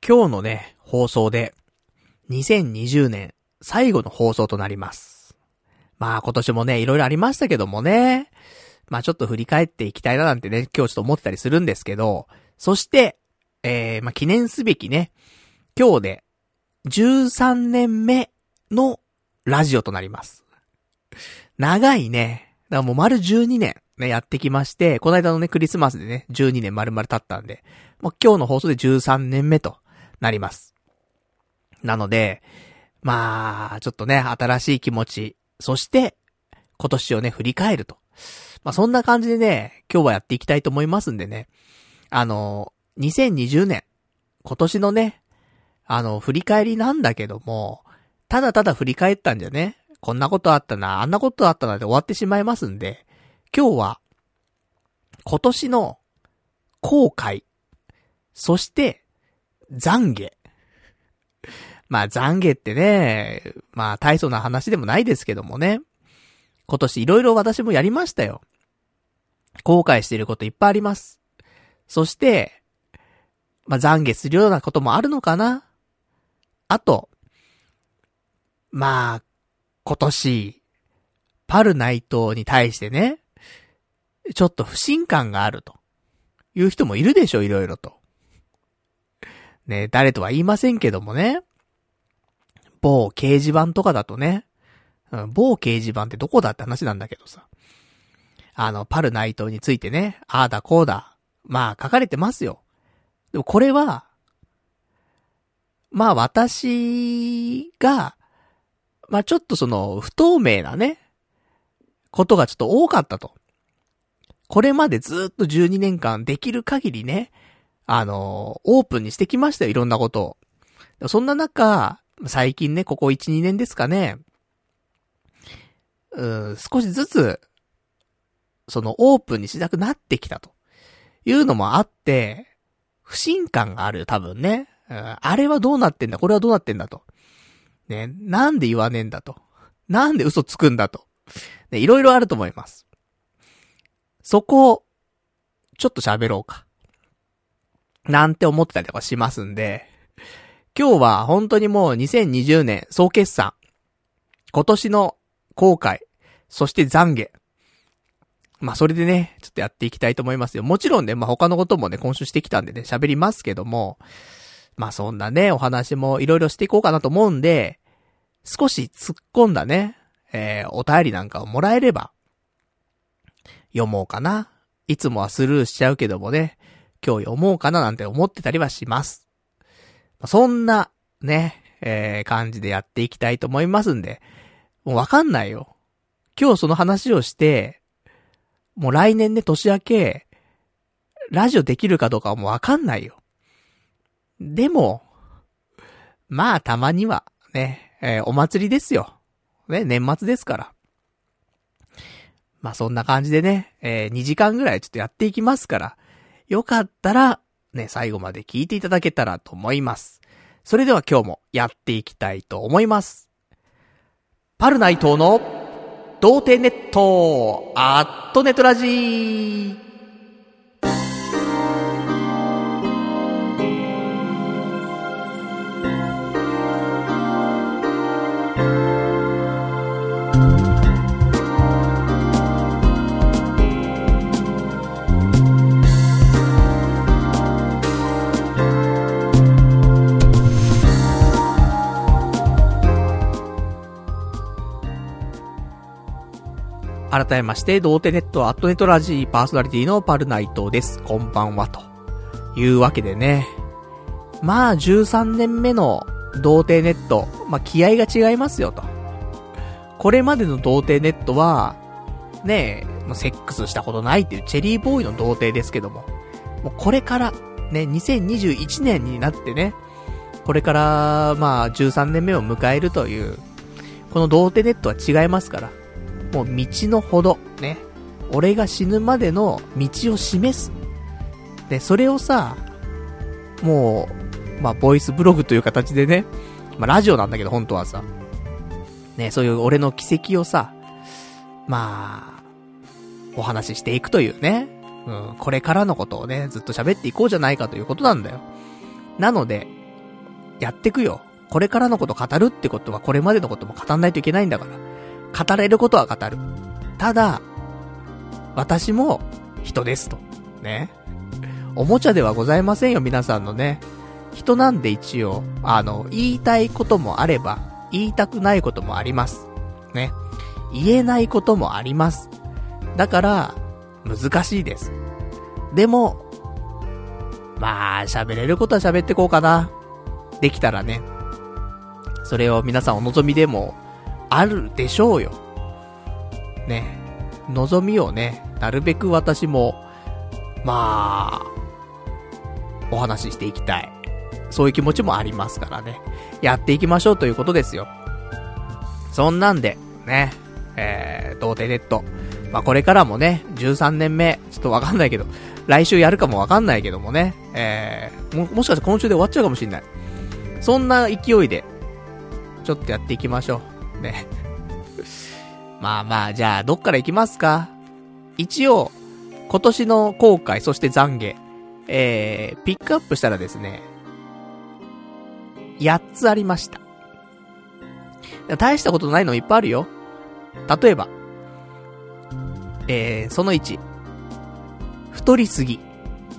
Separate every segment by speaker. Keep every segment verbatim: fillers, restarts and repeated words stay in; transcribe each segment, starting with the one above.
Speaker 1: 今日のね、放送で、にせんにじゅうねん最後の放送となります。まあ今年もね、いろいろありましたけどもね、まあちょっと振り返っていきたいななんてね、今日ちょっと思ってたりするんですけど、そして、えー、まあ記念すべきね、今日でじゅうさんねんめのラジオとなります。長いね。だからもう丸じゅうにねんね、やってきまして、この間のね、クリスマスでね、じゅうにねん丸々経ったんで、もう今日の放送でじゅうさんねんめとなります。なので、まあ、ちょっとね、新しい気持ち、そして、今年をね、振り返ると。まあそんな感じでね、今日はやっていきたいと思いますんでね、あの、にせんにじゅうねん、今年のね、あの、振り返りなんだけども、ただただ振り返ったんじゃね、こんなことあったな、あんなことあったなで終わってしまいますんで、今日は、今年の後悔、そして、懺悔。まあ懺悔ってね、まあ大層な話でもないですけどもね、今年いろいろ私もやりましたよ。後悔していることいっぱいあります。そして、まあ懺悔するようなこともあるのかな。あと、まあ、今年、パルナイトに対してね、ちょっと不信感があるという人もいるでしょ、いろいろと。ね、誰とは言いませんけどもね。某掲示板とかだとね、うん、某掲示板ってどこだって話なんだけどさ。あの、パルナイトについてね、ああだこうだ、まあ書かれてますよ。でもこれは、まあ私が、まあちょっとその不透明なね、ことがちょっと多かったと。これまでずっとじゅうにねんかんできる限りね、あの、オープンにしてきましたよ、いろんなことを。そんな中、最近ね、ここいち、にねんですかね、うーん、少しずつ、そのオープンにしなくなってきたというのもあって、不信感があるよ、多分ね。うん、あれはどうなってんだ、これはどうなってんだと。ね、なんで言わねえんだと。なんで嘘つくんだと。ね、いろいろあると思います。そこを、ちょっと喋ろうか。なんて思ってたりとかしますんで、今日は本当にもうにせんにじゅうねん総決算、今年の後悔、そして懺悔。まあそれでね、ちょっとやっていきたいと思いますよ。もちろんね、まあ他のこともね、今週してきたんでね、喋りますけども、まあそんなね、お話もいろいろしていこうかなと思うんで、少し突っ込んだね、えー、お便りなんかをもらえれば、読もうかな。いつもはスルーしちゃうけどもね、今日読もうかななんて思ってたりはします。そんな、ね、えー、感じでやっていきたいと思いますんで、もうわかんないよ。今日その話をして、もう来年ね、年明け、ラジオできるかどうかはもうわかんないよ。でも、まあたまには、ね、えー、お祭りですよ。ね、年末ですから。まあそんな感じでね、えー、にじかんぐらいちょっとやっていきますから、よかったら、ね、最後まで聞いていただけたらと思います。それでは今日もやっていきたいと思います。パルナイトの童貞ネット、アットネトラジー。改めまして、童貞ネットアットネットラジーパーソナリティのパルナイトです。こんばんは。というわけでね。まあ、じゅうさんねんめの童貞ネット。まあ、気合が違いますよと。これまでの童貞ネットは、ねえ、セックスしたことないっていうチェリーボーイの童貞ですけども。もうこれから、ね、にせんにじゅういちねんになってね。これから、まあ、じゅうさんねんめを迎えるという、この童貞ネットは違いますから。もう道のほど、ね。俺が死ぬまでの道を示す。で、それをさ、もう、まあ、ボイスブログという形でね、まあ、ラジオなんだけど、本当はさ、ね、そういう俺の軌跡をさ、まあ、お話ししていくというね、うん、これからのことをね、ずっと喋っていこうじゃないかということなんだよ。なので、 やってくよ。これからのこと語るってことはこれまでのことも語んないといけないんだから。語れることは語る。ただ、私も人ですと。ね。おもちゃではございませんよ、皆さんのね。人なんで一応、あの、言いたいこともあれば、言いたくないこともあります。ね。言えないこともあります。だから、難しいです。でも、まあ、喋れることは喋ってこうかな。できたらね。それを皆さんお望みでも、あるでしょうよ。ね。望みをね、なるべく私も、まあ、お話ししていきたい。そういう気持ちもありますからね。やっていきましょうということですよ。そんなんで、ね、えー、童貞ネット。まあこれからもね、じゅうさんねんめ、ちょっとわかんないけど、来週やるかもわかんないけどもね、えー、も、もしかして今週で終わっちゃうかもしれない。そんな勢いで、ちょっとやっていきましょう。ね。まあまあ、じゃあ、どっから行きますか？一応、今年の後悔、そして懺悔、えー、ピックアップしたらですね、やっつありました。大したことないのいっぱいあるよ。例えば、えー、そのいち、太りすぎ。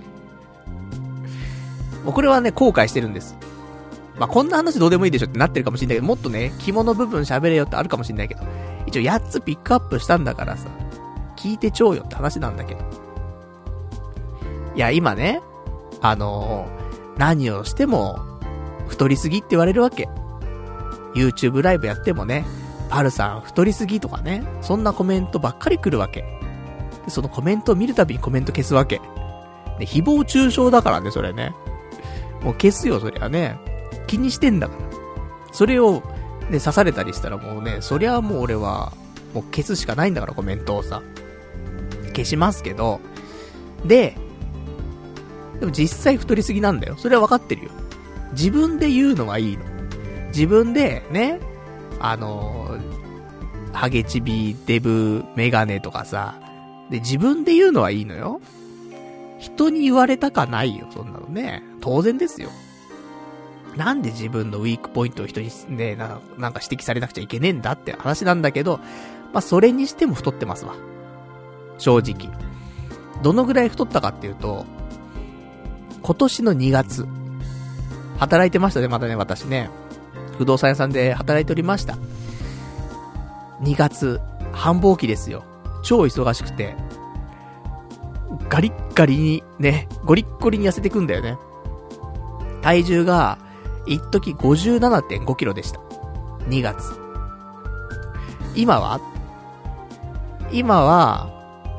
Speaker 1: もうこれはね、後悔してるんです。まあ、こんな話どうでもいいでしょってなってるかもしれないけど、もっとね、肝の部分喋れよってあるかもしれないけど、一応やっつピックアップしたんだからさ、聞いてちょうよって話なんだけど。いや、今ね、あのー、何をしても、太りすぎって言われるわけ。YouTube ライブやってもね、パルさん太りすぎとかね、そんなコメントばっかり来るわけ。でそのコメントを見るたびにコメント消すわけ。で、誹謗中傷だからね、それね。もう消すよ、そりゃね。気にしてんだから。それを、ね、刺されたりしたらもうね、そりゃもう俺は、もう消すしかないんだから、コメントをさ。消しますけど、で、でも実際太りすぎなんだよ。それは分かってるよ。自分で言うのはいいの。自分でね、あのー、ハゲチビ、デブ、メガネとかさ、で、自分で言うのはいいのよ。人に言われたかないよ、そんなのね。当然ですよ。なんで自分のウィークポイントを人にね、なんか、なんか指摘されなくちゃいけねえんだって話なんだけど、まあ、それにしても太ってますわ。正直。どのぐらい太ったかっていうと、今年のにがつ、働いてましたね、またね、私ね。不動産屋さんで働いておりました。にがつ、繁忙期ですよ。超忙しくて、ガリッガリにね、ゴリッゴリに痩せてくんだよね。体重が、一時 ごじゅうななてんごキロでした。にがつ。今は今は、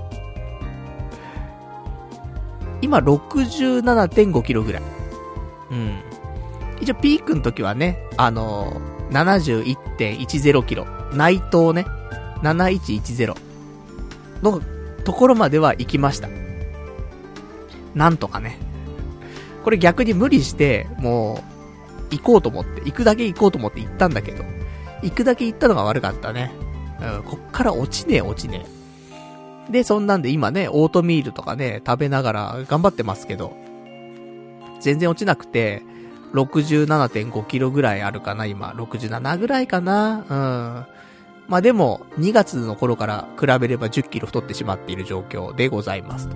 Speaker 1: 今 ろくじゅうななてんごキロぐらい。うん。一応ピークの時はね、あのー、ななじゅういってんいちゼロキロ。内藤ね。ななせんひゃくじゅうのところまでは行きました。なんとかね。これ逆に無理して、もう、行こうと思って、行くだけ行こうと思って行ったんだけど、行くだけ行ったのが悪かったね。うん、こっから落ちねえ落ちねえ。で、そんなんで今ね、オートミールとかね、食べながら頑張ってますけど、全然落ちなくて、ろくじゅうななてんごキロぐらいあるかな、今。ろくじゅうななぐらいかな。うん。まあでも、にがつの頃から比べればじゅっキロ太ってしまっている状況でございますと。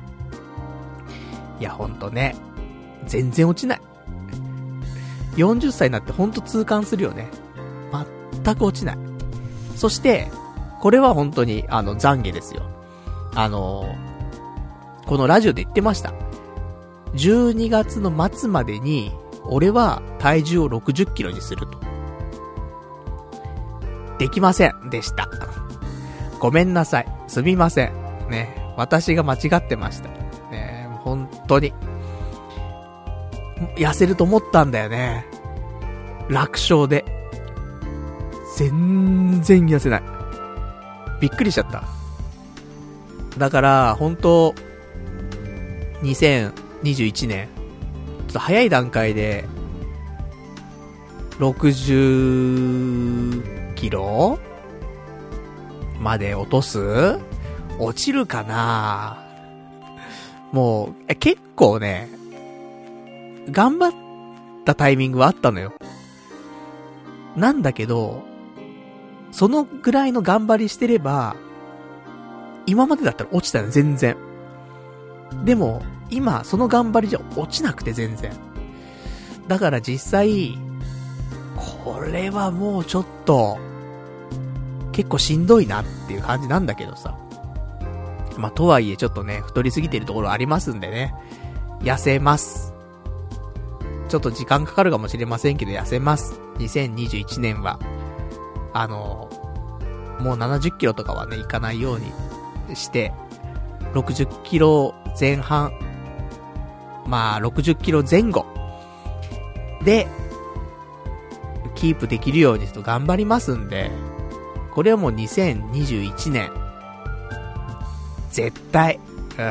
Speaker 1: いや、ほんとね。全然落ちない。よんじゅっさいになってほんと痛感するよね。全く落ちない。そして、これは本当に、あの、懺悔ですよ。あの、このラジオで言ってました。じゅうにがつの末までに、俺は体重をろくじゅっキロにすると。できませんでした。ごめんなさい。すみません。ね。私が間違ってました。ね。本当に。痩せると思ったんだよね。楽勝で。全然痩せない。びっくりしちゃった。だから、本当にせんにじゅういちねん、ちょっと早い段階で、ろくじゅっキロまで落とす？落ちるかな？もう、え、結構ね、頑張ったタイミングはあったのよ。なんだけど、そのぐらいの頑張りしてれば、今までだったら落ちたよ、全然。でも、今、その頑張りじゃ落ちなくて全然。だから実際、これはもうちょっと、結構しんどいなっていう感じなんだけどさ。まあ、とはいえちょっとね、太りすぎてるところありますんでね。痩せます。ちょっと時間かかるかもしれませんけど、痩せます。にせんにじゅういちねんは、あの、もうななじゅっキロとかはね、いかないようにして、ろくじゅっキロぜん半、まあ、ろくじゅっキロぜん後で、キープできるようにちょっと頑張りますんで、これはもうにせんにじゅういちねん、絶対、うん、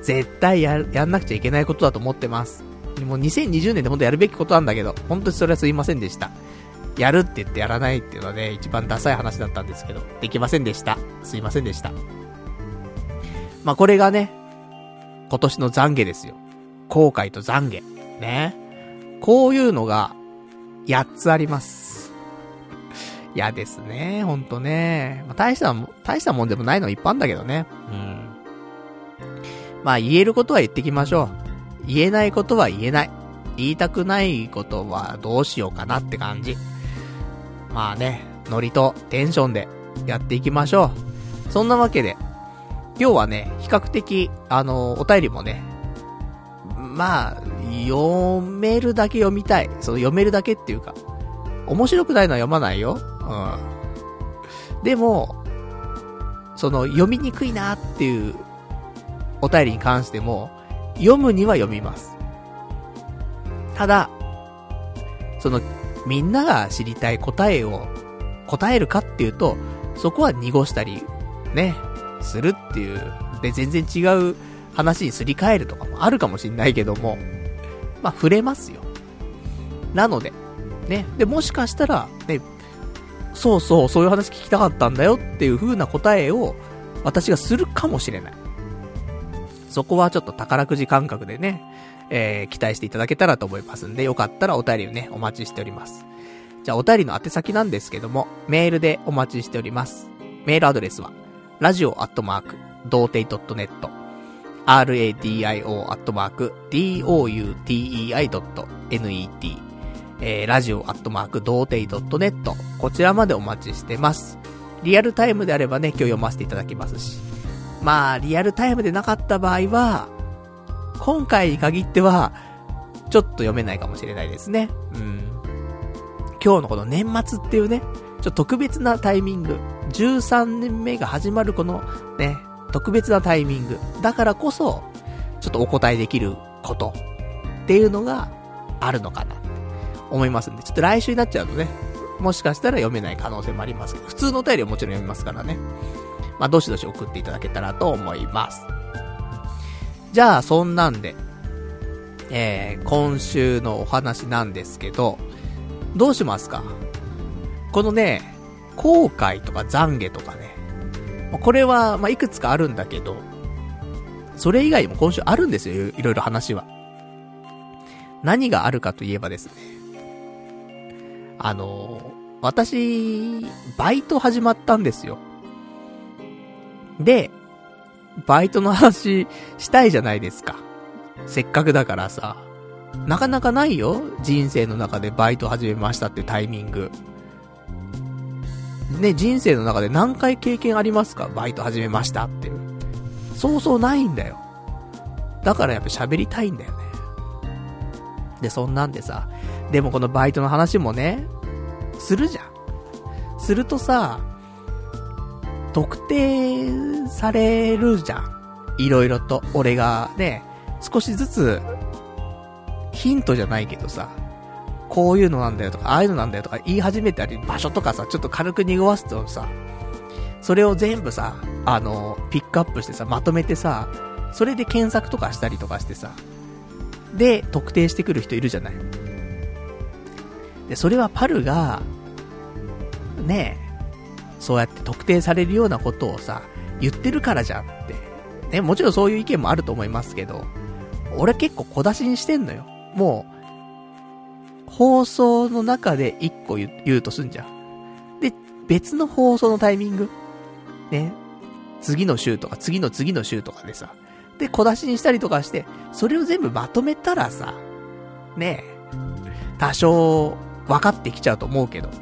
Speaker 1: 絶対や、やんなくちゃいけないことだと思ってます。もうにせんにじゅうねんで本当やるべきことなんだけど、本当にそれはすいませんでした。やるって言ってやらないっていうのはね、一番ダサい話だったんですけど、できませんでした。すいませんでした。まあ、これがね、今年の懺悔ですよ。後悔と懺悔。ね。こういうのが、やっつあります。嫌ですね、ほんとね。まあ、大した、大したもんでもないの一般だけどね。うん。まあ、言えることは言ってきましょう。言えないことは言えない。言いたくないことはどうしようかなって感じ。まあね、ノリとテンションでやっていきましょう。そんなわけで、今日はね、比較的、あの、お便りもね、まあ、読めるだけ読みたい。その読めるだけっていうか、面白くないのは読まないよ。うん。でも、その読みにくいなっていうお便りに関しても、読むには読みます。ただ、その、みんなが知りたい答えを答えるかっていうと、そこは濁したり、ね、するっていう、で、全然違う話にすり替えるとかもあるかもしんないけども、まあ、触れますよ。なので、ね、で、もしかしたら、ね、そうそう、そういう話聞きたかったんだよっていう風な答えを、私がするかもしれない。そこはちょっと宝くじ感覚でね、えー、期待していただけたらと思いますんで、よかったらお便りをね、お待ちしております。じゃあお便りの宛先なんですけども、メールでお待ちしております。メールアドレスは、ラジオアットマーク、ドーテイドットネット、ラディオアットマーク、ドーテイドットネット、えー、ラジオアットマーク、ドーテイドットネット、こちらまでお待ちしてます。リアルタイムであればね、今日読ませていただきますし、まあ、リアルタイムでなかった場合は、今回に限っては、ちょっと読めないかもしれないですね。うん。今日のこの年末っていうね、ちょっと特別なタイミング、じゅうさんねんめが始まるこのね、特別なタイミング、だからこそ、ちょっとお答えできることっていうのがあるのかな、思いますんで、ちょっと来週になっちゃうとね、もしかしたら読めない可能性もありますけど、普通のお便りはもちろん読みますからね。まあ、どしどし送っていただけたらと思います。じゃあ、そんなんで、えー、今週のお話なんですけど、どうしますか？このね、後悔とか懺悔とかね、これは、まあ、いくつかあるんだけど、それ以外にも今週あるんですよ、いろいろ話は。何があるかといえばですね、あの、私、バイト始まったんですよ。で、バイトの話したいじゃないですか。せっかくだからさ。なかなかないよ。人生の中でバイト始めましたってタイミング。ね、人生の中で何回経験ありますか？バイト始めましたっていう。そうそうないんだよ。だからやっぱ喋りたいんだよね。で、そんなんでさ。でもこのバイトの話もね、するじゃん。するとさ、特定されるじゃん。いろいろと。俺がね、少しずつ、ヒントじゃないけどさ、こういうのなんだよとか、ああいうのなんだよとか言い始めたり、場所とかさ、ちょっと軽く濁わすとさ、それを全部さ、あの、ピックアップしてさ、まとめてさ、それで検索とかしたりとかしてさ、で、特定してくる人いるじゃない。で、それはパルが、ねえ、そうやって特定されるようなことをさ、言ってるからじゃんって。ね、もちろんそういう意見もあると思いますけど、俺結構小出しにしてんのよ。も放送の中で一個言う、言うとすんじゃん。で、別の放送のタイミング。ね。次の週とか、次の次の週とかでさ。で、小出しにしたりとかして、それを全部まとめたらさ、ねえ、多少分かってきちゃうと思うけど。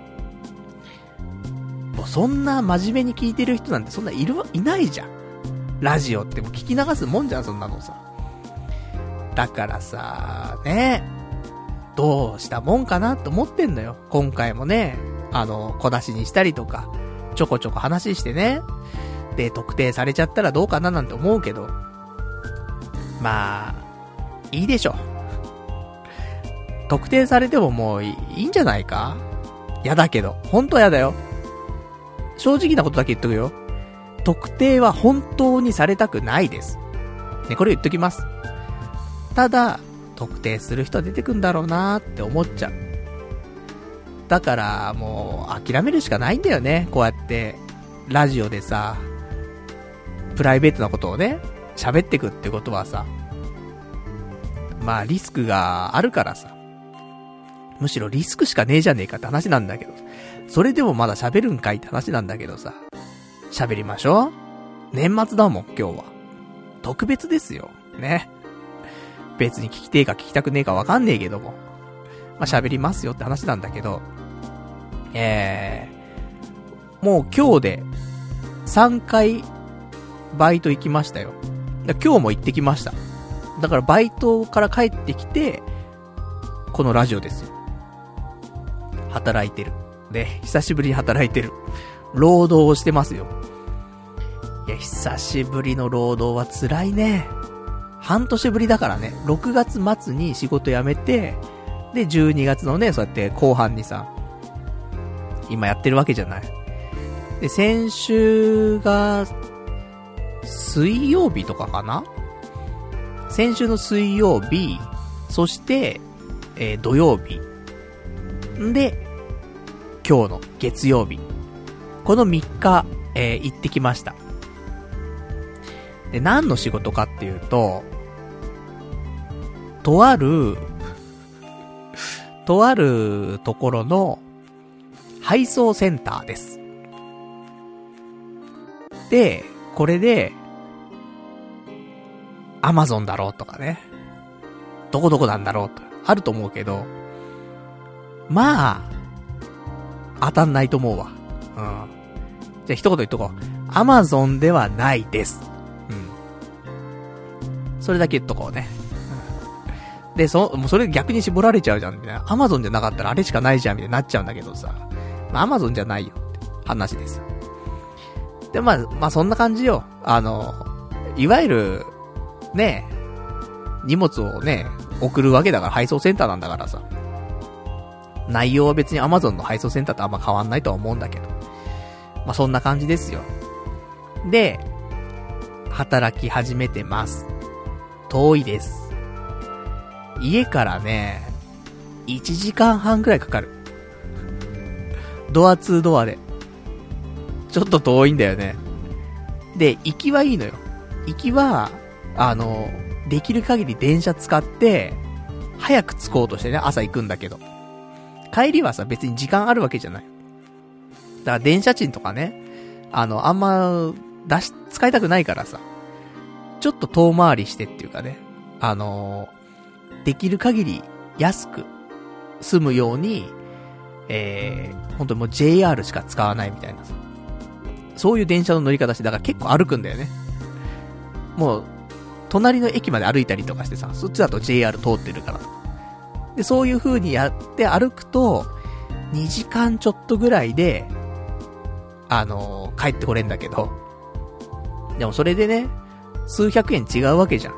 Speaker 1: もうそんな真面目に聞いてる人なんてそんないるわ、いないじゃん。ラジオってもう聞き流すもんじゃん、そんなのさ。だからさ、ね、どうしたもんかなと思ってんのよ。今回もね、あの、小出しにしたりとか、ちょこちょこ話してね。で、特定されちゃったらどうかななんて思うけど。まあ、いいでしょ。特定されてももういいんじゃないか？やだけど。ほんとやだよ。正直なことだけ言っとくよ。特定は本当にされたくないです。ね、これ言っときます。ただ、特定する人は出てくんだろうなーって思っちゃう。だから、もう、諦めるしかないんだよね。こうやって、ラジオでさ、プライベートなことをね、喋ってくってことはさ、まあ、リスクがあるからさ、むしろリスクしかねえじゃねえかって話なんだけど、それでもまだ喋るんかいって話なんだけどさ、喋りましょう。年末だもん、今日は。特別ですよ。ね。別に聞きてえか聞きたくねえかわかんねえけども。まあ、喋りますよって話なんだけど、えー、もう今日でさんかいバイト行きましたよ。今日も行ってきました。だからバイトから帰ってきて、このラジオですよ。働いてる。で、久しぶりに働いてる。労働をしてますよ。いや、久しぶりの労働は辛いね。半年ぶりだからね。ろくがつ末に仕事辞めて、で、じゅうにがつのね、そうやって後半にさ、今やってるわけじゃない。で、先週が、水曜日とかかな？先週の水曜日、そして、えー、土曜日。んで、今日の月曜日。このみっか、えー、行ってきました。で、何の仕事かっていうと、とある、とあるところの配送センターです。で、これで、アマゾンだろうとかね、どこどこなんだろうと、あると思うけど、まあ、当たんないと思うわ。うん。じゃあ一言言っとこう。アマゾンではないです。うん。それだけ言っとこうね。うん、で、そ、もうそれ逆に絞られちゃうじゃん、みたいな。アマゾンじゃなかったらあれしかないじゃん、みたいになっちゃうんだけどさ。まあ、アマゾンじゃないよって話です。で、まあ、まあそんな感じよ。あの、いわゆる、ね、荷物をね、送るわけだから配送センターなんだからさ。内容は別に Amazon の配送センターとあんま変わんないとは思うんだけど。まあ、そんな感じですよ。で、働き始めてます。遠いです。家からね、いちじかんはんくらいかかる。ドアツードアで。ちょっと遠いんだよね。で、行きはいいのよ。行きは、あの、できる限り電車使って、早く着こうとしてね、朝行くんだけど。帰りはさ、別に時間あるわけじゃない。だから電車賃とかね、あの、あんま、出し、使いたくないからさ、ちょっと遠回りしてっていうかね、あのー、できる限り安く済むように、えー、本当にもう ジェイアール しか使わないみたいなさ、そういう電車の乗り方して、だから結構歩くんだよね。もう、隣の駅まで歩いたりとかしてさ、そっちだと ジェイアール 通ってるから。で、そういう風にやって歩くと、にじかんちょっとぐらいで、あのー、帰ってこれんだけど、でもそれでね、数百円違うわけじゃん。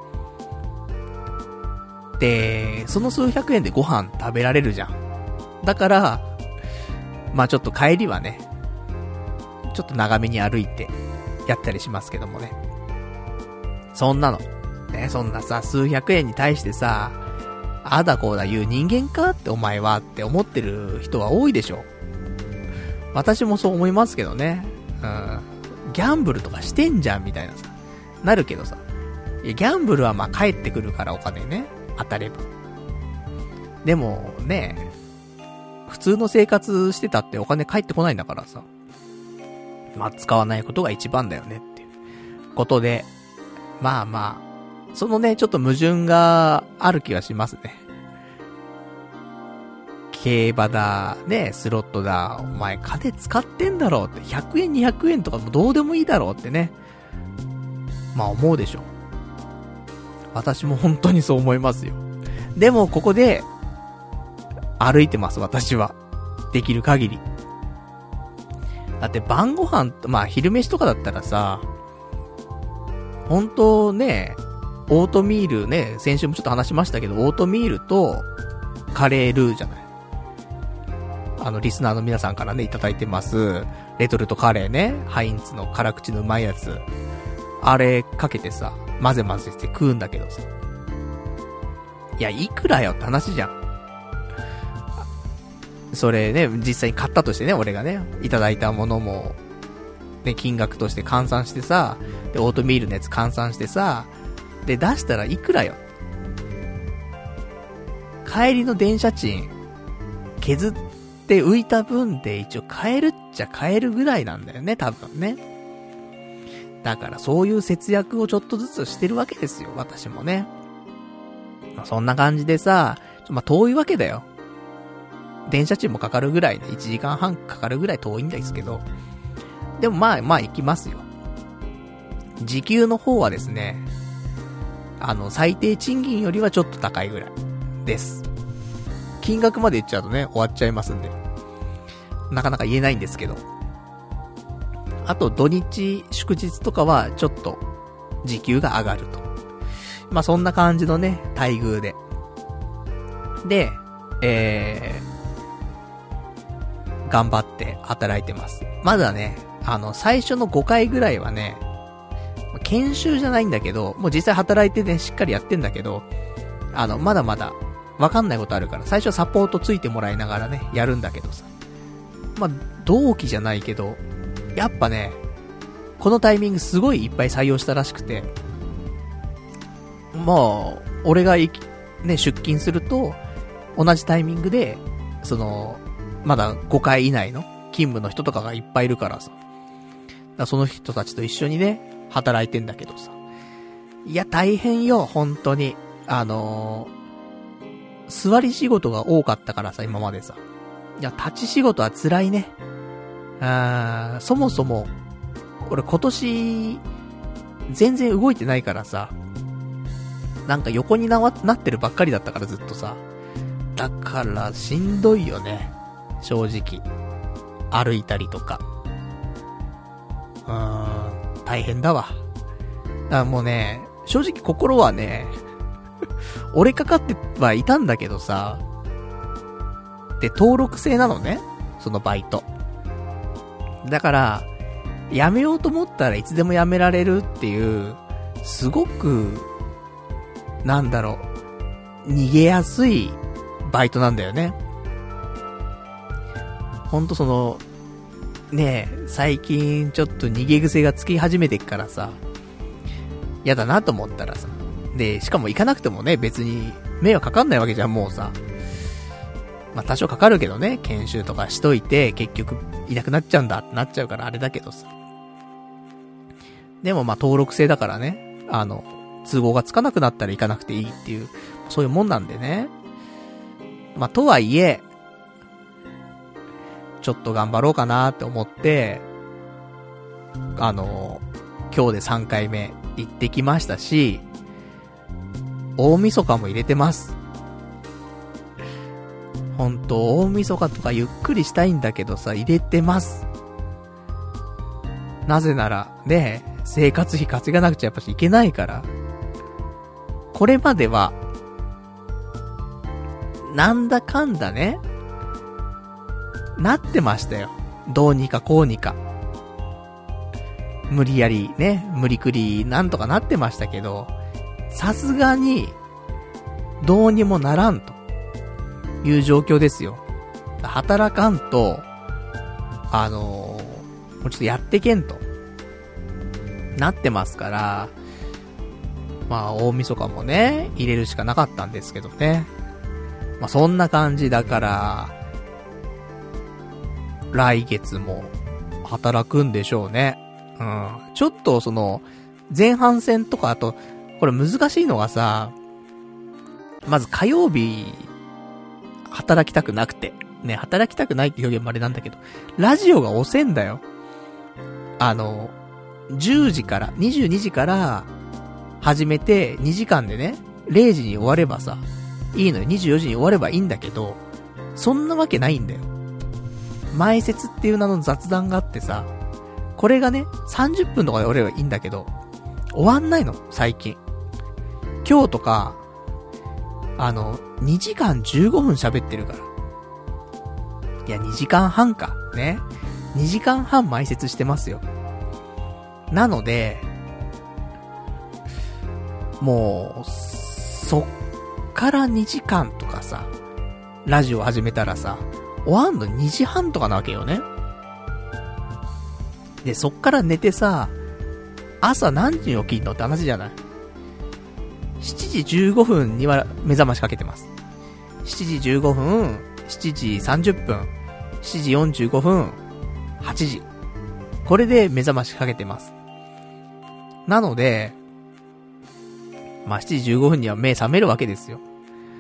Speaker 1: で、その数百円でご飯食べられるじゃん。だから、まあちょっと帰りはね、ちょっと長めに歩いて、やったりしますけどもね。そんなの。ね、そんなさ、数百円に対してさ、あだこうだ言う人間かってお前はって思ってる人は多いでしょ。私もそう思いますけどね。うん。ギャンブルとかしてんじゃんみたいなさ。なるけどさ。いや、ギャンブルはまあ帰ってくるからお金ね。当たれば。 でもね、普通の生活してたってお金返ってこないんだからさ。まあ使わないことが一番だよねっていうことで、まあまあ、そのね、ちょっと矛盾がある気はしますね。競馬だ、ね、スロットだ、お前金使ってんだろうって、ひゃくえんにひゃくえんとかもどうでもいいだろうってね。まあ思うでしょ。私も本当にそう思いますよ。でもここで、歩いてます、私は。できる限り。だって晩ご飯、まあ昼飯とかだったらさ、本当ね、オートミールね、先週もちょっと話しましたけど、オートミールとカレールーじゃない。あの、リスナーの皆さんからね、いただいてます。レトルトカレーね、ハインツの辛口のうまいやつ。あれかけてさ、混ぜ混ぜして食うんだけどさ。いや、いくらよって話じゃん。それね、実際に買ったとしてね、俺がね、いただいたものも、ね、金額として換算してさ、で、オートミールのやつ換算してさ、で、出したらいくらよ。帰りの電車賃、削って浮いた分で一応買えるっちゃ買えるぐらいなんだよね、多分ね。だからそういう節約をちょっとずつしてるわけですよ、私もね。まあ、そんな感じでさ、まあ、遠いわけだよ。電車賃もかかるぐらいね、いちじかんはんかかるぐらい遠いんですけど。でもまあまあ行きますよ。時給の方はですね、あの、最低賃金よりはちょっと高いぐらいです。金額まで言っちゃうとね、終わっちゃいますんで。なかなか言えないんですけど。あと土日、祝日とかはちょっと時給が上がると。まあそんな感じのね、待遇で。で、えー、頑張って働いてます。まだね、あの、最初のごかいぐらいはね、研修じゃないんだけど、もう実際働いてね、しっかりやってんだけど、あの、まだまだ、わかんないことあるから、最初サポートついてもらいながらね、やるんだけどさ。まあ、同期じゃないけど、やっぱね、このタイミングすごいいっぱい採用したらしくて、まあ、俺がいき、ね、出勤すると、同じタイミングで、その、まだごかい以内の勤務の人とかがいっぱいいるからさ。だからその人たちと一緒にね、働いてんだけどさ。いや、大変よ、本当に。あのー、座り仕事が多かったからさ、今までさ。いや、立ち仕事は辛いね。あー、そもそも、俺今年、全然動いてないからさ。なんか横になわ、なってるばっかりだったからずっとさ。だから、しんどいよね。正直。歩いたりとか。うーん、大変だわ。だからもうね、正直心はね、折れかかってはいたんだけどさ。で、登録制なのね。そのバイト。だから、辞めようと思ったらいつでも辞められるっていう、すごく、なんだろう、逃げやすいバイトなんだよね。ほんとその、ねえ、最近ちょっと逃げ癖がつき始めてっからさ、やだなと思ったらさ、で、しかも行かなくてもね、別に迷惑かかんないわけじゃん、もうさ。まあ多少かかるけどね、研修とかしといて、結局いなくなっちゃうんだってなっちゃうからあれだけどさ。でもまあ登録制だからね、あの、都合がつかなくなったら行かなくていいっていう、そういうもんなんでね。まあとはいえ、ちょっと頑張ろうかなって思って、あの、今日でさんかいめ行ってきましたし、大晦日も入れてます。ほんと、大晦日とかゆっくりしたいんだけどさ、入れてます。なぜなら、ね、生活費稼がなくちゃやっぱしいけないから。これまでは、なんだかんだね、なってましたよ。どうにかこうにか。無理やりね、無理くりなんとかなってましたけど、さすがに、どうにもならんという状況ですよ。働かんと、あのー、もうちょっとやってけんと、なってますから、まあ大晦日もね、入れるしかなかったんですけどね。 まあ、そんな感じだから、来月も働くんでしょうね。うん。ちょっとその、前半戦とかあと、これ難しいのがさ、まず火曜日、働きたくなくて。ね、働きたくないって表現もあれなんだけど、ラジオが遅えんだよ。あの、じゅうじから、にじゅうにじから始めてにじかんでね、れいじに終わればさ、いいのよ。にじゅうよじに終わればいいんだけど、そんなわけないんだよ。前説っていう名の雑談があってさ、これがね、さんじゅっぷんとかで終わればいいんだけど、終わんないの、最近。今日とか、あの、にじかんじゅうごふん喋ってるから。いや、にじかんはんか。ね。にじかんはん前説してますよ。なので、もう、そっからにじかんとかさ、ラジオ始めたらさ、終わんのにじはんとかなわけよね。で、そっから寝てさ、朝何時に起きんのって話じゃない？ しちじじゅうごふんには目覚ましかけてます。しちじじゅうごふん、しちじさんじゅっぷん、しちじよんじゅうごふん、はちじ。これで目覚ましかけてます。なので、まあ、しちじじゅうごふんには目覚めるわけですよ。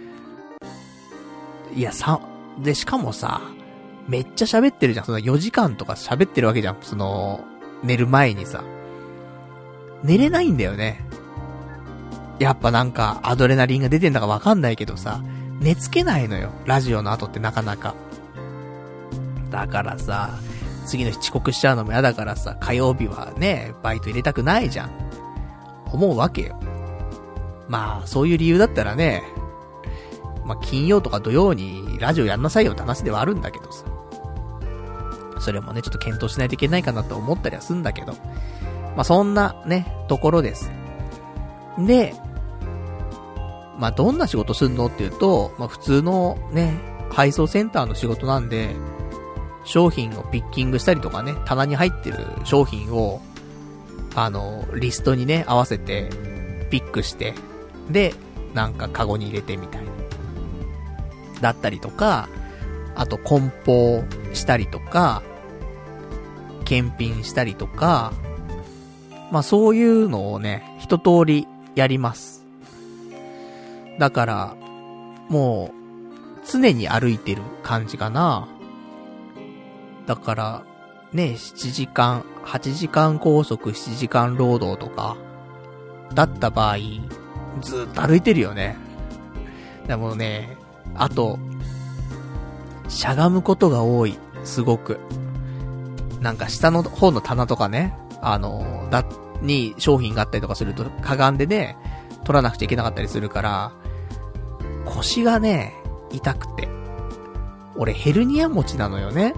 Speaker 1: いや、さ、で、しかもさ、めっちゃ喋ってるじゃん。そのよじかんとか喋ってるわけじゃん。その、寝る前にさ。寝れないんだよね。やっぱなんか、アドレナリンが出てんだかわかんないけどさ、寝つけないのよ。ラジオの後ってなかなか。だからさ、次の日遅刻しちゃうのも嫌だからさ、火曜日はね、バイト入れたくないじゃん。思うわけよ。まあ、そういう理由だったらね、まあ、金曜とか土曜にラジオやんなさいよって話ではあるんだけどさ。それもね、ちょっと検討しないといけないかなと思ったりはすんだけど。まあ、そんなね、ところです。で、まあ、どんな仕事すんのっていうと、まあ、普通のね、配送センターの仕事なんで、商品をピッキングしたりとかね、棚に入ってる商品を、あの、リストにね、合わせて、ピックして、で、なんかカゴに入れてみたいな。だったりとか、あと梱包したりとか、検品したりとか、まあそういうのをね、一通りやります。だから、もう、常に歩いてる感じかな。だから、ね、しちじかん、はちじかん拘束、しちじかん労働とか、だった場合、ずっと歩いてるよね。でもね、あと、しゃがむことが多い。すごく。なんか下の方の棚とかね、あの、だ、に商品があったりとかすると、かがんでね、取らなくちゃいけなかったりするから、腰がね、痛くて。俺ヘルニア持ちなのよね。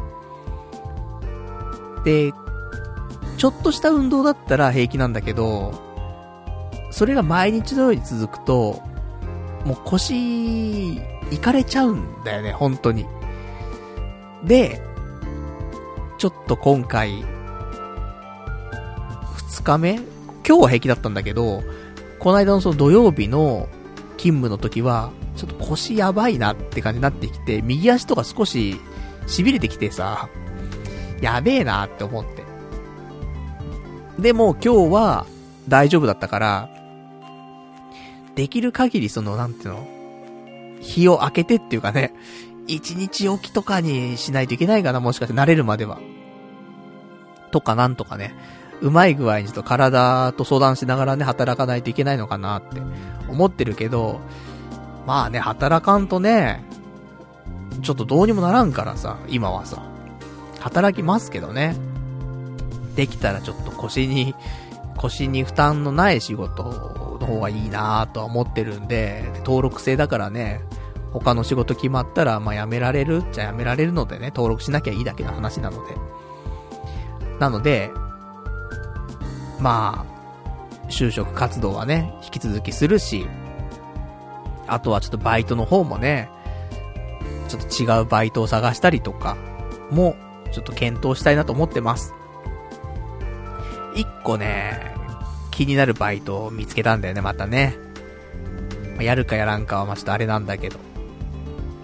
Speaker 1: で、ちょっとした運動だったら平気なんだけど、それが毎日のように続くと、もう腰、いかれちゃうんだよね、本当に。で、ちょっと今回、二日目？今日は平気だったんだけど、この間のその土曜日の勤務の時は、ちょっと腰やばいなって感じになってきて、右足とか少し痺れてきてさ、やべえなって思って。でも今日は大丈夫だったから、できる限りその、なんていうの、日を明けてっていうかね、一日おきとかにしないといけないかな、もしかして慣れるまでは。とかなんとかね、うまい具合にちょっと体と相談しながらね、働かないといけないのかなって思ってるけど、まあね、働かんとね、ちょっとどうにもならんからさ、今はさ、働きますけどね。できたらちょっと腰に、腰に負担のない仕事の方がいいなぁとは思ってるんで、で登録制だからね、他の仕事決まったら、まあ辞められるっちゃ辞められるのでね、登録しなきゃいいだけの話なので。なので、まあ、就職活動はね、引き続きするし、あとはちょっとバイトの方もね、ちょっと違うバイトを探したりとかも、ちょっと検討したいなと思ってます。一個ね、気になるバイトを見つけたんだよね、またね。まあ、やるかやらんかはまあちょっとあれなんだけど。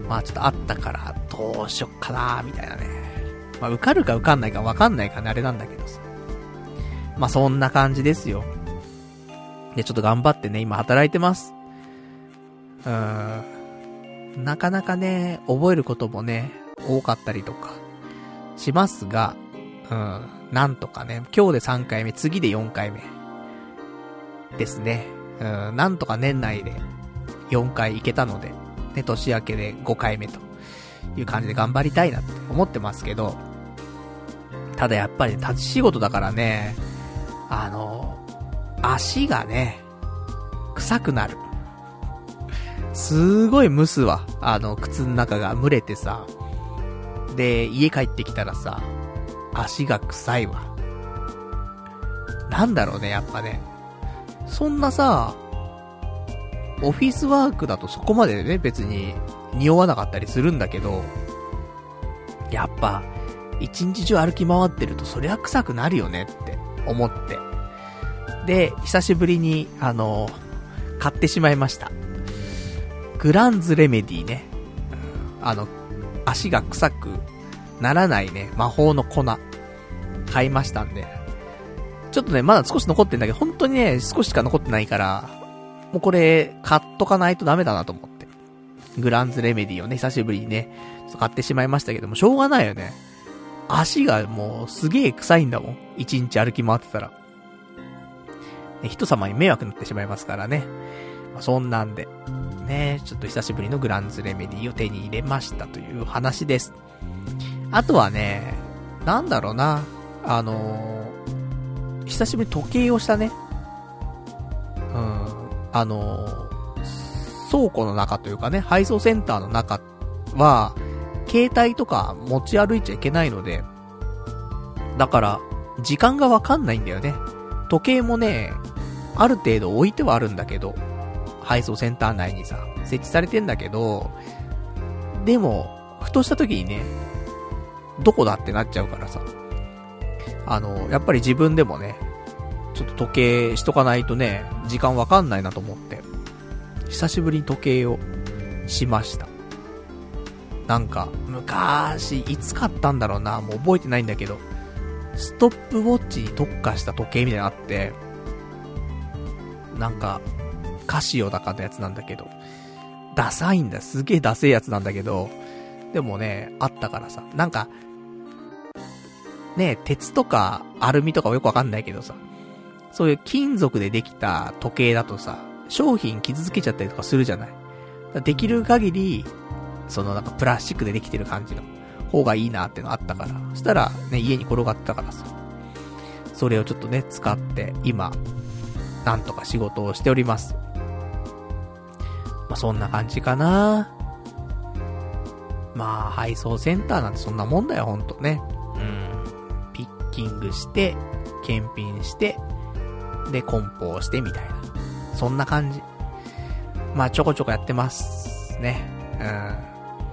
Speaker 1: まあちょっとあったから、どうしよっかなーみたいなね。まあ受かるか受かんないか分かんないかね、あれなんだけどさ。まあそんな感じですよ。で、ちょっと頑張ってね、今働いてます。うーん。なかなかね、覚えることもね、多かったりとか、しますが、うん。なんとかね、今日でさんかいめ、次でよんかいめ。ですね。うん。なんとか年内でよんかい行けたので、ね、年明けでごかいめという感じで頑張りたいなって思ってますけど、ただやっぱり立ち仕事だからね、あの、足がね、臭くなる。すごい蒸すわ。あの、靴の中が蒸れてさ。で、家帰ってきたらさ、足が臭いわ。なんだろうね、やっぱね。そんなさ、オフィスワークだとそこまでね、別に匂わなかったりするんだけど、やっぱ、一日中歩き回ってるとそりゃ臭くなるよねって思って。で、久しぶりに、あの、買ってしまいました。グランズレメディね。あの、足が臭くならないね、魔法の粉。買いましたんで。ちょっとね、まだ少し残ってんだけど、本当にね、少ししか残ってないから、もうこれ、買っとかないとダメだなと思って。グランズレメディをね、久しぶりにね、ちょっと買ってしまいましたけども、しょうがないよね。足がもうすげえ臭いんだもん。一日歩き回ってたら。ね、人様に迷惑になってしまいますからね。まあ、そんなんで。ね、ちょっと久しぶりのグランズレメディを手に入れましたという話です。あとはね、なんだろうな。あのー、久しぶりに時計をしたね。うん。あのー、倉庫の中というかね、配送センターの中は、携帯とか持ち歩いちゃいけないので、だから、時間がわかんないんだよね。時計もね、ある程度置いてはあるんだけど、配送センター内にさ、設置されてんだけど、でも、ふとした時にね、どこだってなっちゃうからさ、あの、やっぱり自分でもね、ちょっと時計しとかないとね、時間わかんないなと思って、久しぶりに時計をしました。なんか、昔、いつ買ったんだろうな、もう覚えてないんだけど、ストップウォッチに特化した時計みたいなのあって、なんか、カシオだかのやつなんだけど、ダサいんだ、すげえダセえやつなんだけど、でもね、あったからさ、なんか、ね、鉄とかアルミとかはよくわかんないけどさ、そういう金属でできた時計だとさ、商品傷つけちゃったりとかするじゃない。できる限り、そのなんかプラスチックでできてる感じの方がいいなってのあったから、そしたらね、家に転がってたからさ、それをちょっとね、使って、今、なんとか仕事をしております。まあ、そんな感じかな。まあ、配送センターなんてそんなもんだよ、ほんとね。うん。ピッキングして、検品して、で、梱包してみたいな。そんな感じ。まあ、ちょこちょこやってますね。うん。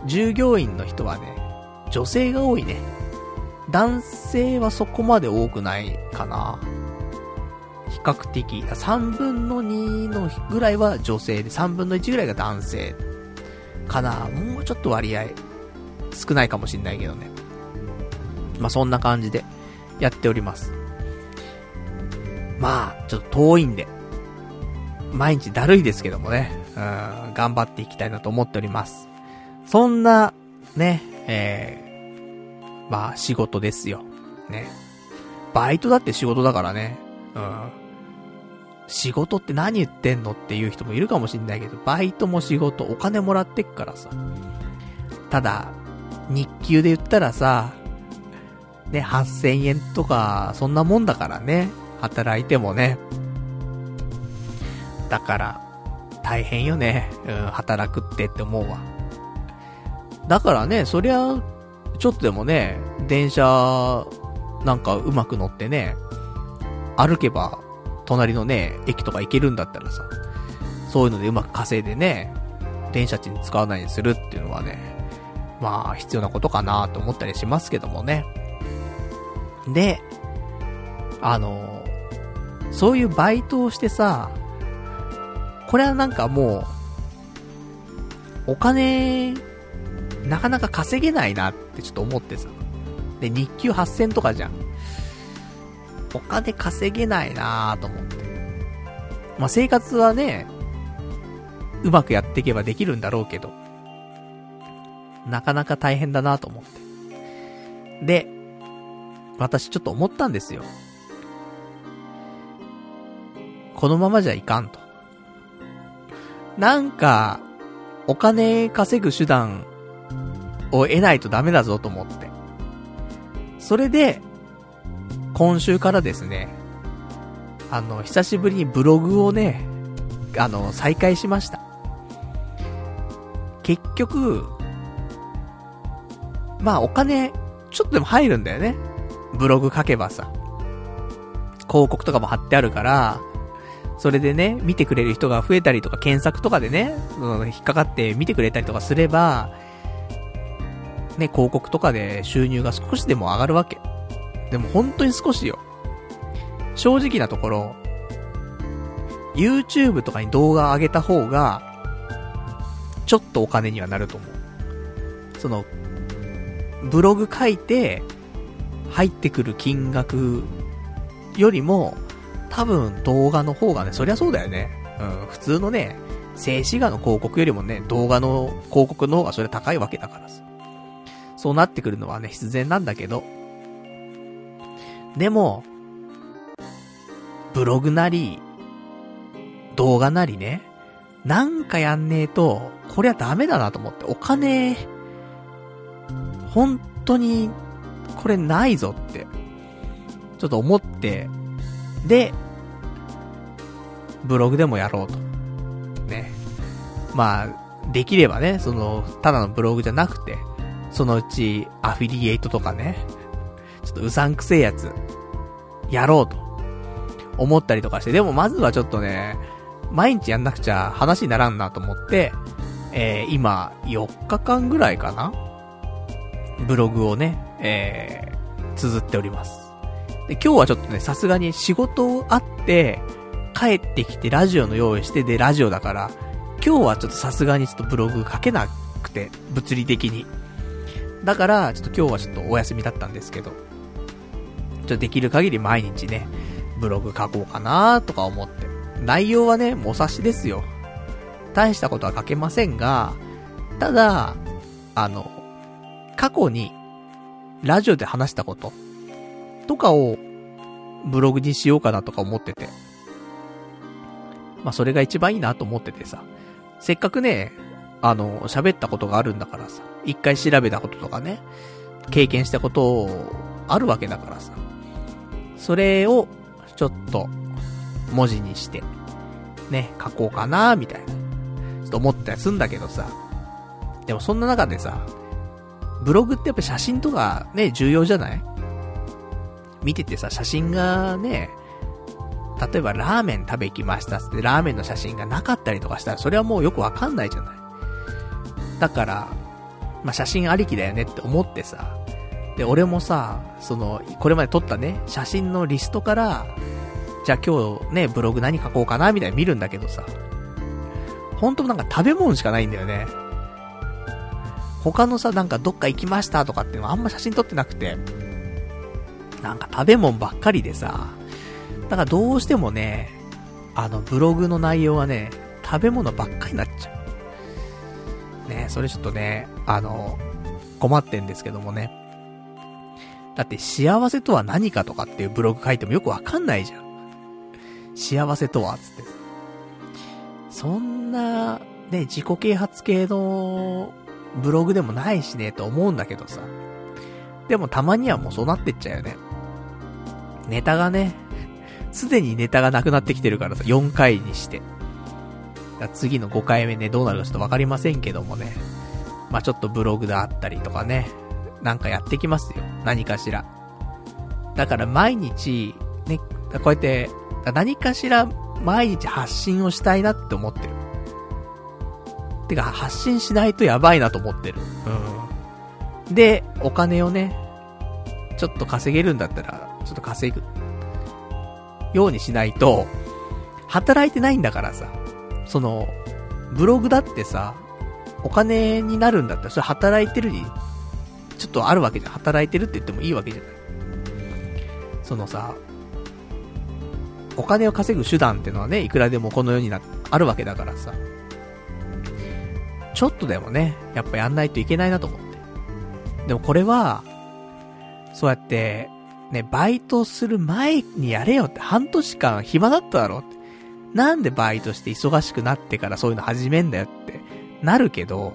Speaker 1: 従業員の人はね、女性が多いね。男性はそこまで多くないかな。比較的。さんぶんのにのぐらいは女性で、さんぶんのいちぐらいが男性かな。もうちょっと割合少ないかもしんないけどね。まあ、そんな感じでやっております。まあ、ちょっと遠いんで、毎日だるいですけどもね、うん、頑張っていきたいなと思っております。そんな、ね、えー、まあ仕事ですよ。ね。バイトだって仕事だからね。うん。仕事って何言ってんのっていう人もいるかもしんないけど、バイトも仕事、お金もらってっからさ。ただ、日給で言ったらさ、ね、はっせんえんとか、そんなもんだからね。働いてもね。だから、大変よね。うん、働くってって思うわ。だからね、そりゃ、ちょっとでもね、電車、なんかうまく乗ってね、歩けば、隣のね、駅とか行けるんだったらさ、そういうのでうまく稼いでね、電車賃使わないようにするっていうのはね、まあ、必要なことかなと思ったりしますけどもね。で、あの、そういうバイトをしてさ、これはなんかもう、お金なかなか稼げないなってちょっと思ってさ。で、日給はっせんとかじゃん。お金稼げないなと思って。まあ、生活はね、うまくやっていけばできるんだろうけど、なかなか大変だなと思って。で、私ちょっと思ったんですよ。このままじゃいかんと。なんか、お金稼ぐ手段を得ないとダメだぞと思って。それで、今週からですね、あの、久しぶりにブログをね、あの、再開しました。結局、まあお金、ちょっとでも入るんだよね。ブログ書けばさ。広告とかも貼ってあるから、それでね、見てくれる人が増えたりとか、検索とかでね、うん、引っかかって見てくれたりとかすれば、ね、広告とかで収入が少しでも上がるわけ。でも本当に少しよ。正直なところ、YouTube とかに動画上げた方が、ちょっとお金にはなると思う。その、ブログ書いて、入ってくる金額よりも、多分動画の方がね、そりゃそうだよね。うん、普通のね、静止画の広告よりもね、動画の広告の方がそれは高いわけだからさ。そうなってくるのはね、必然なんだけど。でも、ブログなり、動画なりね、なんかやんねえと、これはダメだなと思って、お金、本当に、これないぞって、ちょっと思って、で、ブログでもやろうと。ね。まあ、できればね、その、ただのブログじゃなくて、そのうち、アフィリエイトとかね、ちょっとうさんくせえやつ、やろうと、思ったりとかして、でもまずはちょっとね、毎日やんなくちゃ話にならんなと思って、えー、今、よっかかんぐらいかな？ブログをね、えー、綴っております。で、今日はちょっとね、さすがに仕事あって、帰ってきてラジオの用意して、で、ラジオだから、今日はちょっとさすがにちょっとブログ書けなくて、物理的に。だから、ちょっと今日はちょっとお休みだったんですけど、ちょっとできる限り毎日ね、ブログ書こうかなとか思って。内容はね、もうお察しですよ。大したことは書けませんが、ただ、あの、過去に、ラジオで話したこと、とかを、ブログにしようかなとか思ってて。まあ、それが一番いいなと思っててさ。せっかくね、あの、喋ったことがあるんだからさ、一回調べたこととかね、経験したことあるわけだからさ。それを、ちょっと、文字にして、ね、書こうかなみたいな。ちょっと思ったりすんだけどさ。でもそんな中でさ、ブログってやっぱ写真とかね、重要じゃない？見ててさ、写真がね、例えばラーメン食べ行きましたって、ラーメンの写真がなかったりとかしたら、それはもうよくわかんないじゃない。だから、まあ、写真ありきだよねって思ってさ。で、俺もさ、その、これまで撮ったね、写真のリストから、じゃあ今日ね、ブログ何書こうかなみたいに見るんだけどさ、ほんとなんか食べ物しかないんだよね。他のさ、なんかどっか行きましたとかっていうのはあんま写真撮ってなくて、なんか食べ物ばっかりでさ、だからどうしてもね、あのブログの内容はね、食べ物ばっかりになっちゃう。ね、それちょっとね、あの、困ってんですけどもね。だって幸せとは何かとかっていうブログ書いてもよくわかんないじゃん。幸せとはつって。そんな、ね、自己啓発系のブログでもないしね、と思うんだけどさ。でもたまにはもうそうなってっちゃうよね。ネタがね、すでにネタがなくなってきてるからさ、よんかいにして。次のごかいめね、どうなるかちょっとわかりませんけどもね。まあちょっとブログであったりとかね、なんかやってきますよ。何かしら。だから毎日、ね、こうやって、何かしら毎日発信をしたいなって思ってる。てか発信しないとやばいなと思ってる。うん。で、お金をね、ちょっと稼げるんだったら、ちょっと稼ぐようにしないと、働いてないんだからさ、その、ブログだってさ、 お金になるんだったら、それ働いてるに、ちょっとあるわけじゃん。働いてるって言ってもいいわけじゃない。そのさ、お金を稼ぐ手段ってのはね、いくらでもこの世にな、あるわけだからさ。ちょっとでもね、やっぱやんないといけないなと思って。でもこれは、そうやって、ね、バイトする前にやれよって、半年間暇だっただろって。なんでバイトして忙しくなってからそういうの始めんだよってなるけど、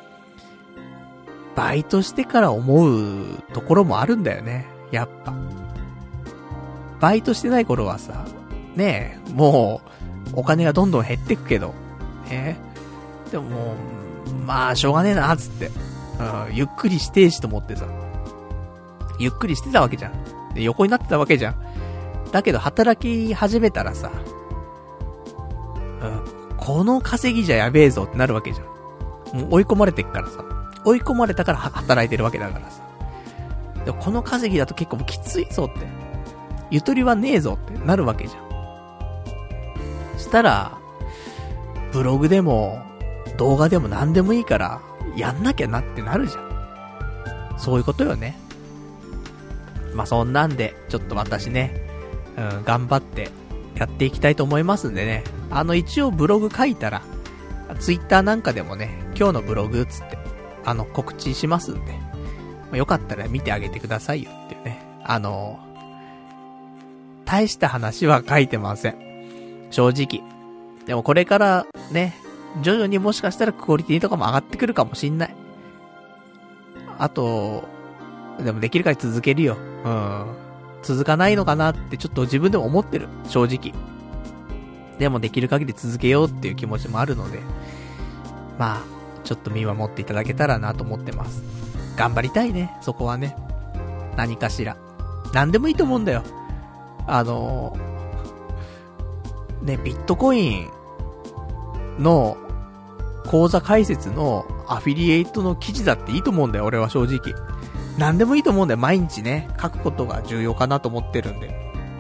Speaker 1: バイトしてから思うところもあるんだよね。やっぱ。バイトしてない頃はさ、ねえ、もう、お金がどんどん減ってくけど、ねえ。でももう、まあ、しょうがねえな、つって。うん、ゆっくりしてえしと思ってさ。ゆっくりしてたわけじゃん。で、横になってたわけじゃん。だけど、働き始めたらさ、うん、この稼ぎじゃやべえぞってなるわけじゃん。もう追い込まれてっからさ。追い込まれたから働いてるわけだからさ。でもこの稼ぎだと結構きついぞって。ゆとりはねえぞってなるわけじゃん。したら、ブログでも、動画でも何でもいいから、やんなきゃなってなるじゃん。そういうことよね。まあ、そんなんで、ちょっと私ね、うん、頑張ってやっていきたいと思いますんでね。あの、一応ブログ書いたら、ツイッターなんかでもね、今日のブログつって、あの、告知しますんで、まあ、よかったら見てあげてくださいよっていうね。あの、大した話は書いてません。正直。でもこれからね、徐々にもしかしたらクオリティとかも上がってくるかもしんない。あと、でもできる限り続けるよ。うん。続かないのかなってちょっと自分でも思ってる。正直。でもできる限り続けようっていう気持ちもあるので、まあ、ちょっと見守っていただけたらなと思ってます。頑張りたいね、そこはね。何かしら。何でもいいと思うんだよ。あの、ね、ビットコインの口座開設のアフィリエイトの記事だっていいと思うんだよ、俺は正直。何でもいいと思うんだよ、毎日ね、書くことが重要かなと思ってるんで。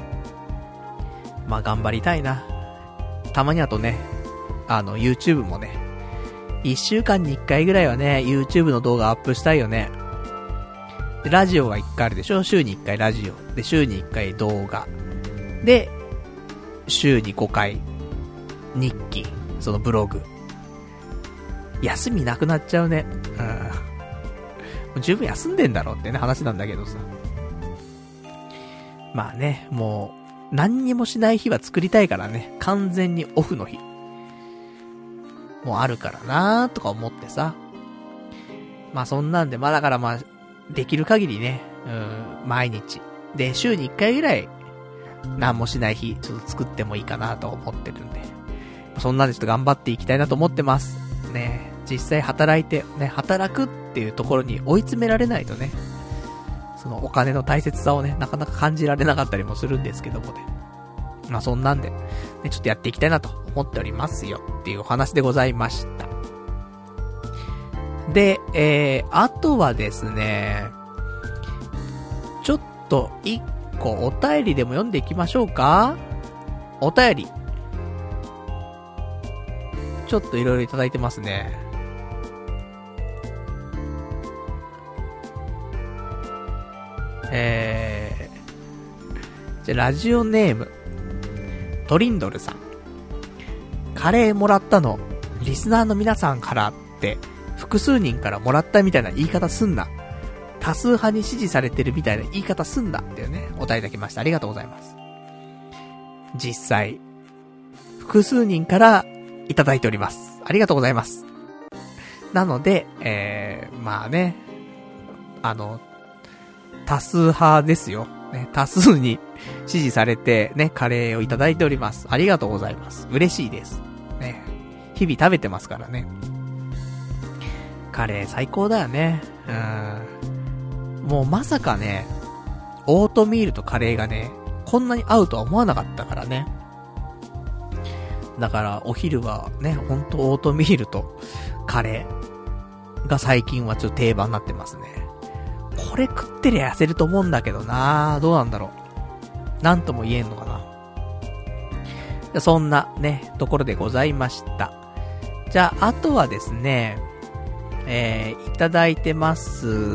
Speaker 1: まあ頑張りたいな。たまにあとね、あの YouTube もね、一週間に一回ぐらいはね、YouTube の動画アップしたいよね。で、ラジオが一回あるでしょ、週に一回ラジオ。で、週に一回動画。で、週にごかい、日記、そのブログ。休みなくなっちゃうね。うん。もう十分休んでんだろうってね、話なんだけどさ。まあね、もう、何にもしない日は作りたいからね、完全にオフの日。もうあるからなーとか思ってさ。まあそんなんで、まあだからまあ、できる限りね、うん、毎日。で、週にいっかいぐらい、何もしない日、ちょっと作ってもいいかなと思ってるんで。そんなんでちょっと頑張っていきたいなと思ってます。ね、実際働いて、ね、働くっていうところに追い詰められないとね、そのお金の大切さをね、なかなか感じられなかったりもするんですけどもね。まあそんなんで、ね、ちょっとやっていきたいなと思っておりますよっていうお話でございました。で、えー、あとはですね、ちょっと一個お便りでも読んでいきましょうか。お便り。ちょっといろいろいただいてますね。えー、じゃラジオネームトリンドルさん。カレーもらったのリスナーの皆さんからって複数人からもらったみたいな言い方すんな。多数派に支持されてるみたいな言い方すんだっていうね、お答えいただきました。ありがとうございます。実際複数人からいただいております。ありがとうございます。なので、えー、まあね、あの多数派ですよ、ね、多数に支持されてね、カレーをいただいております。ありがとうございます。嬉しいですね。日々食べてますからね。カレー最高だよね。うーん、もうまさかね、オートミールとカレーがね、こんなに合うとは思わなかったからね。だからお昼はね、ほんとオートミールとカレーが最近はちょっと定番になってますね。これ食ってりゃ痩せると思うんだけどな、どうなんだろう。なんとも言えんのかな。そんなね、ところでございました。じゃあ、あとはですね、 えー、いただいてます、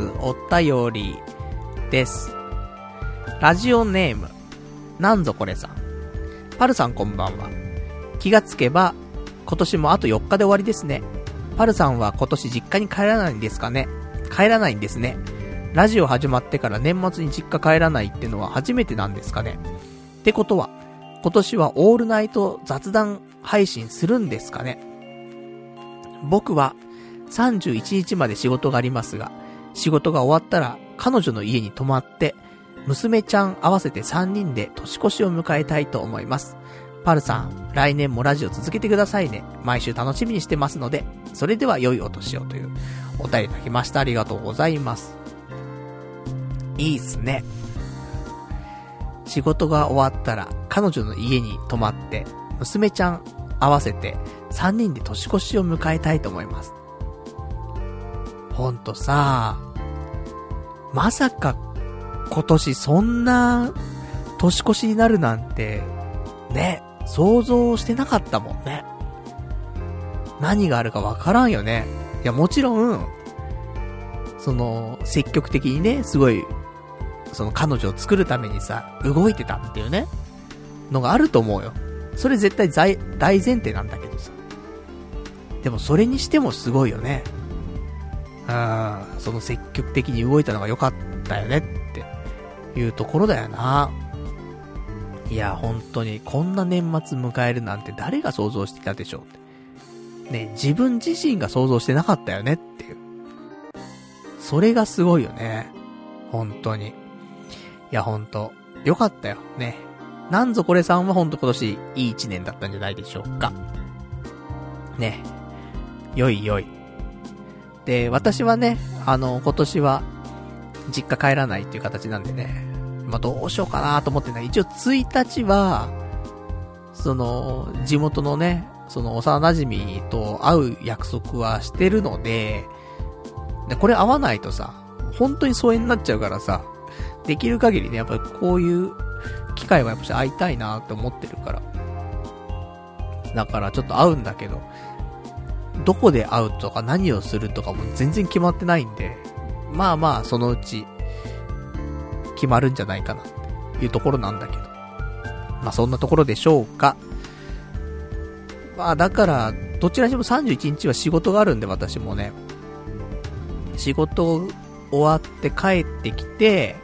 Speaker 1: お便りです。ラジオネーム、なんぞこれさん。パルさんこんばんは。気がつけば、今年もあとよっかで終わりですね。パルさんは今年実家に帰らないんですかね。帰らないんですね。ラジオ始まってから年末に実家帰らないってのは初めてなんですかね。ってことは、今年はオールナイト雑談配信するんですかね。僕はさんじゅういちにちまで仕事がありますが、仕事が終わったら彼女の家に泊まって、娘ちゃん合わせてさんにんで年越しを迎えたいと思います。パルさん、来年もラジオ続けてくださいね。毎週楽しみにしてますので、それでは良いお年をというお便りいただきました。ありがとうございます。いいっすね。仕事が終わったら彼女の家に泊まって、娘ちゃん合わせてさんにんで年越しを迎えたいと思います。ほんとさ、まさか今年そんな年越しになるなんてね、想像してなかったもんね。何があるかわからんよね。いやもちろんその積極的にね、すごいその彼女を作るためにさ動いてたっていうねのがあると思うよ。それ絶対大前提なんだけどさ、でもそれにしてもすごいよね。ああ、その積極的に動いたのが良かったよねっていうところだよな。いや本当にこんな年末迎えるなんて誰が想像していたでしょうってね、自分自身が想像してなかったよねっていう、それがすごいよね本当に。いや本当良かったよね。なんぞこれさんは本当今年いい一年だったんじゃないでしょうかね。よいよいで、私はね、あの今年は実家帰らないっていう形なんでね、まあ、どうしようかなと思ってね。一応ついたちはその地元のね、その幼馴染と会う約束はしてるので、でこれ会わないとさ本当に疎遠になっちゃうからさ、できる限りねやっぱりこういう機会はやっぱし会いたいなって思ってるから、だからちょっと会うんだけど、どこで会うとか何をするとかも全然決まってないんで、まあまあそのうち決まるんじゃないかなっていうところなんだけど、まあそんなところでしょうか。まあだからどちらにもさんじゅういちにちは仕事があるんで、私もね仕事終わって帰ってきて、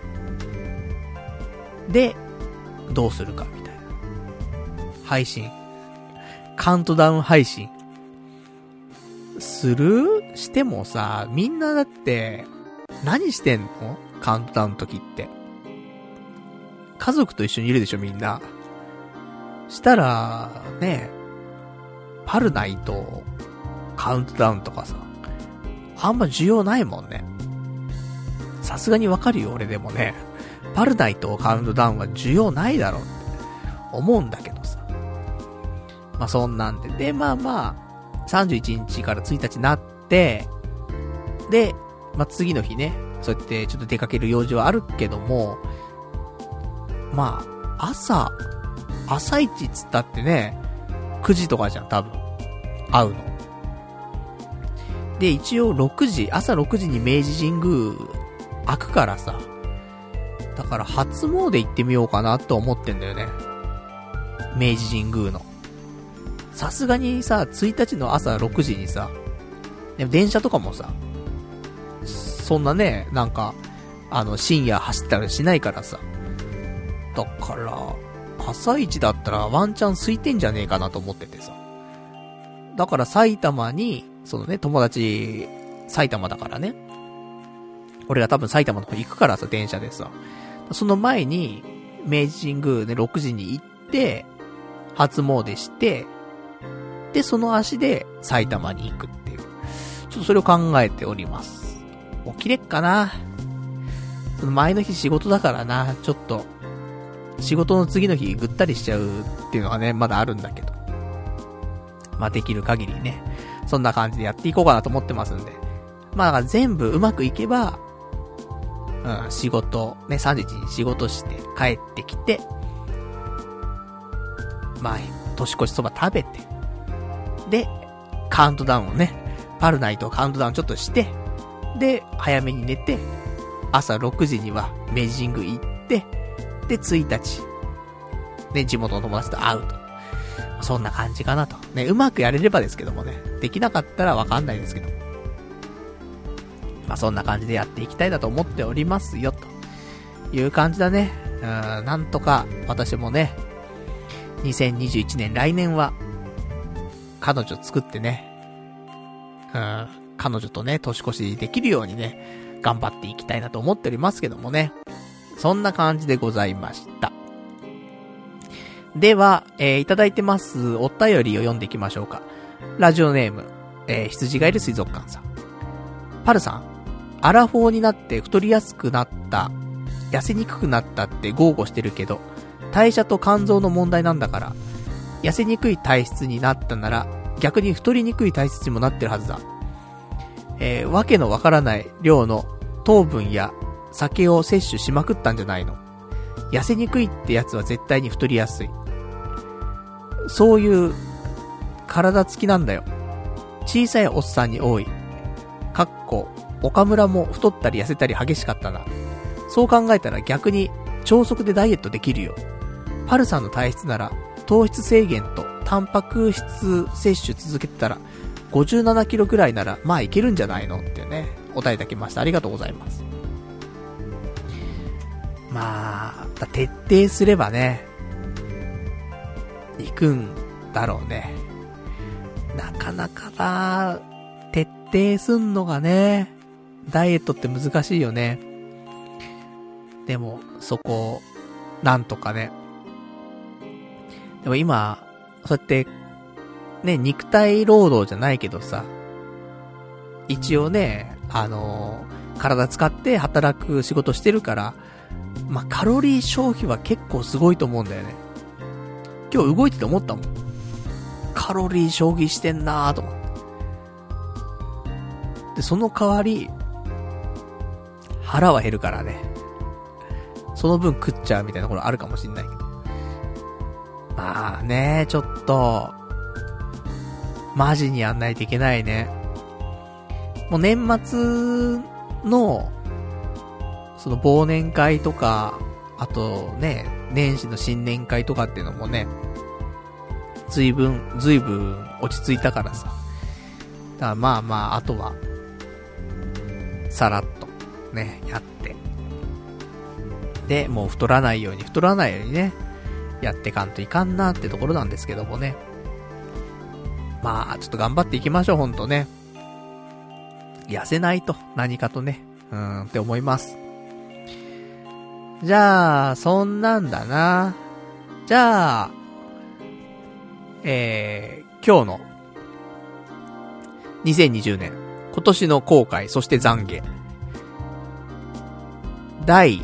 Speaker 1: でどうするかみたいな、配信カウントダウン配信するしてもさ、みんなだって何してんの？カウントダウンの時って家族と一緒にいるでしょみんな。したらね、パルナイトカウントダウンとかさあんま需要ないもんね。さすがにわかるよ俺でもね、パルナイトカウントダウンは需要ないだろうって思うんだけどさ、まあそんなんで、でまあまあさんじゅういちにちからついたちになって、でまあ次の日ね、そうやってちょっと出かける用事はあるけども、まあ朝朝一っつったってねくじとかじゃん多分会うので、一応ろくじ、朝ろくじに明治神宮開くからさ、だから初詣行ってみようかなと思ってんだよね、明治神宮の。さすがにさついたちの朝ろくじにさ、でも電車とかもさそんなね、なんかあの深夜走ったりしないからさ、だから朝一だったらワンチャン空いてんじゃねえかなと思っててさ、だから埼玉にそのね友達埼玉だからね、俺が多分埼玉の方行くからさ電車でさ、その前に明治神宮でろくじに行って初詣して、でその足で埼玉に行くっていう、ちょっとそれを考えております。起きれっかな。その前の日仕事だからな、ちょっと仕事の次の日ぐったりしちゃうっていうのがねまだあるんだけど、まあできる限りねそんな感じでやっていこうかなと思ってますんで、まあだから全部うまくいけば、うん、仕事ねさんじゅういちにち仕事して帰ってきて、まあ年越しそば食べて、でカウントダウンをねパルナイトカウントダウンちょっとして、で、早めに寝て、朝ろくじには明治神宮行って、で、ついたち、ね、地元の友達と会うと。そんな感じかなと。ね、うまくやれればですけどもね。できなかったらわかんないですけど。まあ、そんな感じでやっていきたいなと思っておりますよ、という感じだね。うん、なんとか、私もね、にせんにじゅういちねん、来年は、彼女作ってね、うん、彼女とね、年越しできるようにね、頑張っていきたいなと思っておりますけどもね。そんな感じでございました。では、えー、いただいてますお便りを読んでいきましょうか。ラジオネーム、えー、羊がいる水族館さん。パルさん、アラフォーになって太りやすくなった、痩せにくくなったって豪語してるけど、代謝と肝臓の問題なんだから、痩せにくい体質になったなら、逆に太りにくい体質にもなってるはずだ。えー、わけのわからない量の糖分や酒を摂取しまくったんじゃないの。痩せにくいってやつは絶対に太りやすい。そういう体つきなんだよ。小さいおっさんに多い。かっこ、岡村も太ったり痩せたり激しかったな。そう考えたら逆に超速でダイエットできるよ。パルさんの体質なら糖質制限とタンパク質摂取続けてたらごじゅうななキロぐらいならまあいけるんじゃないのってね、お答えいただきました。ありがとうございます。まあ、徹底すればね、行くんだろうね。なかなかな、徹底すんのがね、ダイエットって難しいよね。でも、そこ、なんとかね。でも今、そうやって、ね、肉体労働じゃないけどさ、一応ね、あのー、体使って働く仕事してるから、まあ、カロリー消費は結構すごいと思うんだよね。今日動いてて思ったもん。カロリー消費してんなーと思って。で、その代わり、腹は減るからね。その分食っちゃうみたいなところあるかもしんないけど。まあね、ちょっと、マジにやんないといけないね。もう年末の、その忘年会とか、あとね、年始の新年会とかっていうのもね、ずいぶん、ずいぶん落ち着いたからさ。だからまあまあ、あとは、さらっと、ね、やって。で、もう太らないように、太らないようにね、やってかんといかんなってところなんですけどもね。まあ、ちょっと頑張っていきましょう、ほんとね。痩せないと、何かとね、うーんって思います。じゃあ、そんなんだな。じゃあ、えー、今日の、にせんにじゅうねん、今年の後悔、そして懺悔。だい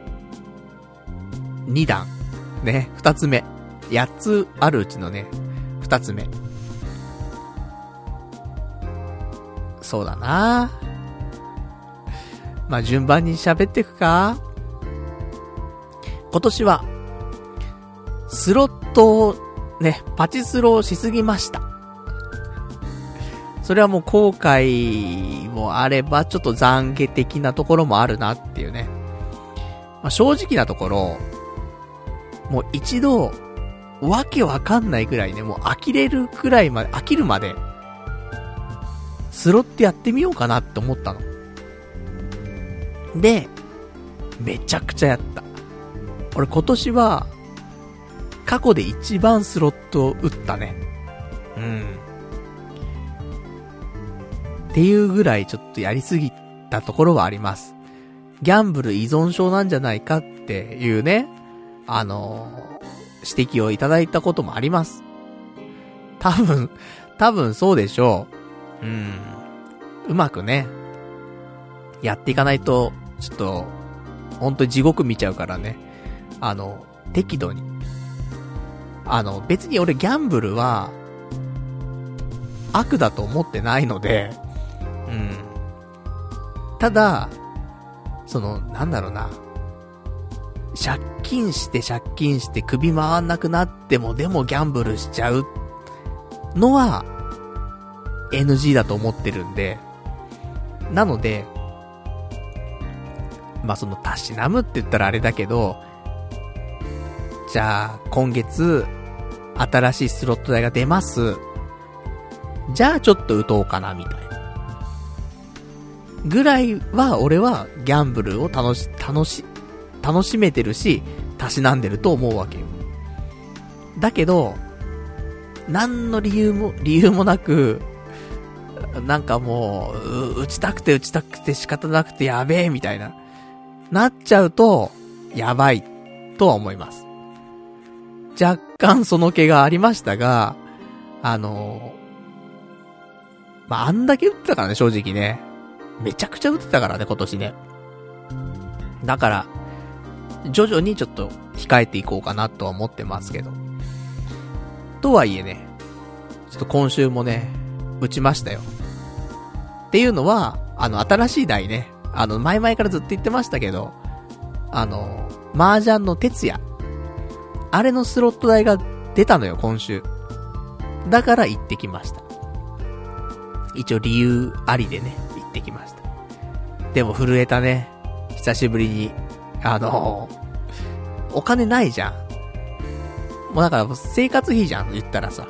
Speaker 1: にだん、ね、二つ目。八つあるうちのね、二つ目。そうだな。まあ、順番に喋っていくか。今年は、スロットをね、パチスロをしすぎました。それはもう後悔もあれば、ちょっと懺悔的なところもあるなっていうね。まあ、正直なところ、もう一度、わけわかんないくらいね、もう呆れるくらいまで、飽きるまで、スロットやってみようかなって思ったの。で、めちゃくちゃやった。俺今年は、過去で一番スロットを打ったね。うん。っていうぐらいちょっとやりすぎたところはあります。ギャンブル依存症なんじゃないかっていうね、あのー、指摘をいただいたこともあります。多分、多分そうでしょう。うん。うまくね、やっていかないと、ちょっと、ほんと地獄見ちゃうからね。あの、適度に。あの、別に俺ギャンブルは、悪だと思ってないので、うん。ただ、その、なんだろうな。借金して借金して首回んなくなってもでもギャンブルしちゃうのは、 エヌジー だと思ってるんで、なので、まあそのたしなむって言ったらあれだけど、じゃあ今月新しいスロット台が出ます。じゃあちょっと打とうかなみたいなぐらいは俺はギャンブルを楽し楽し楽しめてるし、たしなんでると思うわけよ。だけど何の理由も理由もなく、なんかもう打ちたくて打ちたくて仕方なくてやべえみたいななっちゃうとやばいとは思います。若干その気がありましたが、あのまあ、あんだけ打ってたからね、正直ね。めちゃくちゃ打ってたからね、今年ね。だから、徐々にちょっと控えていこうかなとは思ってますけど。とはいえね、ちょっと今週もね、打ちましたよ。っていうのは、あの、新しい台ね、あの、前々からずっと言ってましたけど、あの、麻雀の徹夜。あれのスロット台が出たのよ、今週。だから行ってきました。一応理由ありでね、行ってきました。でも震えたね。久しぶりに。あのー、お金ないじゃん。もうだから生活費じゃん、言ったらさ。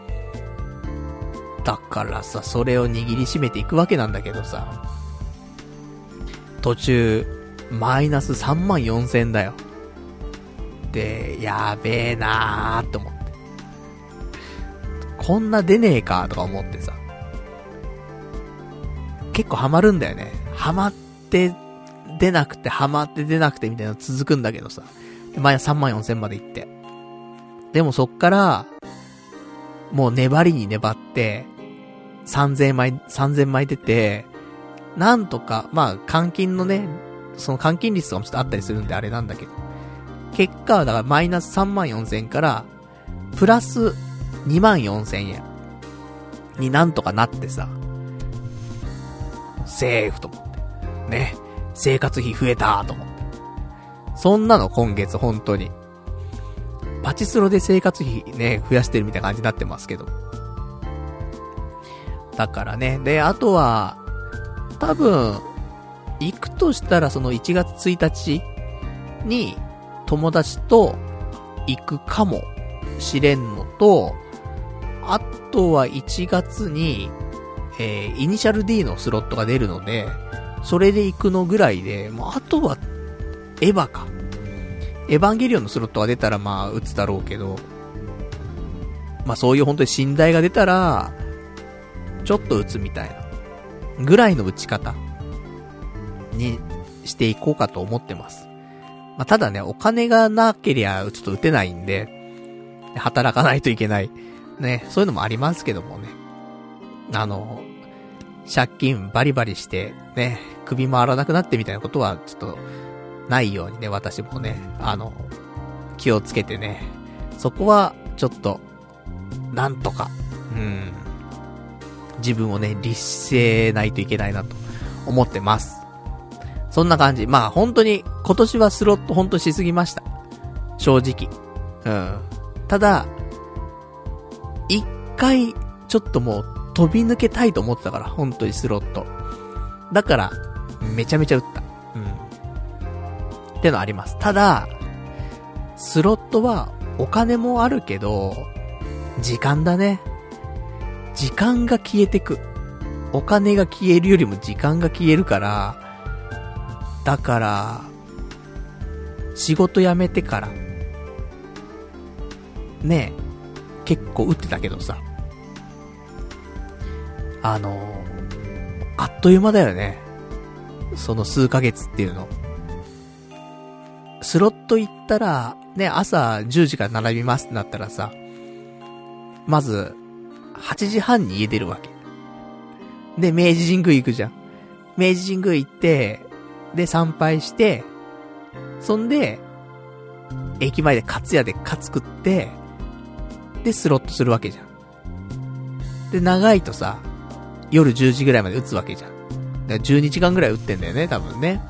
Speaker 1: だからさ、それを握りしめていくわけなんだけどさ。途中、マイナスさんまんよんせんだよ。で、やべえなーって思って。こんな出ねえかとか思ってさ。結構ハマるんだよね。ハマって出なくて、ハマって出なくてみたいなの続くんだけどさ。で、前はさんまんよんせんまで行って。でもそっから、もう粘りに粘って、さんぜんまい、さんぜんまい出て、なんとか、まあ、換金のね、その換金率とかもちょっとあったりするんであれなんだけど。結果はだからマイナスさんまんよんせんから、プラスにまんよんせんえんになんとかなってさ、セーフと思って。ね。生活費増えたと思って。そんなの今月本当に。パチスロで生活費ね、増やしてるみたいな感じになってますけど。だからね。で、あとは、多分、行くとしたらそのいちがつついたちに友達と行くかもしれんのと、あとはいちがつに、えー、イニシャル D のスロットが出るので、それで行くのぐらいで、もうあとは、エヴァか。エヴァンゲリオンのスロットが出たらまあ、打つだろうけど、まあそういう本当に寝台が出たら、ちょっと打つみたいな、ぐらいの打ち方、にしていこうかと思ってます。まあただね、お金がなけりゃ、ちょっと打てないんで、働かないといけない。ね、そういうのもありますけどもね。あの、借金バリバリして、ね、首回らなくなってみたいなことは、ちょっと、ないようにね、私もね、あの、気をつけてね、そこは、ちょっと、なんとか、うん、自分をね、律せないといけないなと、思ってます。そんな感じ。まあ、本当に、今年はスロット本当しすぎました。正直。うん。ただ、一回、ちょっともう、飛び抜けたいと思ってたから、本当にスロット。だから、めちゃめちゃ打った。うん。ってのあります。ただ、スロットはお金もあるけど、時間だね。時間が消えてく。お金が消えるよりも時間が消えるから、だから、仕事辞めてから、ねえ、結構打ってたけどさ、あのー、あっという間だよね。その数ヶ月っていうの。スロット行ったら、ね、朝じゅうじから並びますってなったらさ、まず、はちじはんに家出るわけ。で、明治神宮行くじゃん。明治神宮行って、で、参拝して、そんで、駅前でカツ屋でカツ食って、で、スロットするわけじゃん。で、長いとさ、夜じゅうじぐらいまで打つわけじゃん。だからじゅうにじかんぐらい打ってんだよね、多分ね。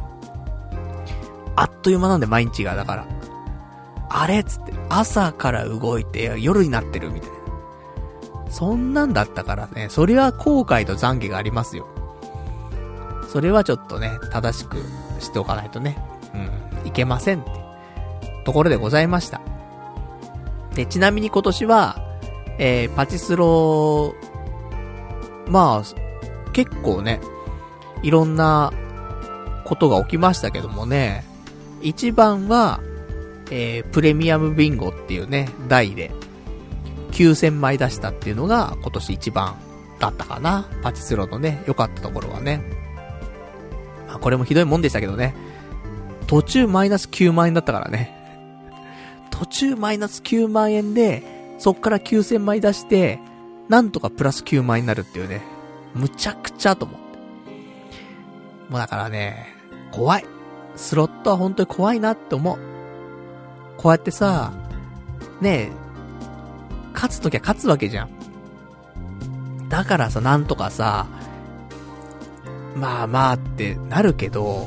Speaker 1: あっという間なんで、毎日が。だから、あれっつって、朝から動いて、夜になってるみたいな。 そんなんだったからね、それは後悔と懺悔がありますよ。それはちょっとね、正しくしておかないとね、うん、いけませんってところでございました。で、ちなみに今年は、えー、パチスロ、まあ、結構ね、いろんなことが起きましたけどもね、一番は、えー、プレミアムビンゴっていうね、台で、きゅうせんまい出したっていうのが今年一番だったかな。パチスロのね、良かったところはね。まあこれもひどいもんでしたけどね。途中マイナスきゅうまんえんだったからね。途中マイナスきゅうまんえんで、そっからきゅうせんまい出して、なんとかプラスきゅうまんえんになるっていうね。むちゃくちゃと思って。もうだからね、怖い。スロットは本当に怖いなって思う。こうやってさ、ねえ、勝つときは勝つわけじゃん。だからさ、なんとかさ、まあまあってなるけど、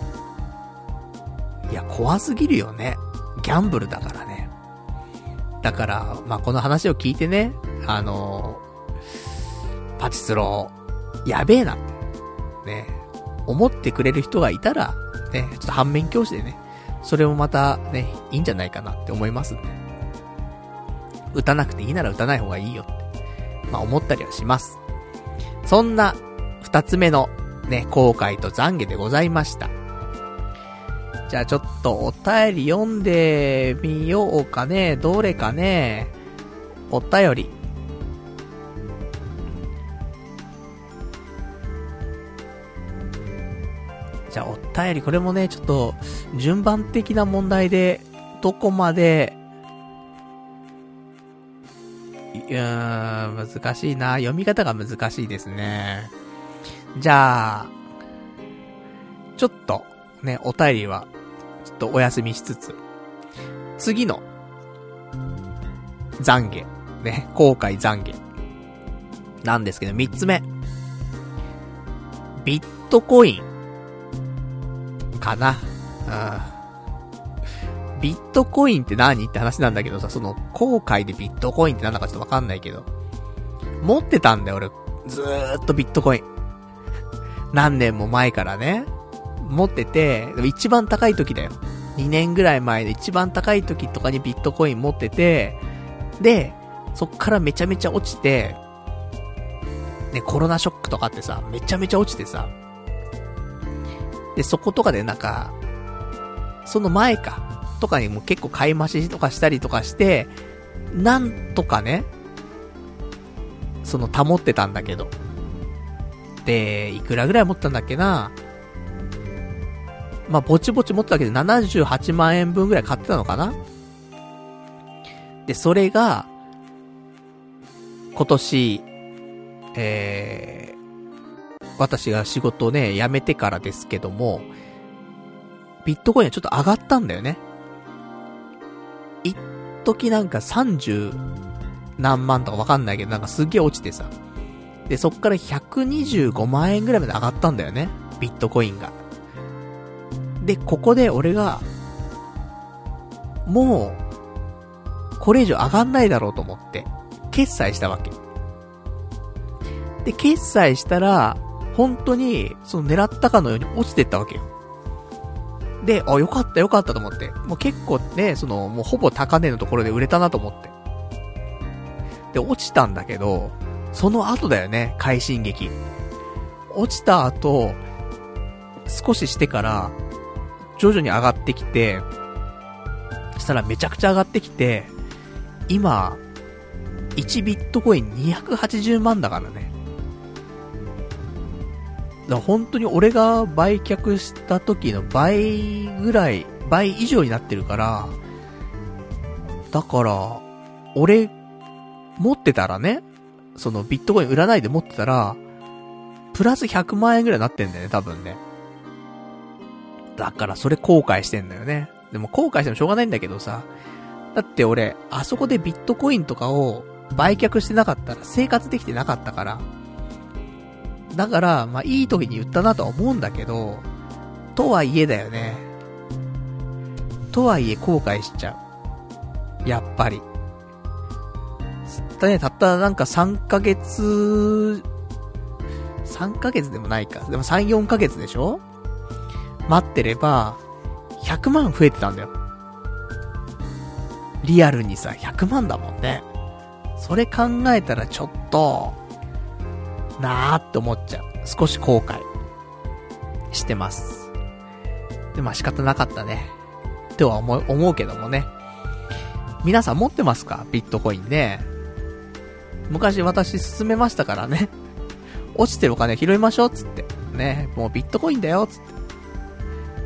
Speaker 1: いや、怖すぎるよね。ギャンブルだからね。だから、まあこの話を聞いてね、あのー、パチスロ、やべえなって、ね、思ってくれる人がいたら、ね、ちょっと反面教師でね、それもまたね、いいんじゃないかなって思いますね。打たなくていいなら打たない方がいいよって、まあ思ったりはします。そんな二つ目のね、後悔と懺悔でございました。じゃあちょっとお便り読んでみようかね。どれかね。お便り。じゃあお便り、これもね、ちょっと順番的な問題で、どこまで、うーん、難しいな。読み方が難しいですね。じゃあ、ちょっと、ね、お便りは、ちょっとお休みしつつ、次の、懺悔、ね、後悔懺悔、なんですけど、三つ目。ビットコイン、かな。うん。ビットコインって何って話なんだけどさ、その、後悔でビットコインってなんだかちょっとわかんないけど、持ってたんだよ、俺。ずーっとビットコイン。何年も前からね、持ってて、一番高い時だよ。にねんぐらい前で一番高い時とかにビットコイン持ってて、で、そっからめちゃめちゃ落ちて、ね、コロナショックとかってさ、めちゃめちゃ落ちてさ、で、そことかでなんか、その前か、とかにも結構買い増しとかしたりとかして、なんとかね、その保ってたんだけど。で、いくらぐらい持ったんだっけな。まあ、ぼちぼち持ってたけど、ななじゅうはちまんえんぶんぐらい買ってたのかな。で、それが、今年、えー、私が仕事をね、辞めてからですけども、ビットコインはちょっと上がったんだよね。一時なんかさんじゅうなんまんとかわかんないけど、なんかすっげえ落ちてさ。で、そっからひゃくにじゅうごまんえんぐらいまで上がったんだよね。ビットコインが。で、ここで俺が、もう、これ以上上がんないだろうと思って、決済したわけ。で、決済したら、本当に、その狙ったかのように落ちてったわけよ。で、あ、よかったよかったと思って。もう結構ね、その、もうほぼ高値のところで売れたなと思って。で、落ちたんだけど、その後だよね、快進撃。落ちた後、少ししてから、徐々に上がってきて、そしたらめちゃくちゃ上がってきて、今、いちビットコインにひゃくはちじゅうまんだからね。だから本当に俺が売却した時の倍ぐらい、倍以上になってるから、だから、俺、持ってたらね、そのビットコイン売らないで持ってたら、プラスひゃくまんえんぐらいになってんだよね、多分ね。だからそれ後悔してんだよね。でも後悔してもしょうがないんだけどさ。だって俺、あそこでビットコインとかを売却してなかったら生活できてなかったから。だから、まあいい時に言ったなとは思うんだけど、とはいえだよね。とはいえ後悔しちゃう。やっぱり。 たね、たったなんかさんかげつ、さんかげつでもないか。でもさん、よんかげつでしょ？待ってれば、ひゃくまん増えてたんだよ。リアルにさ、ひゃくまんだもんね。それ考えたらちょっと、なーって思っちゃう。少し後悔してます。で、まあ仕方なかったね。とは思う、思うけどもね。皆さん持ってますか？ビットコインね。昔私勧めましたからね。落ちてるお金拾いましょうっつって。ね。もうビットコインだよっつって。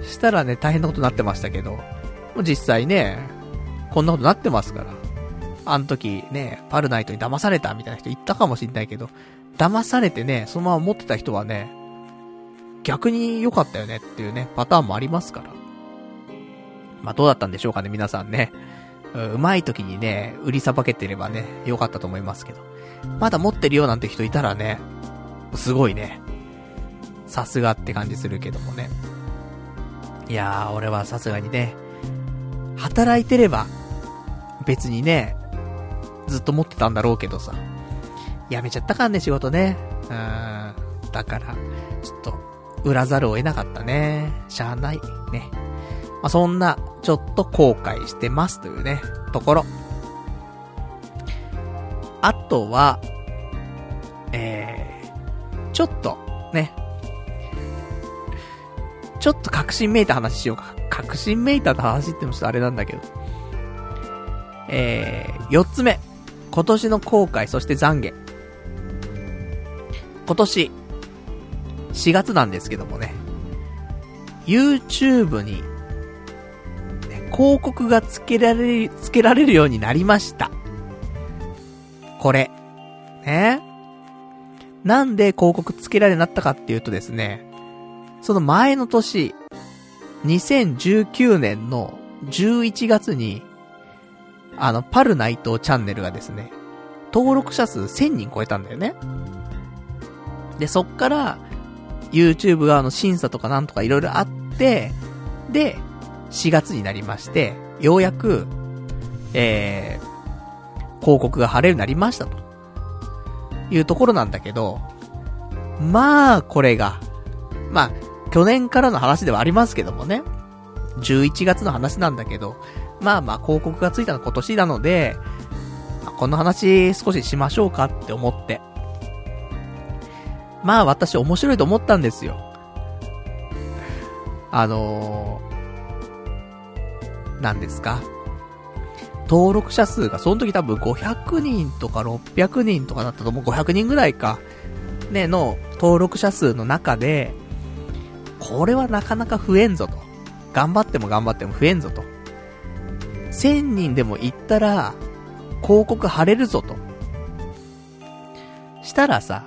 Speaker 1: したらね、大変なことになってましたけど。もう実際ね、こんなことになってますから。あの時ね、パルナイトに騙されたみたいな人言ったかもしんないけど、騙されてね、そのまま持ってた人はね、逆に良かったよねっていうね、パターンもありますから。まあどうだったんでしょうかね、皆さんね。うまい時にね、売りさばけてればね、良かったと思いますけど。まだ持ってるよなんて人いたらね、すごいね。さすがって感じするけどもね。いやー、俺はさすがにね、働いてれば、別にね、ずっと持ってたんだろうけどさ。辞めちゃったからね、仕事ね。うーん。だから、ちょっと、売らざるを得なかったね。しゃあない。ね。まあ、そんな、ちょっと後悔してますというね、ところ。あとは、えー、ちょっと、ね。ちょっと確信めいた話しようか。確信めいた話ってもちょっとあれなんだけど。えー、四つ目。今年の後悔、そして懺悔。今年、しがつなんですけどもね。YouTube に、ね、広告がつけられる、つけられるようになりました。これ。ね。なんで広告つけられるようになったかっていうとですね、その前の年、にせんじゅうきゅうねんのじゅういちがつに、あの、パルナイトチャンネルがですね、登録者数せんにん超えたんだよね。で、そっから、YouTube 側の審査とかなんとかいろいろあって、で、しがつになりまして、ようやく、えー、広告が貼れるようになりましたと。いうところなんだけど、まあ、これが、まあ、去年からの話ではありますけどもね、じゅういちがつの話なんだけど、まあまあ広告がついたの今年なので、この話少ししましょうかって思って。まあ私面白いと思ったんですよ。あのー、何ですか？登録者数がその時多分ごひゃくにんとかろっぴゃくにんとかだったと思う。ごひゃくにんぐらいか。ね、の登録者数の中で、これはなかなか増えんぞと。頑張っても頑張っても増えんぞと。せんにんでも行ったら、広告貼れるぞと。したらさ、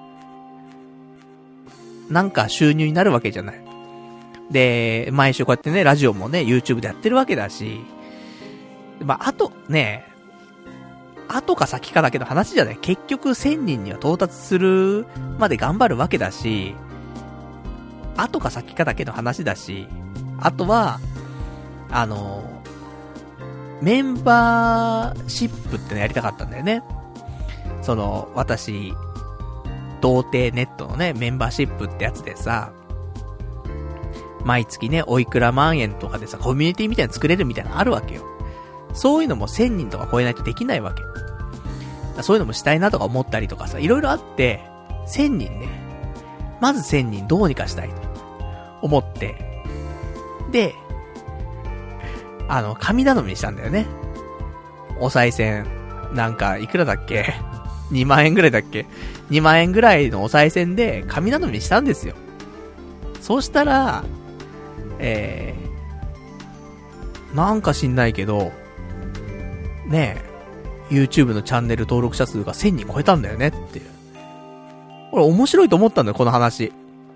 Speaker 1: なんか収入になるわけじゃない。で、毎週こうやってね、ラジオもね、YouTube でやってるわけだし、まあ、あとね、後か先かだけの話じゃない。結局せんにんには到達するまで頑張るわけだし、後か先かだけの話だし、あとは、あの、メンバーシップってのやりたかったんだよね。その、私、童貞ネットのね、メンバーシップってやつでさ、毎月ね、おいくら万円とかでさ、コミュニティみたいなの作れるみたいなのあるわけよ。そういうのもせんにんとか超えないとできないわけ。そういうのもしたいなとか思ったりとかさ、いろいろあって、せんにんね、まずせんにんどうにかしたいと思って、で、あの、神頼みにしたんだよね。お賽銭、なんか、いくらだっけ ?にまんえんぐらいだっけ ?にまんえんぐらいのお賽銭で神頼みにしたんですよ。そうしたら、えー、なんか知んないけど、ねえ、YouTube のチャンネル登録者数がせんにん超えたんだよねっていう。俺面白いと思ったんだよ、この話。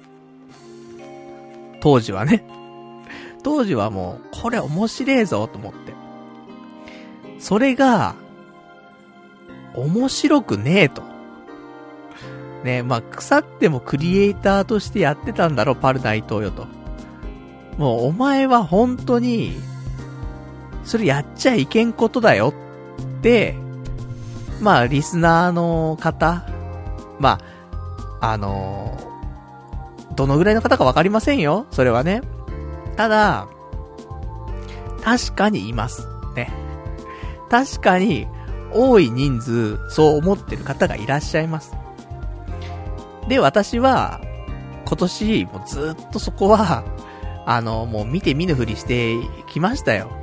Speaker 1: 当時はね。当時はもう、これ面白いぞと思って。それが、面白くねえと。ねえ、まあ、腐ってもクリエイターとしてやってたんだろ、パルナイトよと。もう、お前は本当に、それやっちゃいけんことだよって、 まあ、リスナーの方、まあ、あのー、どのぐらいの方かわかりませんよ。それはね。ただ、確かにいます。ね。確かに、多い人数、そう思ってる方がいらっしゃいます。で、私は、今年、もうずっとそこは、あの、もう見て見ぬふりしてきましたよ。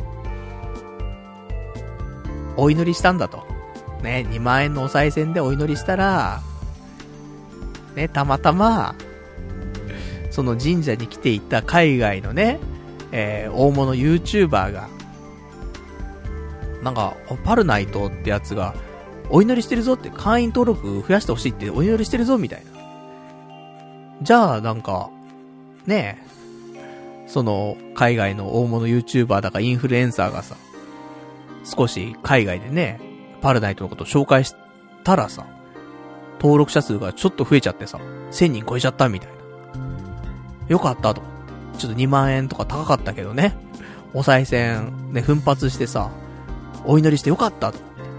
Speaker 1: お祈りしたんだと。ね、にまんえんのお賽銭でお祈りしたら、ね、たまたま、その神社に来ていた海外のね、えー、大物 YouTuber が、なんか、パルナイトってやつが、お祈りしてるぞって、会員登録増やしてほしいってお祈りしてるぞみたいな。じゃあ、なんか、ねえ、その、海外の大物 YouTuber だかインフルエンサーがさ、少し海外でね、パルナイトのことを紹介したらさ、登録者数がちょっと増えちゃってさ、せんにん超えちゃったみたいな。よかったと。ちょっとにまんえんとか高かったけどね、お賽銭ね、奮発してさ、お祈りしてよかったと。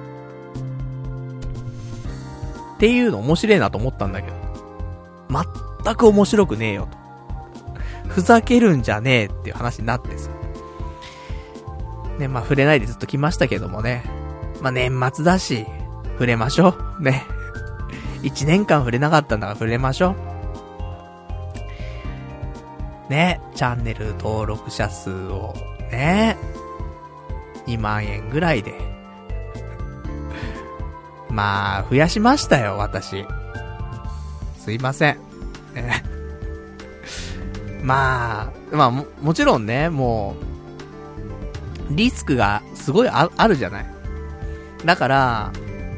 Speaker 1: っていうの面白いなと思ったんだけど、全く面白くねえよと。ふざけるんじゃねえっていう話になってさ。ね、まあ触れないでずっと来ましたけどもね。まあ年末だし、触れましょう。ね。一年間触れなかったんだから触れましょう。ね、チャンネル登録者数を、ね、にまんえんぐらいで。まあ、増やしましたよ、私。すいません。ね、まあ、まあも、もちろんね、もう、リスクがすごい あ, あるじゃない。だから、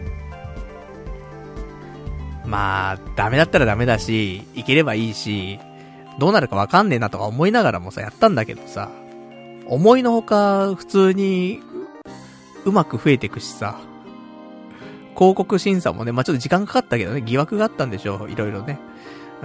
Speaker 1: まあ、ダメだったらダメだし、いければいいし、どうなるかわかんねえなとか思いながらもさ、やったんだけどさ、思いのほか、普通にう、うまく増えてくしさ、広告審査もね、まあちょっと時間かかったけどね、疑惑があったんでしょう、いろいろね。うん。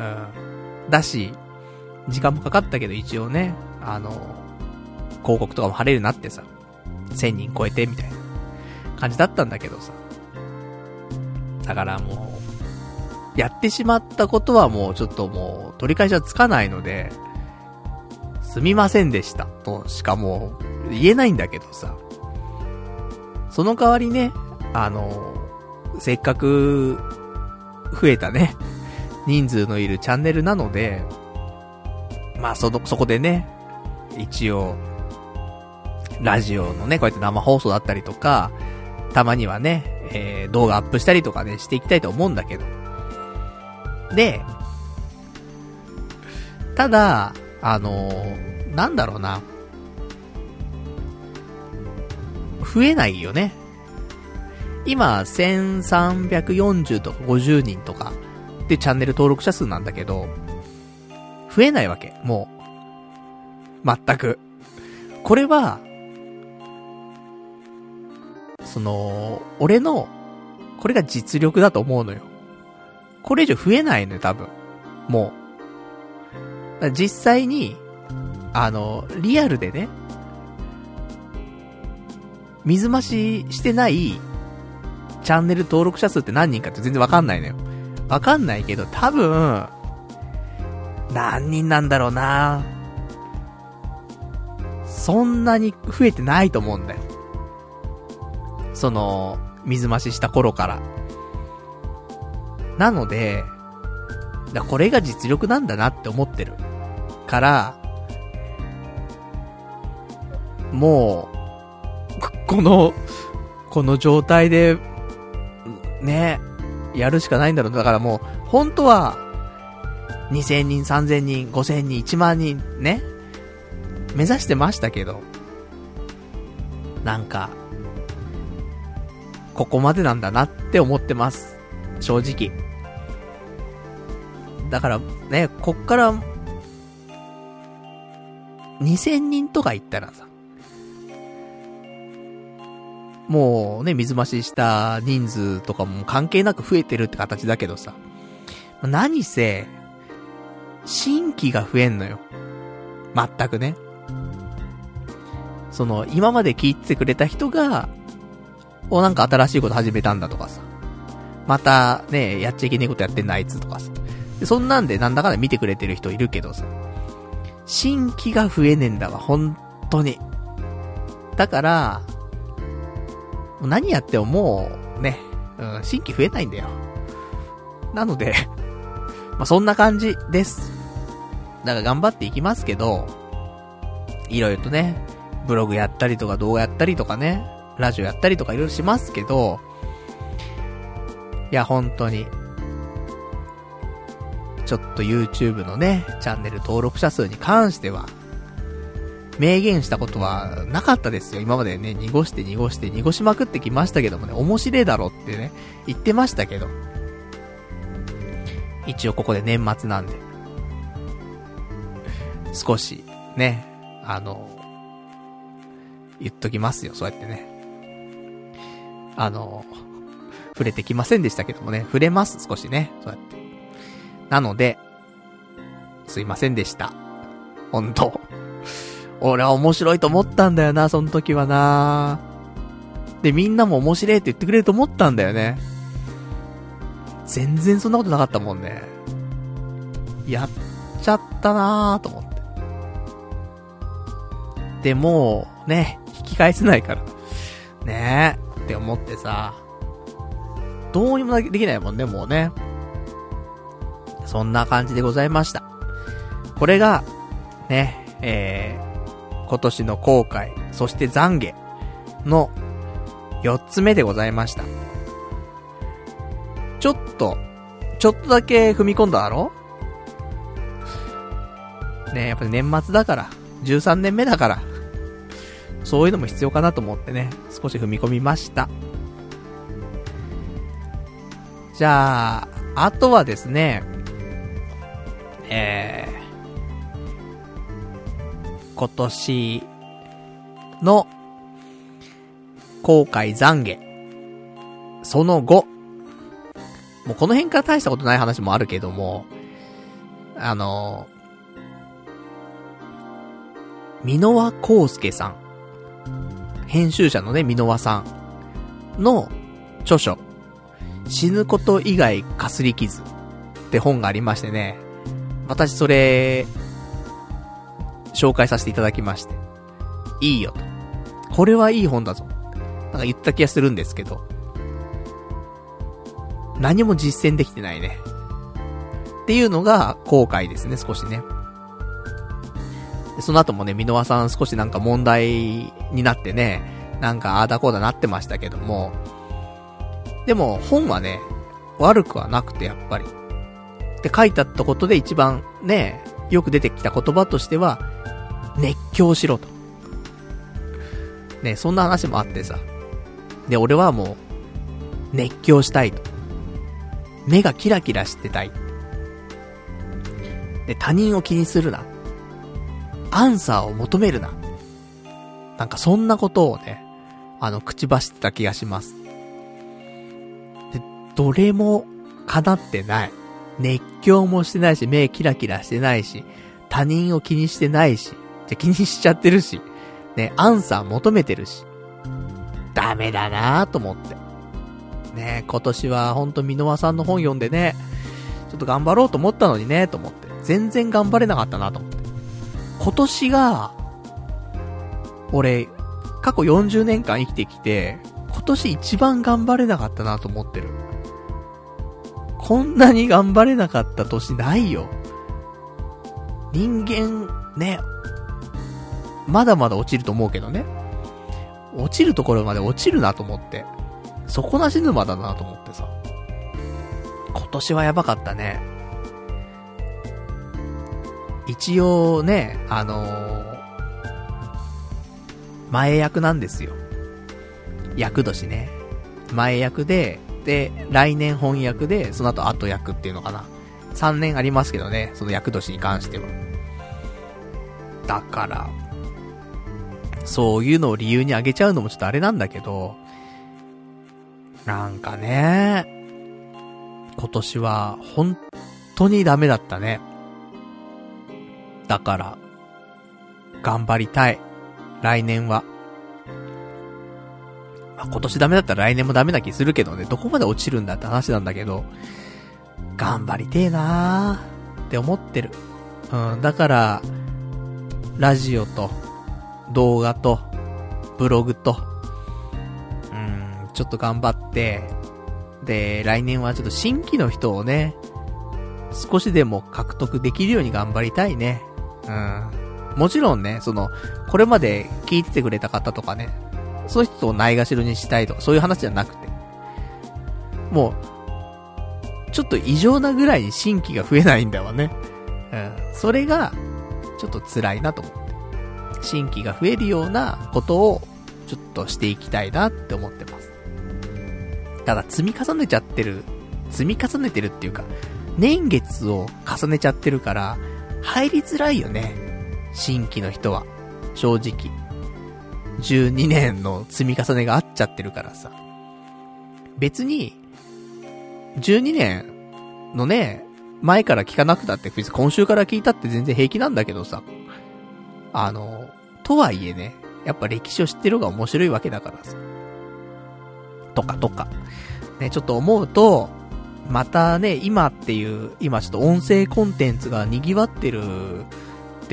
Speaker 1: だし、時間もかかったけど一応ね、あの、広告とかも貼れるようになってさ、せんにん超えてみたいな感じだったんだけどさ。だからもう、やってしまったことはもうちょっともう取り返しはつかないので、すみませんでしたとしかもう言えないんだけどさ。その代わりね、あの、せっかく増えたね、人数のいるチャンネルなので、まあその、そこでね、一応、ラジオのね、こうやって生放送だったりとか、たまにはね、えー、動画アップしたりとかね、していきたいと思うんだけど。で、ただ、あのー、なんだろうな。増えないよね。今、せんさんびゃくよんじゅうとかごじゅうにんとかでチャンネル登録者数なんだけど、増えないわけ。もう。全く。これは、その、俺の、これが実力だと思うのよ。これ以上増えないのよ、多分。もう。実際に、あの、リアルでね、水増ししてないチャンネル登録者数って何人かって全然わかんないのよ。わかんないけど、多分、何人なんだろうな。そんなに増えてないと思うんだよ。その、水増しした頃から。なので、だこれが実力なんだなって思ってる。から、もう、この、この状態で、ね、やるしかないんだろう。だからもう、本当は、にせんにん、さんぜんにん、ごせんにん、いちまんにん、ね、目指してましたけど、なんか、ここまでなんだなって思ってます。正直。だからね、こっから、にせんにんとか行ったらさ、もうね、水増しした人数とかも関係なく増えてるって形だけどさ、何せ、新規が増えんのよ。全くね。その、今まで聞いてくれた人が、 お、なんか新しいこと始めたんだとかさ。また、ね、やっちゃいけねえことやってんだあいつとかさ。でそんなんでなんだかんだ見てくれてる人いるけどさ。新規が増えねえんだわ、本当に。だから、もう何やってももう、ね、うん、新規増えないんだよ。なので、まあ、そんな感じです。だから頑張っていきますけど、いろいろとね、ブログやったりとか動画やったりとかね、ラジオやったりとかいろいろしますけど、いや本当に、ちょっと YouTube のね、チャンネル登録者数に関しては、明言したことはなかったですよ。今までね、濁して濁して濁しまくってきましたけどもね、面白いだろってね、言ってましたけど。一応ここで年末なんで。少し、ね、あの、言っときますよ、そうやってね。あの、触れてきませんでしたけどもね、触れます、少しね、そうやって。なので、すいませんでした。ほんと。俺は面白いと思ったんだよな、その時はな。で、みんなも面白いって言ってくれると思ったんだよね。全然そんなことなかったもんね。やっちゃったなーと思って。でもう、ね、引き返せないから。ねーって思ってさ、どうにもできないもんね、もうね。そんな感じでございました。これが、ね、えー、今年の後悔、そして懺悔のよっつめでございました。ちょっと、ちょっとだけ踏み込んだだろ？ね、やっぱり年末だから、じゅうさんねんめだから、そういうのも必要かなと思ってね、少し踏み込みました。じゃあ、あとはですね、えー、今年の後悔懺悔、その後、もうこの辺から大したことない話もあるけども、あの、箕輪康介さん、編集者のね、箕輪さんの著書、死ぬこと以外かすり傷って本がありましてね、私それ紹介させていただきまして、いいよと、これはいい本だぞなんか言った気がするんですけど、何も実践できてないねっていうのが後悔ですね、少しね。でその後もね、箕輪さん少しなんか問題になってね、なんかああだこうだなってましたけども、でも本はね、悪くはなくてやっぱり。で書いてあったことで一番ね、よく出てきた言葉としては、熱狂しろと。ね、そんな話もあってさ。で、俺はもう、熱狂したいと。目がキラキラしてたい。で、他人を気にするな。アンサーを求めるな。なんかそんなことをね、あの、口走ってた気がします。で、どれも叶ってない。熱狂もしてないし、目キラキラしてないし、他人を気にしてないし、じゃ気にしちゃってるし、ね、アンサー求めてるし、ダメだなぁと思って。ね、今年はほんと箕輪さんの本読んでね、ちょっと頑張ろうと思ったのにね、と思って。全然頑張れなかったなと思って。今年が、俺、過去よんじゅうねんかん生きてきて、今年一番頑張れなかったなと思ってる。こんなに頑張れなかった年ないよ。人間、ね、まだまだ落ちると思うけどね。落ちるところまで落ちるなと思って。底なし沼だなと思ってさ。今年はやばかったね。一応ね、あのー、前役なんですよ。役年ね。前役で、で、来年本役で、その後後役っていうのかな。さんねんありますけどね、その役年に関しては。だから、そういうのを理由に挙げちゃうのもちょっとあれなんだけど、なんかね、今年は本当にダメだったね。だから、頑張りたい。来年は。 まあ、今年ダメだったら来年もダメな気するけどね、どこまで落ちるんだって話なんだけど、頑張りてえなーって思ってる。うん、だから、ラジオと、動画と、ブログと、うん、ちょっと頑張って、で、来年はちょっと新規の人をね、少しでも獲得できるように頑張りたいね。うん。もちろんね、その、これまで聞いててくれた方とかね、そういう人をないがしろにしたいとか、そういう話じゃなくて、もう、ちょっと異常なぐらいに新規が増えないんだわね。うん。それが、ちょっと辛いなと思って。新規が増えるようなことを、ちょっとしていきたいなって思ってます。ただ、積み重ねちゃってる、積み重ねてるっていうか、年月を重ねちゃってるから、入りづらいよね。新規の人は。正直。じゅうにねんの積み重ねがあっちゃってるからさ。別に、じゅうにねんのね、前から聞かなくたって、別に今週から聞いたって全然平気なんだけどさ。あの、とはいえね、やっぱ歴史を知ってる方が面白いわけだからさ。とかとか。ね、ちょっと思うと、またね、今っていう、今ちょっと音声コンテンツが賑わってるって、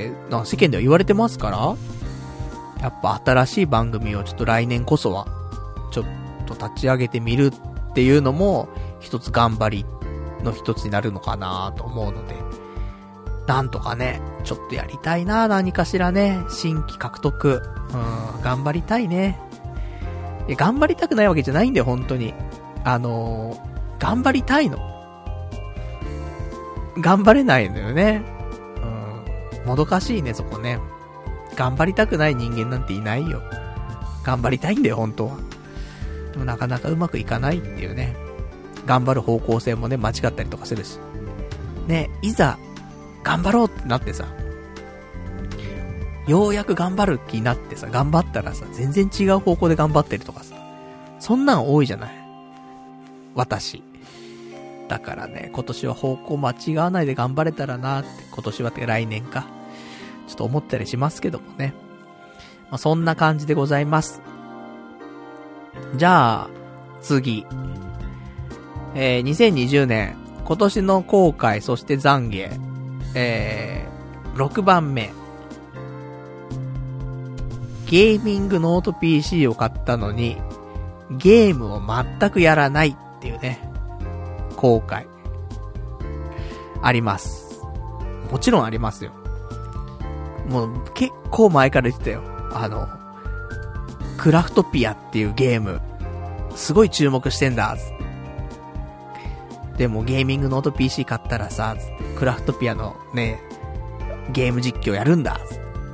Speaker 1: なんか世間では言われてますから、やっぱ新しい番組をちょっと来年こそは、ちょっと立ち上げてみるっていうのも、一つ頑張りの一つになるのかなと思うので、なんとかね、ちょっとやりたいな、何かしらね、新規獲得、うん、頑張りたいね。いや、頑張りたくないわけじゃないんだよ、本当に。あのー、頑張りたいの。頑張れないのよね。うん。もどかしいね、そこね。頑張りたくない人間なんていないよ。頑張りたいんだよ、本当は。でもなかなかうまくいかないっていうね。頑張る方向性もね、間違ったりとかするし。ね、いざ、頑張ろうってなってさ。ようやく頑張る気になってさ、頑張ったらさ、全然違う方向で頑張ってるとかさ。そんなん多いじゃない。私。だからね、今年は方向間違わないで頑張れたらなって、今年はって来年か。ちょっと思ったりしますけどもね。まあ、そんな感じでございます。じゃあ、次。えー、にせんにじゅうねん、今年の後悔、そして懺悔。えー、ろくばんめ。ゲーミングノート ピーシー を買ったのに、ゲームを全くやらないっていうね、後悔。あります。もちろんありますよ。もう結構前から言ってたよ。あの、クラフトピアっていうゲーム、すごい注目してんだ。でもゲーミングノート ピーシー 買ったらさ、クラフトピアのね、ゲーム実況やるんだ。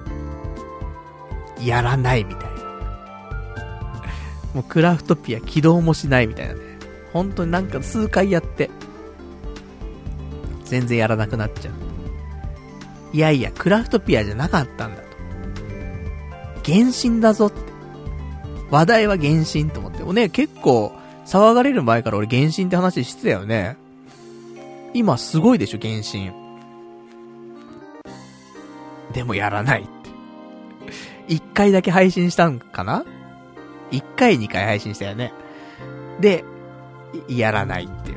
Speaker 1: やらないみたいな。もうクラフトピア起動もしないみたいなね。本当になんか数回やって、全然やらなくなっちゃう。いやいや、クラフトピアじゃなかったんだと。原神だぞって。話題は原神と思って。ね、結構騒がれる前から俺原神って話してたよね。今すごいでしょ、原神。でもやらないって。一回だけ配信したんかな？一回二回配信したよね。で、やらないっていう。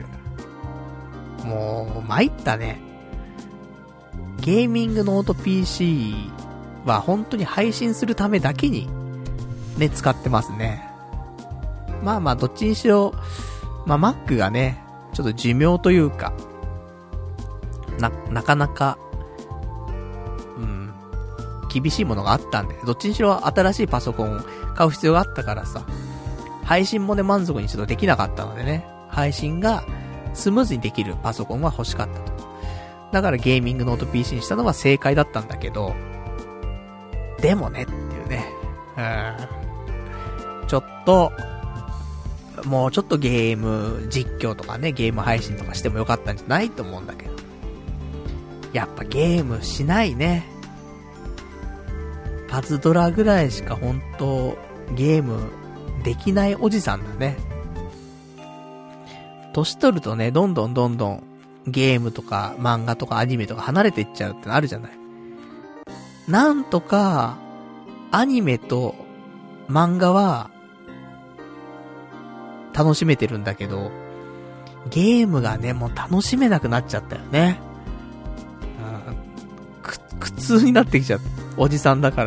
Speaker 1: もう、参ったね。ゲーミングノート ピーシー は本当に配信するためだけに、ね、使ってますね。まあまあ、どっちにしろ、まあ Mac がね、ちょっと寿命というか、な、なかなか、うん、厳しいものがあったんで、どっちにしろ新しいパソコンを買う必要があったからさ、配信もね、満足にちょっとできなかったのでね、配信がスムーズにできるパソコンは欲しかったと。だからゲーミングノート ピーシー にしたのは正解だったんだけど、でもねっていうね、うん、ちょっと、もうちょっとゲーム実況とかね、ゲーム配信とかしてもよかったんじゃないと思うんだけど、やっぱゲームしないね。パズドラぐらいしか本当ゲームできないおじさんだね。年取るとね、どんどんどんどんゲームとか漫画とかアニメとか離れていっちゃうってのあるじゃない。なんとかアニメと漫画は楽しめてるんだけど、ゲームがね、もう楽しめなくなっちゃったよね。うん、く、苦痛になってきちゃった。おじさんだから。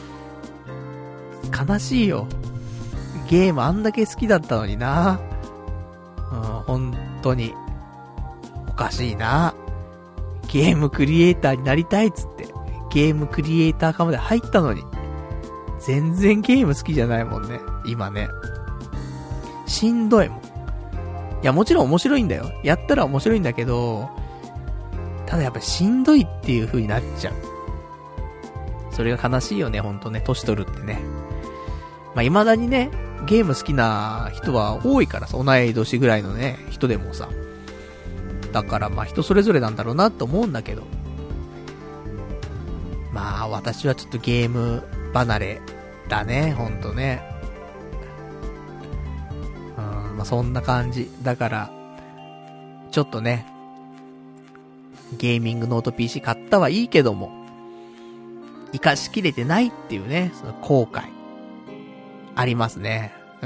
Speaker 1: 悲しいよ。ゲームあんだけ好きだったのにな。うん、本当に。おかしいな。ゲームクリエイターになりたいっつって、ゲームクリエイター科まで入ったのに、全然ゲーム好きじゃないもんね、今ね。しんどいもん。いや、もちろん面白いんだよ。やったら面白いんだけど、ただやっぱしんどいっていう風になっちゃう。それが悲しいよね、ほんとね、年取るってね。まあ、未だにね、ゲーム好きな人は多いからさ、同い年ぐらいのね、人でもさ。だからまあ人それぞれなんだろうなと思うんだけど。まあ私はちょっとゲーム離れだね、ほんとね。うん、まあそんな感じ。だから、ちょっとね、ゲーミングノート ピーシー 買ったはいいけども、活かしきれてないっていうね、その後悔。ありますね。うん。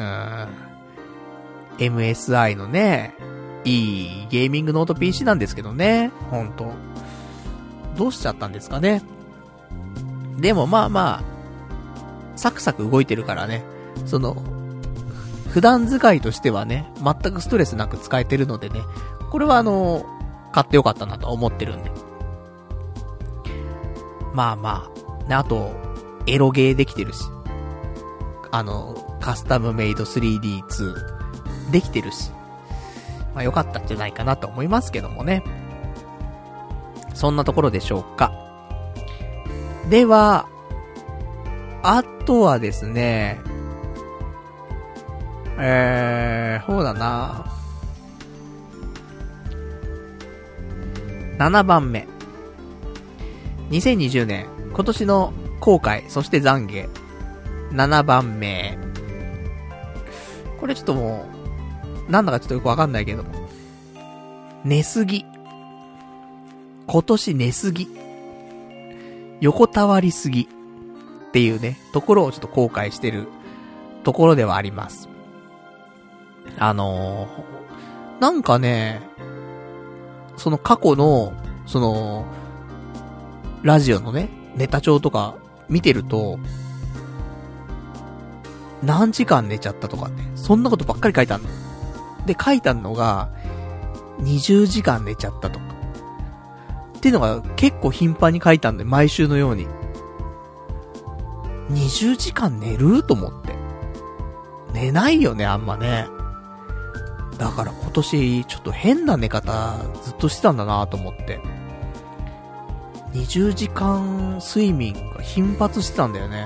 Speaker 1: エムエスアイ のね、いいゲーミングノート ピーシー なんですけどね。ほんと。どうしちゃったんですかね。でもまあまあ、サクサク動いてるからね。その、普段使いとしてはね、全くストレスなく使えてるのでね。これはあの、買ってよかったなと思ってるんで。まあまあ、ね、あと、エロゲーできてるし。あの、カスタムメイド スリーディーツー できてるし。まあ良かったんじゃないかなと思いますけどもね。そんなところでしょうか。では、あとはですね、えー、そうだな。ななばんめ。にせんにじゅうねん、今年の後悔、そして懺悔。ななばんめ。これちょっともう、なんだかちょっとよくわかんないけども。寝すぎ。今年寝すぎ。横たわりすぎ。っていうね、ところをちょっと後悔してるところではあります。あのー、なんかね、その過去の、その、ラジオのね、ネタ帳とか見てると、何時間寝ちゃったとかね、そんなことばっかり書いてあるの。で、書いてあるのが、にじゅうじかん寝ちゃったとか。っていうのが結構頻繁に書いてあるんで、毎週のように。にじゅうじかん寝ると思って。寝ないよね、あんまね。だから今年、ちょっと変な寝方、ずっとしてたんだなと思って。にじゅうじかん睡眠が頻発してたんだよね。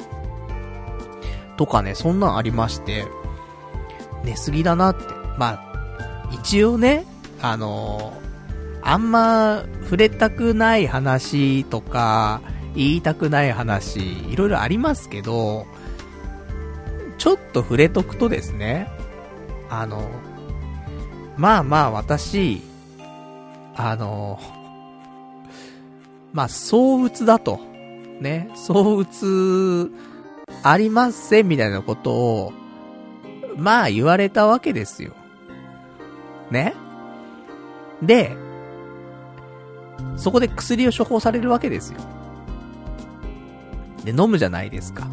Speaker 1: とかね、そんなんありまして、寝すぎだなって。まあ、一応ね、あのー、あんま触れたくない話とか、言いたくない話、いろいろありますけど、ちょっと触れとくとですね、あの、まあまあ私、あの、まあ、躁鬱だと。ね、躁鬱、ありませんみたいなことを、まあ言われたわけですよ。ね。で、そこで薬を処方されるわけですよ。で、飲むじゃないですか。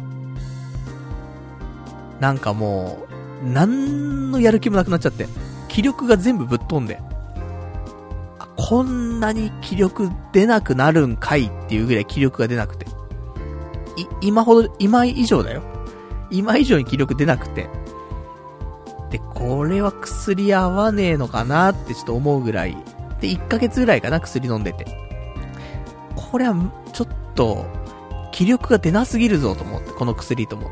Speaker 1: なんかもう、なんのやる気もなくなっちゃって、気力が全部ぶっ飛んで、こんなに気力出なくなるんかいっていうぐらい気力が出なくて。い、今ほど、今以上だよ。今以上に気力出なくて。で、これは薬合わねえのかなってちょっと思うぐらい。で、いっかげつぐらいかな、薬飲んでて。これは、ちょっと、気力が出なすぎるぞと思って、この薬と思って。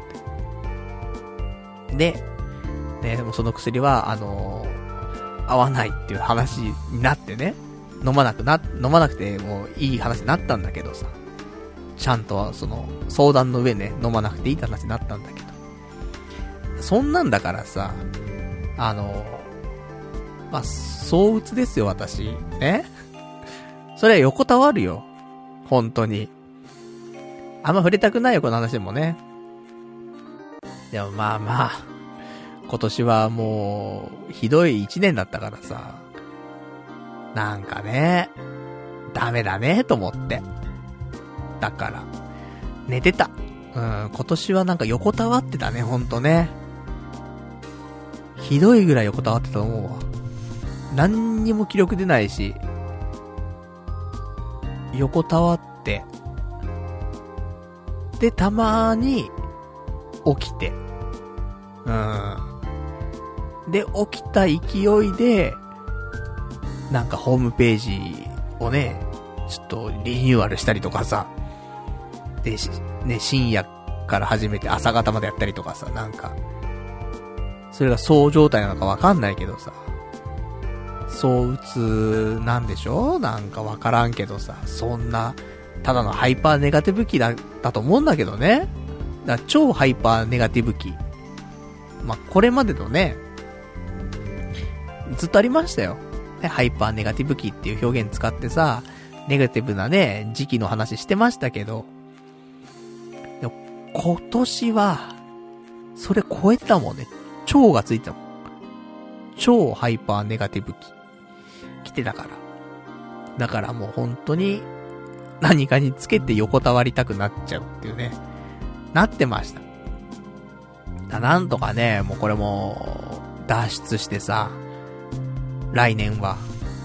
Speaker 1: で、ね、でもその薬は、あのー、合わないっていう話になってね。飲まなくな、飲まなくてもういい話になったんだけどさ。ちゃんとその相談の上ね、飲まなくていいって話になったんだけど。そんなんだからさ、あの、まあ、躁鬱ですよ、私。ね。それは横たわるよ。本当に。あんま触れたくないよ、この話でもね。でもまあまあ、 今年はもう、ひどい一年だったからさ、なんかね、ダメだね、と思って。だから、寝てた。うん、今年はなんか横たわってたね、ほんとね。ひどいぐらい横たわってたと思うわ。何にも気力出ないし、横たわって、で、たまーに、起きて、うん。で、起きた勢いで、なんかホームページをね、ちょっとリニューアルしたりとかさ、で、ね、深夜から始めて朝方までやったりとかさ、なんか、それがそう状態なのかわかんないけどさ、そううつなんでしょ？なんかわからんけどさ、そんな、ただのハイパーネガティブ期だったと思うんだけどね。だから超ハイパーネガティブ期。まあ、これまでのね、ずっとありましたよ。ね、ハイパーネガティブ期っていう表現使ってさ、ネガティブなね、時期の話してましたけど、でも今年は、それ超えてたもんね。超がついてたもん。超ハイパーネガティブ期。来てたから。だからもう本当に、何かにつけて横たわりたくなっちゃうっていうね。なってました。だなんとかね、もうこれも、脱出してさ、来年は、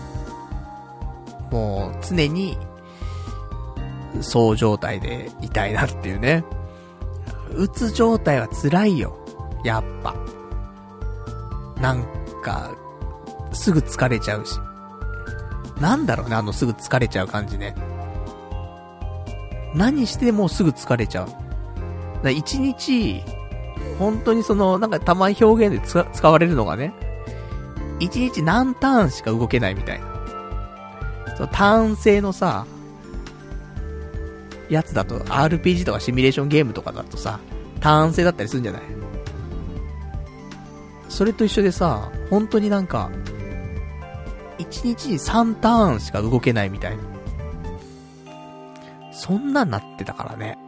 Speaker 1: もう常に、そう状態でいたいなっていうね。うつ状態は辛いよ。やっぱ。なんか、すぐ疲れちゃうし。なんだろうね、あのすぐ疲れちゃう感じね。何してもすぐ疲れちゃう。だ一日、本当にその、なんかたまに表現でつ使われるのがね、一日何ターンしか動けないみたいな。そのターン制のさ、やつだと アールピージー とかシミュレーションゲームとかだとさ、ターン制だったりするんじゃない？それと一緒でさ、本当になんか、一日にさんターンしか動けないみたいな。そんなんなってたからね。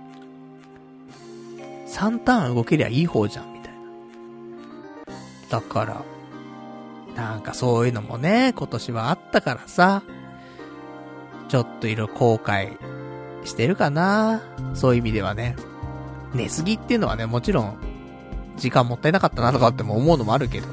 Speaker 1: さんターン動けりゃいい方じゃん、みたいな。だから、なんかそういうのもね、今年はあったからさ、ちょっといろいろ後悔してるかな。そういう意味ではね。寝すぎっていうのはね、もちろん、時間もったいなかったなとかっても思うのもあるけど。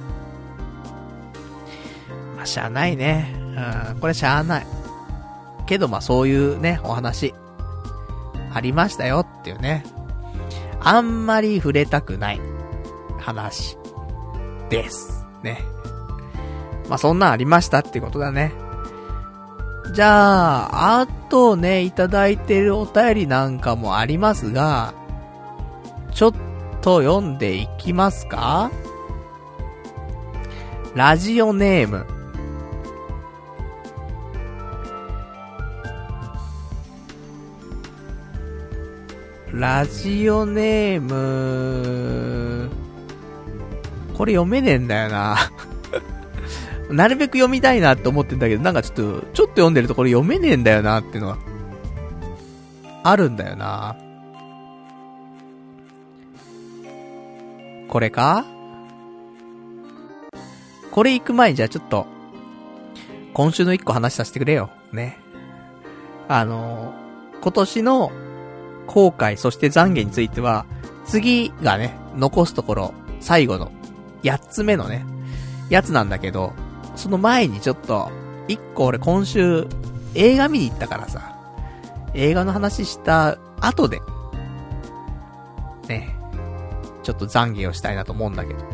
Speaker 1: まあ、しゃあないね。うん、これしゃあない。けどまあそういうね、お話、ありましたよっていうね。あんまり触れたくない話です。ね。まあそんなんありましたってことだね。じゃあ、あとね、いただいてるお便りなんかもありますが、ちょっと読んでいきますか？ラジオネーム。ラジオネーム、これ読めねえんだよな。なるべく読みたいなって思ってんだけど、なんかちょっと、ちょっと読んでるとこれ読めねえんだよなっていうのは、あるんだよな。これか？これ行く前にじゃあちょっと、今週の一個話させてくれよ。ね。あの、今年の後悔そして懺悔については、次がね、残すところ、最後の、八つ目のね、やつなんだけど、その前にちょっと、一個俺今週、映画見に行ったからさ、映画の話した後で、ね、ちょっと懺悔をしたいなと思うんだけど。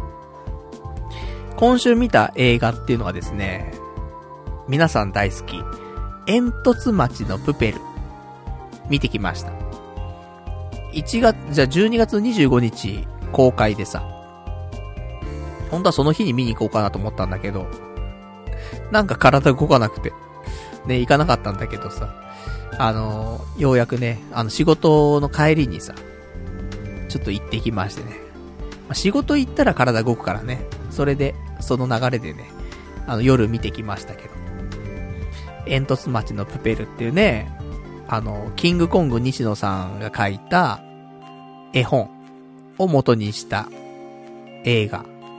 Speaker 1: 今週見た映画っていうのはですね、皆さん大好き、煙突町のプペル、見てきました。いちがつ、じゃあじゅうにがつのにじゅうごにち公開でさ、本当はその日に見に行こうかなと思ったんだけど、なんか体動かなくて、ね、行かなかったんだけどさ、あのー、ようやくね、あの仕事の帰りにさ、ちょっと行ってきましてね。まあ、仕事行ったら体動くからね、それで、その流れでね、あの夜見てきましたけど、煙突町のプペルっていうね、あの、キングコング西野さんが書いた絵本を元にした映画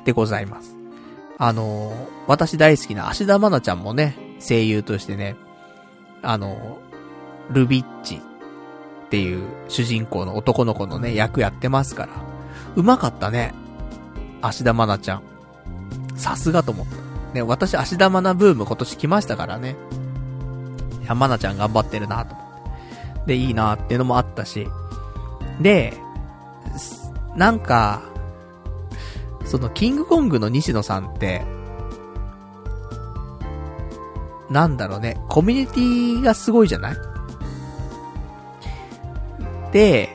Speaker 1: でございます。あのー、私大好きな芦田愛菜ちゃんもね、声優としてね、あのー、ルビッチっていう主人公の男の子のね、役やってますから。うまかったね。芦田愛菜ちゃん。さすがと思った。ね、私芦田愛菜ブーム今年来ましたからね。いや、愛菜ちゃん頑張ってるなと思って。で、いいなっていうのもあったし。で、なんか、そのキングコングの西野さんって、なんだろうね、コミュニティがすごいじゃない？で、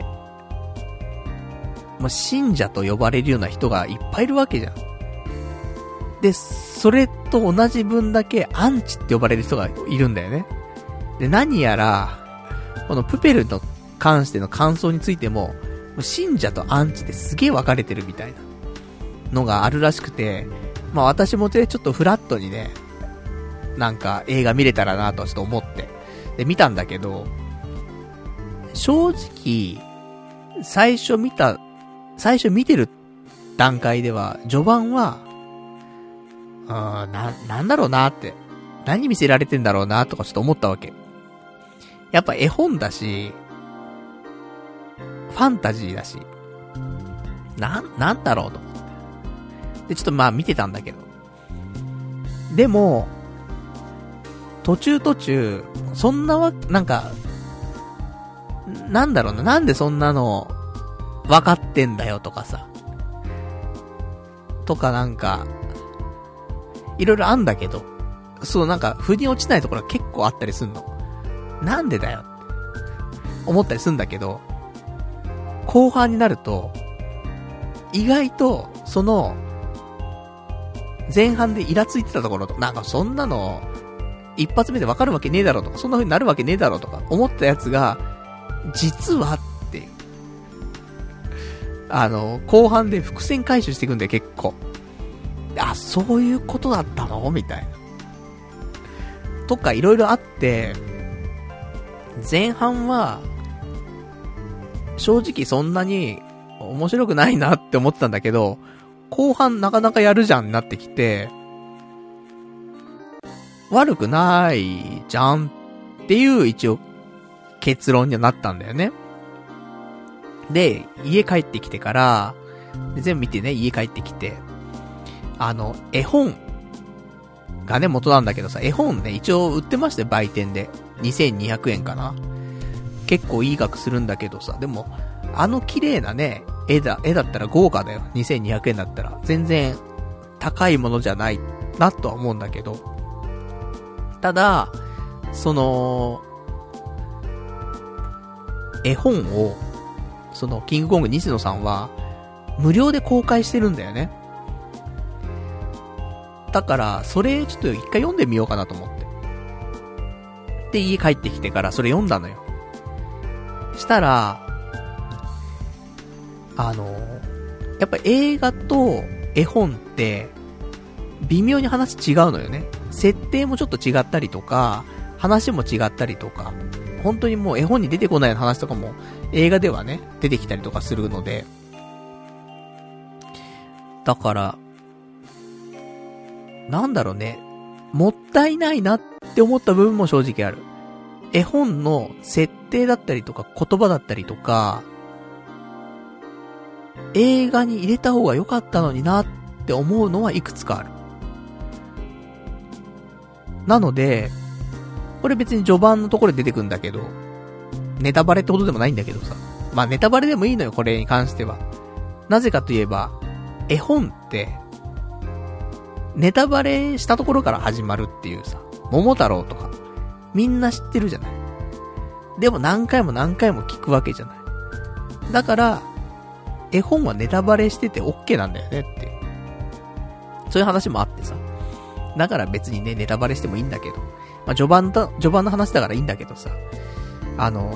Speaker 1: もう信者と呼ばれるような人がいっぱいいるわけじゃん。で、それと同じ分だけアンチって呼ばれる人がいるんだよね。で、何やら、このプペルの関しての感想についても、信者とアンチってすげえ分かれてるみたいなのがあるらしくて、まあ私もね、ちょっとフラットにね、なんか映画見れたらなとちょっと思って、で、見たんだけど、正直、最初見た、最初見てる段階では、序盤は、うーん、な、なんだろうなって、何見せられてんだろうなとかちょっと思ったわけ。やっぱ絵本だし、ファンタジーだし、なん、なんだろうと思って。で、ちょっとまあ見てたんだけど。でも、途中途中、そんなわ、なんか、なんだろうな、なんでそんなの、分かってんだよとかさ。とかなんか、いろいろあんだけど、そうなんか、腑に落ちないところが結構あったりすんの。なんでだよって思ったりすんだけど、後半になると、意外と、その、前半でイラついてたところと、なんかそんなの、一発目でわかるわけねえだろうとか、そんな風になるわけねえだろうとか、思ったやつが、実はっていう。あの、後半で伏線回収していくんだよ、結構。あ、そういうことだったのみたいな。とか、いろいろあって、前半は、正直そんなに面白くないなって思ってたんだけど、後半なかなかやるじゃんになってきて、悪くないじゃんっていう一応結論にはなったんだよね。で、家帰ってきてから、で全部見てね、家帰ってきて、あの、絵本がね、元なんだけどさ、絵本ね、一応売ってましたよ、売店で。にせんにひゃくえんかな。結構いい額するんだけどさ、でも、あの綺麗なね、絵だ、絵だったら豪華だよ。にせんにひゃくえんだったら。全然、高いものじゃないなとは思うんだけど。ただ、その、絵本を、その、キングコング西野さんは、無料で公開してるんだよね。だから、それちょっと一回読んでみようかなと思って。で、家帰ってきてからそれ読んだのよ。したら、あの、やっぱ映画と絵本って、微妙に話違うのよね。設定もちょっと違ったりとか、話も違ったりとか、本当にもう絵本に出てこない話とかも映画ではね、出てきたりとかするので、だから、なんだろうね、もったいないなって思った部分も正直ある。絵本の設定だったりとか言葉だったりとか、映画に入れた方が良かったのになって思うのはいくつかある。なので、これ別に序盤のところで出てくんだけど、ネタバレってことでもないんだけどさ。まあネタバレでもいいのよ、これに関しては。なぜかといえば、絵本って、ネタバレしたところから始まるっていうさ、桃太郎とか、みんな知ってるじゃない。でも何回も何回も聞くわけじゃない。だから、絵本はネタバレしてて OK なんだよねっていう。そういう話もあってさ。だから別にね、ネタバレしてもいいんだけど。まあ、序盤だ、序盤の話だからいいんだけどさ。あの、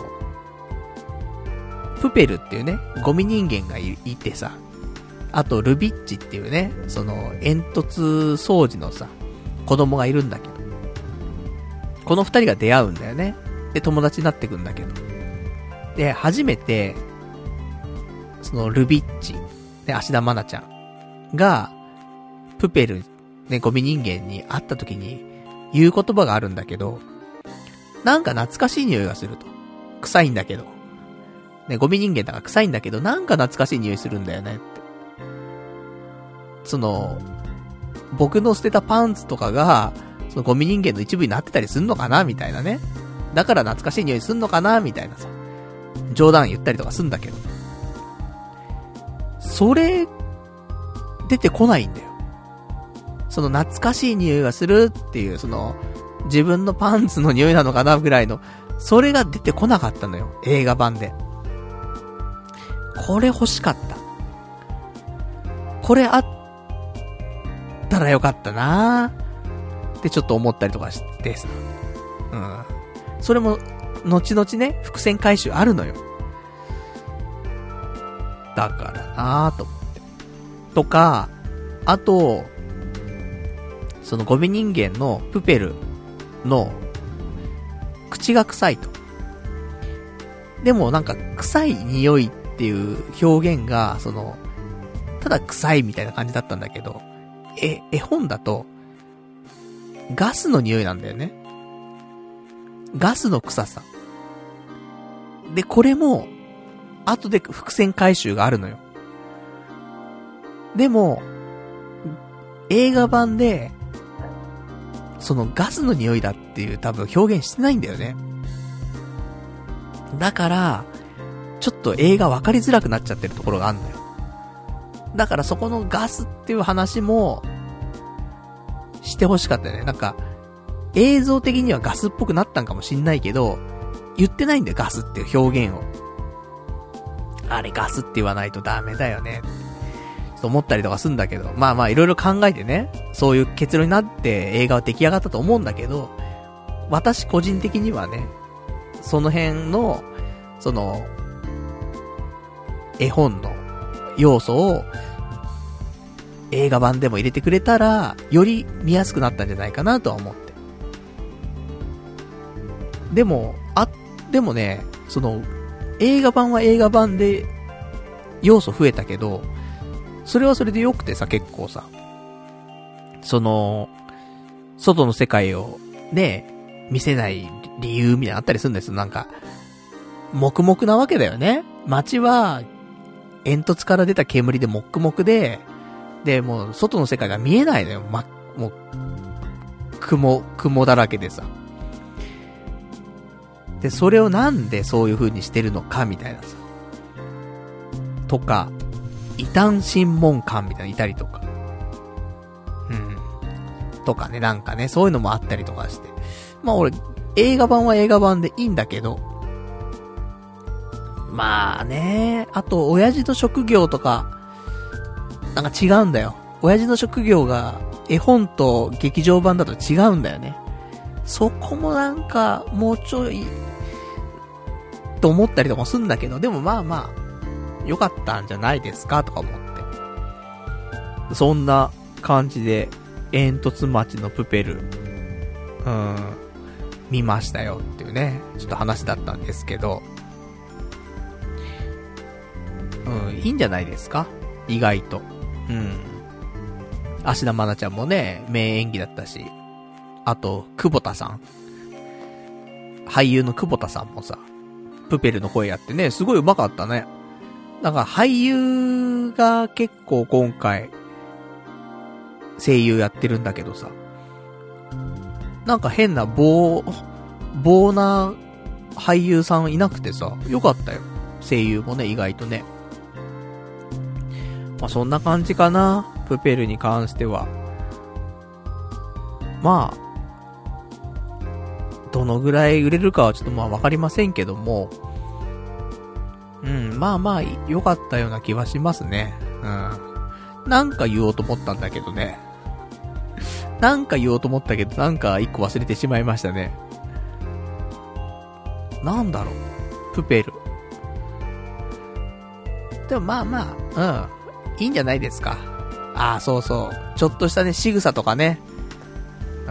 Speaker 1: プペルっていうね、ゴミ人間が い, いてさ。あと、ルビッチっていうね、その、煙突掃除のさ、子供がいるんだけど。この二人が出会うんだよね。で、友達になってくんだけど。で、初めて、その、ルビッチ、で、芦田愛菜ちゃんが、 プペル、ね、ゴミ人間に会った時に言う言葉があるんだけど、なんか懐かしい匂いがすると。臭いんだけど。ね、ゴミ人間だから臭いんだけど、なんか懐かしい匂いするんだよねって。その、僕の捨てたパンツとかが、そのゴミ人間の一部になってたりすんのかなみたいなね。だから懐かしい匂いすんのかなみたいなさ。冗談言ったりとかすんだけど。それ、出てこないんだよ。その懐かしい匂いがするっていう、その、自分のパンツの匂いなのかなぐらいの、それが出てこなかったのよ。映画版で。これ欲しかった。これあったらよかったなーってちょっと思ったりとかしてさ。うん。それも、後々ね、伏線回収あるのよ。だからなーと思って。とか、あと、そのゴミ人間のプペルの口が臭いと。でもなんか臭い匂いっていう表現が、その、ただ臭いみたいな感じだったんだけど、え、絵本だと、ガスの匂いなんだよね。ガスの臭さ。で、これも、後で伏線回収があるのよ。でも、映画版で、そのガスの匂いだっていう多分表現してないんだよね。だから、ちょっと映画分かりづらくなっちゃってるところがあるのよ。だからそこのガスっていう話も、してほしかったよね。なんか、映像的にはガスっぽくなったんかもしんないけど、言ってないんだよ、ガスっていう表現を。あれガスって言わないとダメだよね。と思ったりとかするんだけど、まあまあいろいろ考えてね、そういう結論になって映画は出来上がったと思うんだけど、私個人的にはね、その辺の、その、絵本の要素を映画版でも入れてくれたら、より見やすくなったんじゃないかなとは思って。でも、あ、でもね、その、映画版は映画版で要素増えたけど、それはそれで良くてさ、結構さ、その、外の世界をね、見せない理由みたいなのあったりするんですよ。なんか、黙々なわけだよね。街は、煙突から出た煙で黙々で、で、もう、外の世界が見えないのよ。ま、もう、雲、雲だらけでさ。で、それをなんでそういう風にしてるのか、みたいなさ。とか、異端審問官みたいないたりとか。うん。とかね、なんかね、そういうのもあったりとかして。まあ俺、映画版は映画版でいいんだけど、まあね、あと、親父の職業とか、なんか違うんだよ。親父の職業が、絵本と劇場版だと違うんだよね。そこもなんか、もうちょい、と思ったりとかもするんだけど、でもまあまあ、良かったんじゃないですかとか思って。そんな感じで、煙突町のプペル、うん、見ましたよっていうね、ちょっと話だったんですけど、うん、いいんじゃないですか意外と。うん。芦田愛菜ちゃんもね、名演技だったし、あと、久保田さん。俳優の久保田さんもさ、プペルの声やってね、すごい上手かったね。だから俳優が結構今回声優やってるんだけどさ、なんか変な棒棒な俳優さんいなくてさ、よかったよ。声優もね、意外とね。まあそんな感じかな、プペルに関しては。まあどのぐらい売れるかはちょっとまあわかりませんけども、うん、まあまあ、良かったような気はしますね。うん。なんか言おうと思ったんだけどね。なんか言おうと思ったけど、なんか一個忘れてしまいましたね。なんだろう。プペル。でもまあまあ、うん。いいんじゃないですか。ああ、そうそう。ちょっとしたね、仕草とかね。うん。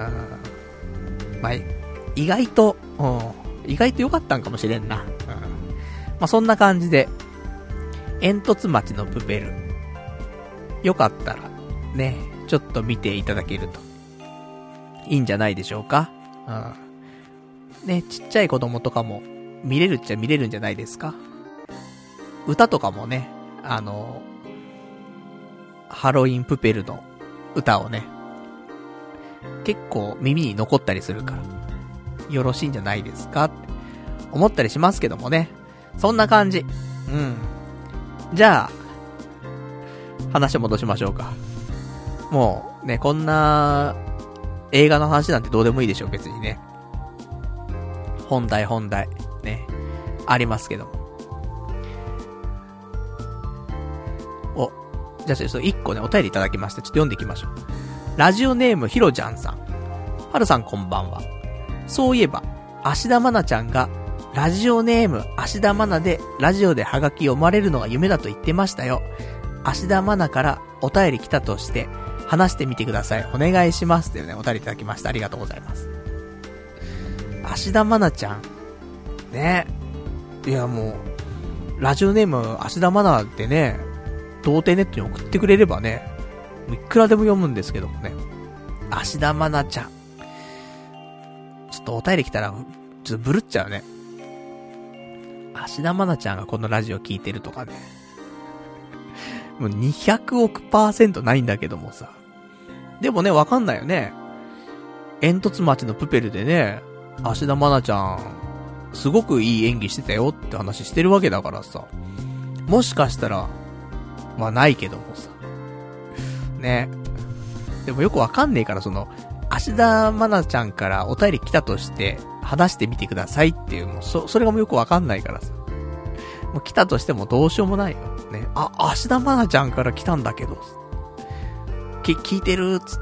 Speaker 1: まあ、意外と、うん。意外と良かったんかもしれんな。まあ、そんな感じで、煙突町のプペル。よかったら、ね、 ちょっと見ていただけるといいんじゃないでしょうか。うん。ね、ちっちゃい子供とかも見れるっちゃ見れるんじゃないですか。歌とかもね、あの、ハロウィンプペルの歌をね、結構耳に残ったりするから、よろしいんじゃないですかって思ったりしますけどもね。そんな感じ。うん。じゃあ、話を戻しましょうか。もうね、こんな映画の話なんてどうでもいいでしょう、別にね。本題本題ね、ありますけども。お、じゃあちょっと一個ね、お便りいただきまして、ちょっと読んでいきましょう。ラジオネームひろちゃんさん。はるさんこんばんは。そういえば、芦田愛菜ちゃんが、ラジオネーム芦田愛菜で、ラジオでハガキ読まれるのが夢だと言ってましたよ。芦田愛菜からお便り来たとして、話してみてください。お願いします。というね、お便りいただきました。ありがとうございます。芦田愛菜ちゃん。ね。いやもう、ラジオネーム芦田愛菜ってね、童貞ネットに送ってくれればね、いくらでも読むんですけどもね。芦田愛菜ちゃん。ちょっとお便り来たら、ちょっとブルっちゃうね。芦田愛菜ちゃんがこのラジオ聞いてるとかね。もうにひゃくおくパーセントないんだけどもさ。でもね、わかんないよね。煙突町のプペルでね、芦田愛菜ちゃん、すごくいい演技してたよって話してるわけだからさ。もしかしたら、まあないけどもさ。ね。でもよくわかんねえから、その、芦田愛菜ちゃんからお便り来たとして、話してみてくださいっていう、もうそ、それがもうよくわかんないからさ。もう来たとしてもどうしようもないよ。ね。あ、芦田愛菜ちゃんから来たんだけど。き、聞いてるつって。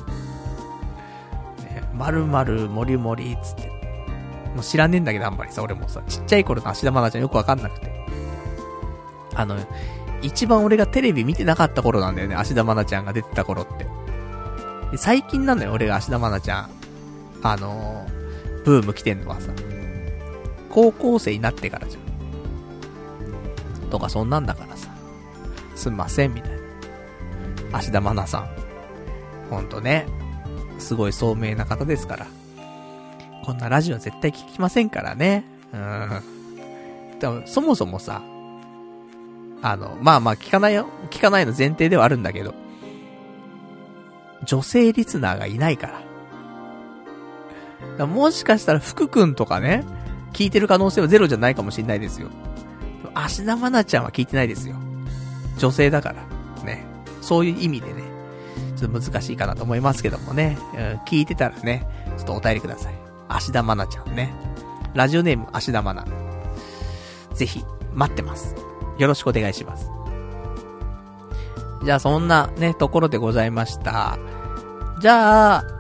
Speaker 1: ね、まるまるもりもりつって。もう知らねえんだけどあんまりさ、俺もさ、ちっちゃい頃の芦田愛菜ちゃんよくわかんなくて。あの、一番俺がテレビ見てなかった頃なんだよね、芦田愛菜ちゃんが出てた頃って。で最近なんだよ、俺が芦田愛菜ちゃん、あのー、ブーム来てんのはさ、高校生になってからじゃん。とかそんなんだからさ、すんません、みたいな。芦田愛菜さん。ほんとね、すごい聡明な方ですから。こんなラジオ絶対聞きませんからね。うん。でも、そもそもさ、あの、まあまあ聞かないよ。聞かないの前提ではあるんだけど、女性リスナーがいないから。だからもしかしたら福くんとかね、聞いてる可能性はゼロじゃないかもしれないですよ。芦田愛菜ちゃんは聞いてないですよ。女性だから。ね。そういう意味でね、ちょっと難しいかなと思いますけどもね。うん、聞いてたらね、ちょっとお便りください。芦田愛菜ちゃんね。ラジオネーム芦田愛菜。ぜひ、待ってます。よろしくお願いします。じゃあそんなね、ところでございました。じゃあ、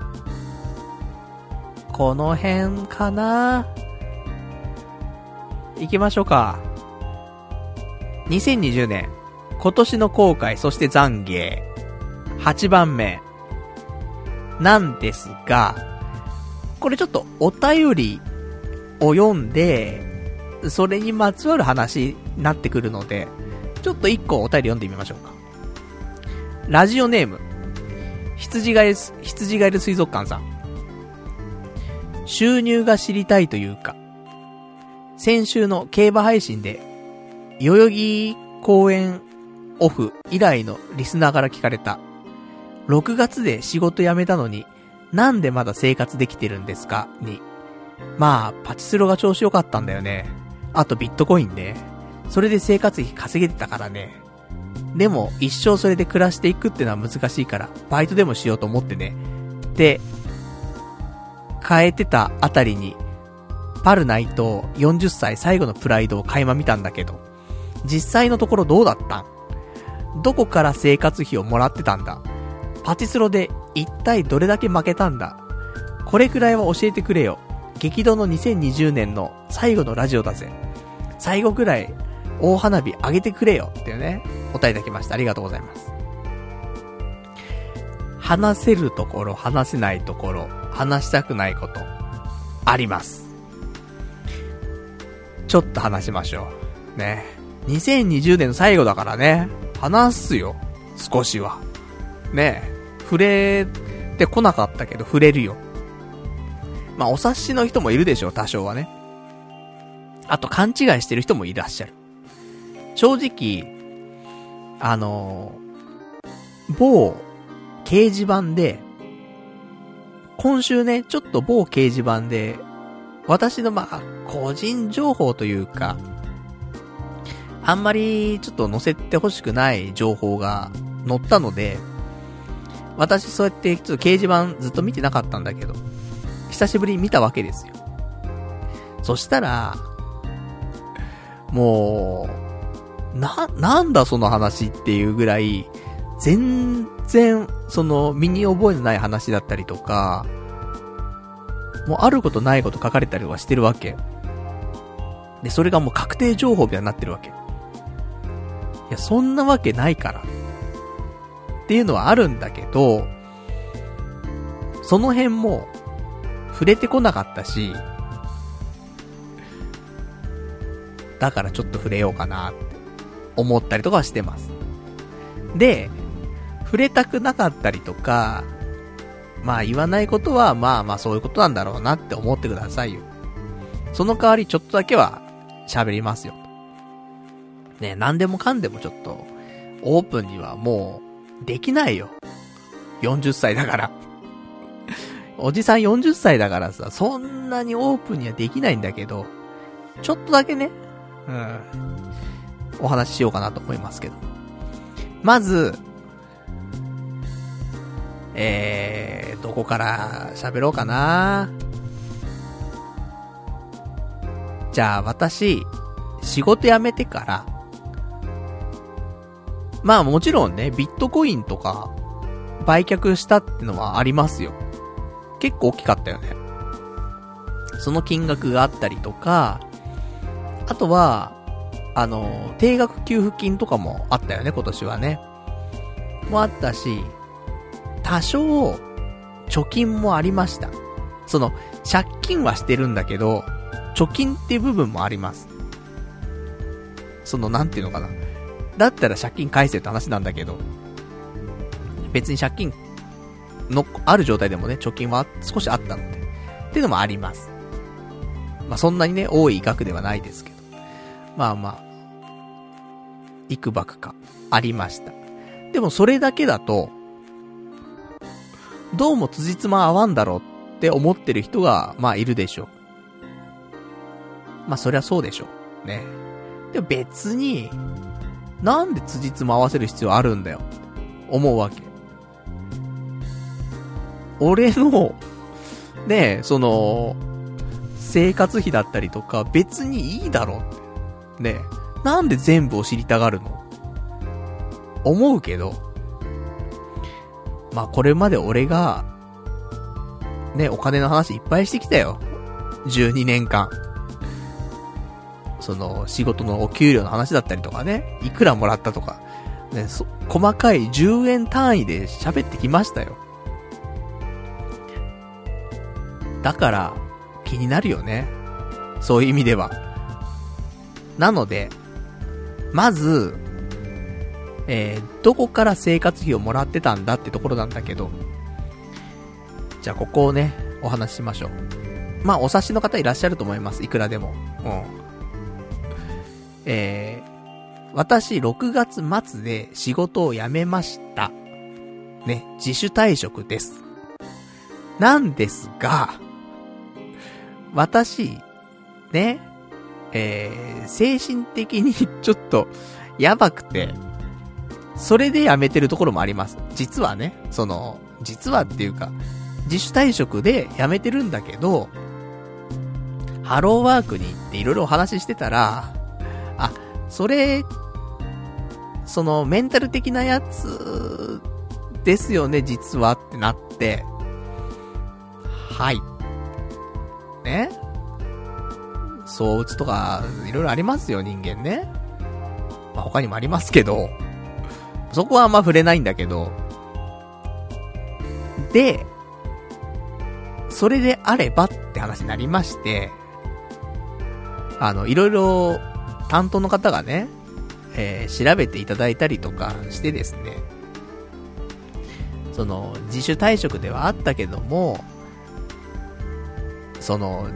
Speaker 1: この辺かな？行きましょうか。にせんにじゅうねん、今年の後悔、そして懺悔、はちばんめ。なんですが、これちょっとお便りを読んで、それにまつわる話になってくるので、ちょっと一個お便り読んでみましょうか。ラジオネーム、羊ガエル、羊ガエル水族館さん。収入が知りたいというか、先週の競馬配信で、代々木公園オフ以来のリスナーから聞かれた、ろくがつで仕事辞めたのに、なんでまだ生活できてるんですかに、まあ、パチスロが調子良かったんだよね。あとビットコインね。それで生活費稼げてたからね。でも、一生それで暮らしていくってのは難しいから、バイトでもしようと思ってね。で、変えてたあたりに、パルナイとよんじゅっさい最後のプライドを垣間見たんだけど、実際のところどうだったん？どこから生活費をもらってたんだ？パチスロで一体どれだけ負けたんだ？これくらいは教えてくれよ。激動のにせんにじゅうねんの最後のラジオだぜ。最後くらい大花火上げてくれよっていうね、お答えいただきました。ありがとうございます。話せるところ、話せないところ、話したくないこと、あります。ちょっと話しましょう。ね。にせんにじゅうねんの最後だからね。話すよ。少しは。ねえ。 触れてこなかったけど触れるよ。まあお察しの人もいるでしょう、多少はね。あと勘違いしてる人もいらっしゃる。正直、あのー、某掲示板で、今週ね、ちょっと某掲示板で、私のまあ、個人情報というか、あんまりちょっと載せてほしくない情報が載ったので、私そうやってちょっと掲示板ずっと見てなかったんだけど、久しぶりに見たわけですよ。そしたら、もう、な、なんだその話っていうぐらい、全然、その、身に覚えのない話だったりとか、もうあることないこと書かれたりとかしてるわけ。で、それがもう確定情報みたいになってるわけ。いや、そんなわけないから。っていうのはあるんだけど、その辺も、触れてこなかったし、だからちょっと触れようかなって思ったりとかはしてます。で、触れたくなかったりとか、まあ言わないことはまあまあそういうことなんだろうなって思ってくださいよ。その代わりちょっとだけは喋りますよ。ね、何でもかんでもちょっとオープンにはもうできないよ。よんじゅっさいだから。おじさんよんじゅっさいだからさ、そんなにオープンにはできないんだけど、ちょっとだけね、うん、お話ししようかなと思いますけど。まず、えー、どこから喋ろうかな。じゃあ私、仕事辞めてから、まあもちろんね、ビットコインとか、売却したってのはありますよ。結構大きかったよね。その金額があったりとか、あとは、あの、定額給付金とかもあったよね、今年はね。もあったし、多少、貯金もありました。その、借金はしてるんだけど、貯金っていう部分もあります。その、なんていうのかな。だったら借金返せって話なんだけど、別に借金の、ある状態でもね、貯金は少しあったので。っていうのもあります。まあ、そんなにね、多い額ではないですけど。まあまあ、いくばくか、ありました。でもそれだけだと、どうも辻褄合わんだろうって思ってる人が、まあいるでしょう。まあそりゃそうでしょう。ね。でも別に、なんで辻褄合わせる必要あるんだよ。思うわけ。俺の、ねえ、その、生活費だったりとか別にいいだろって。ねえ、なんで全部を知りたがるの？思うけど、まあこれまで俺が、ね、お金の話いっぱいしてきたよ。じゅうにねんかん。その、仕事のお給料の話だったりとかね、いくらもらったとか、ね、そ、細かいじゅうえん単位で喋ってきましたよ。だから、気になるよね。そういう意味では。なので、まず、えー、どこから生活費をもらってたんだってところなんだけど、じゃあここをね、お話ししましょう。まあ、お察しの方いらっしゃると思います。いくらでも。うん。えー、私、ろくがつ末で仕事を辞めました。ね、自主退職です。なんですが、私、ね、えー、精神的にちょっと、やばくて、それで辞めてるところもあります。実はね、その、実はっていうか、自主退職で辞めてるんだけど、ハローワークに行っていろいろお話ししてたら、あ、それ、そのメンタル的なやつですよね、実はってなって、はい。ね。そううつとか、いろいろありますよ、人間ね。まあ、他にもありますけど、そこはあんま触れないんだけど、で、それであればって話になりまして、あの、いろいろ担当の方がね、えー、調べていただいたりとかしてですね、 その、自主退職ではあったけども、その、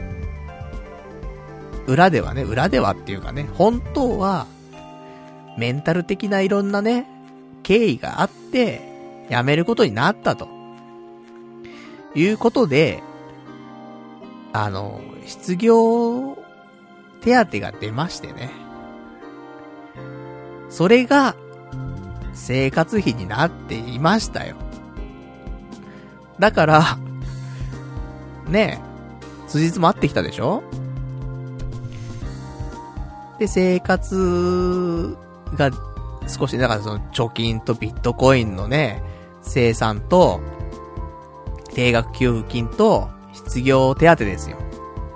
Speaker 1: 裏ではね、裏ではっていうかね、本当は、メンタル的ないろんなね、経緯があって、辞めることになったと。いうことで、あの、失業手当が出ましてね。それが、生活費になっていましたよ。だから、ねえ、数日も会ってきたでしょ？で、生活が少し、だからその貯金とビットコインのね、生産と、定額給付金と、失業手当ですよ。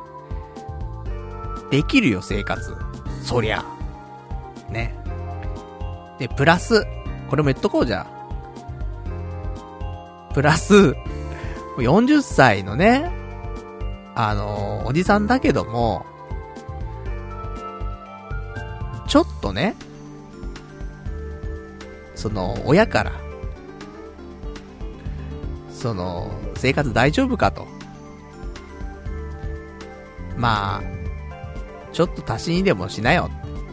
Speaker 1: できるよ、生活。そりゃ。ね。で、プラス、これも言っとこうじゃ。プラス、よんじゅっさいのね、あのー、おじさんだけども、ちょっとね、その、親から、その、生活大丈夫かと。まあ、ちょっと足しにでもしなよ。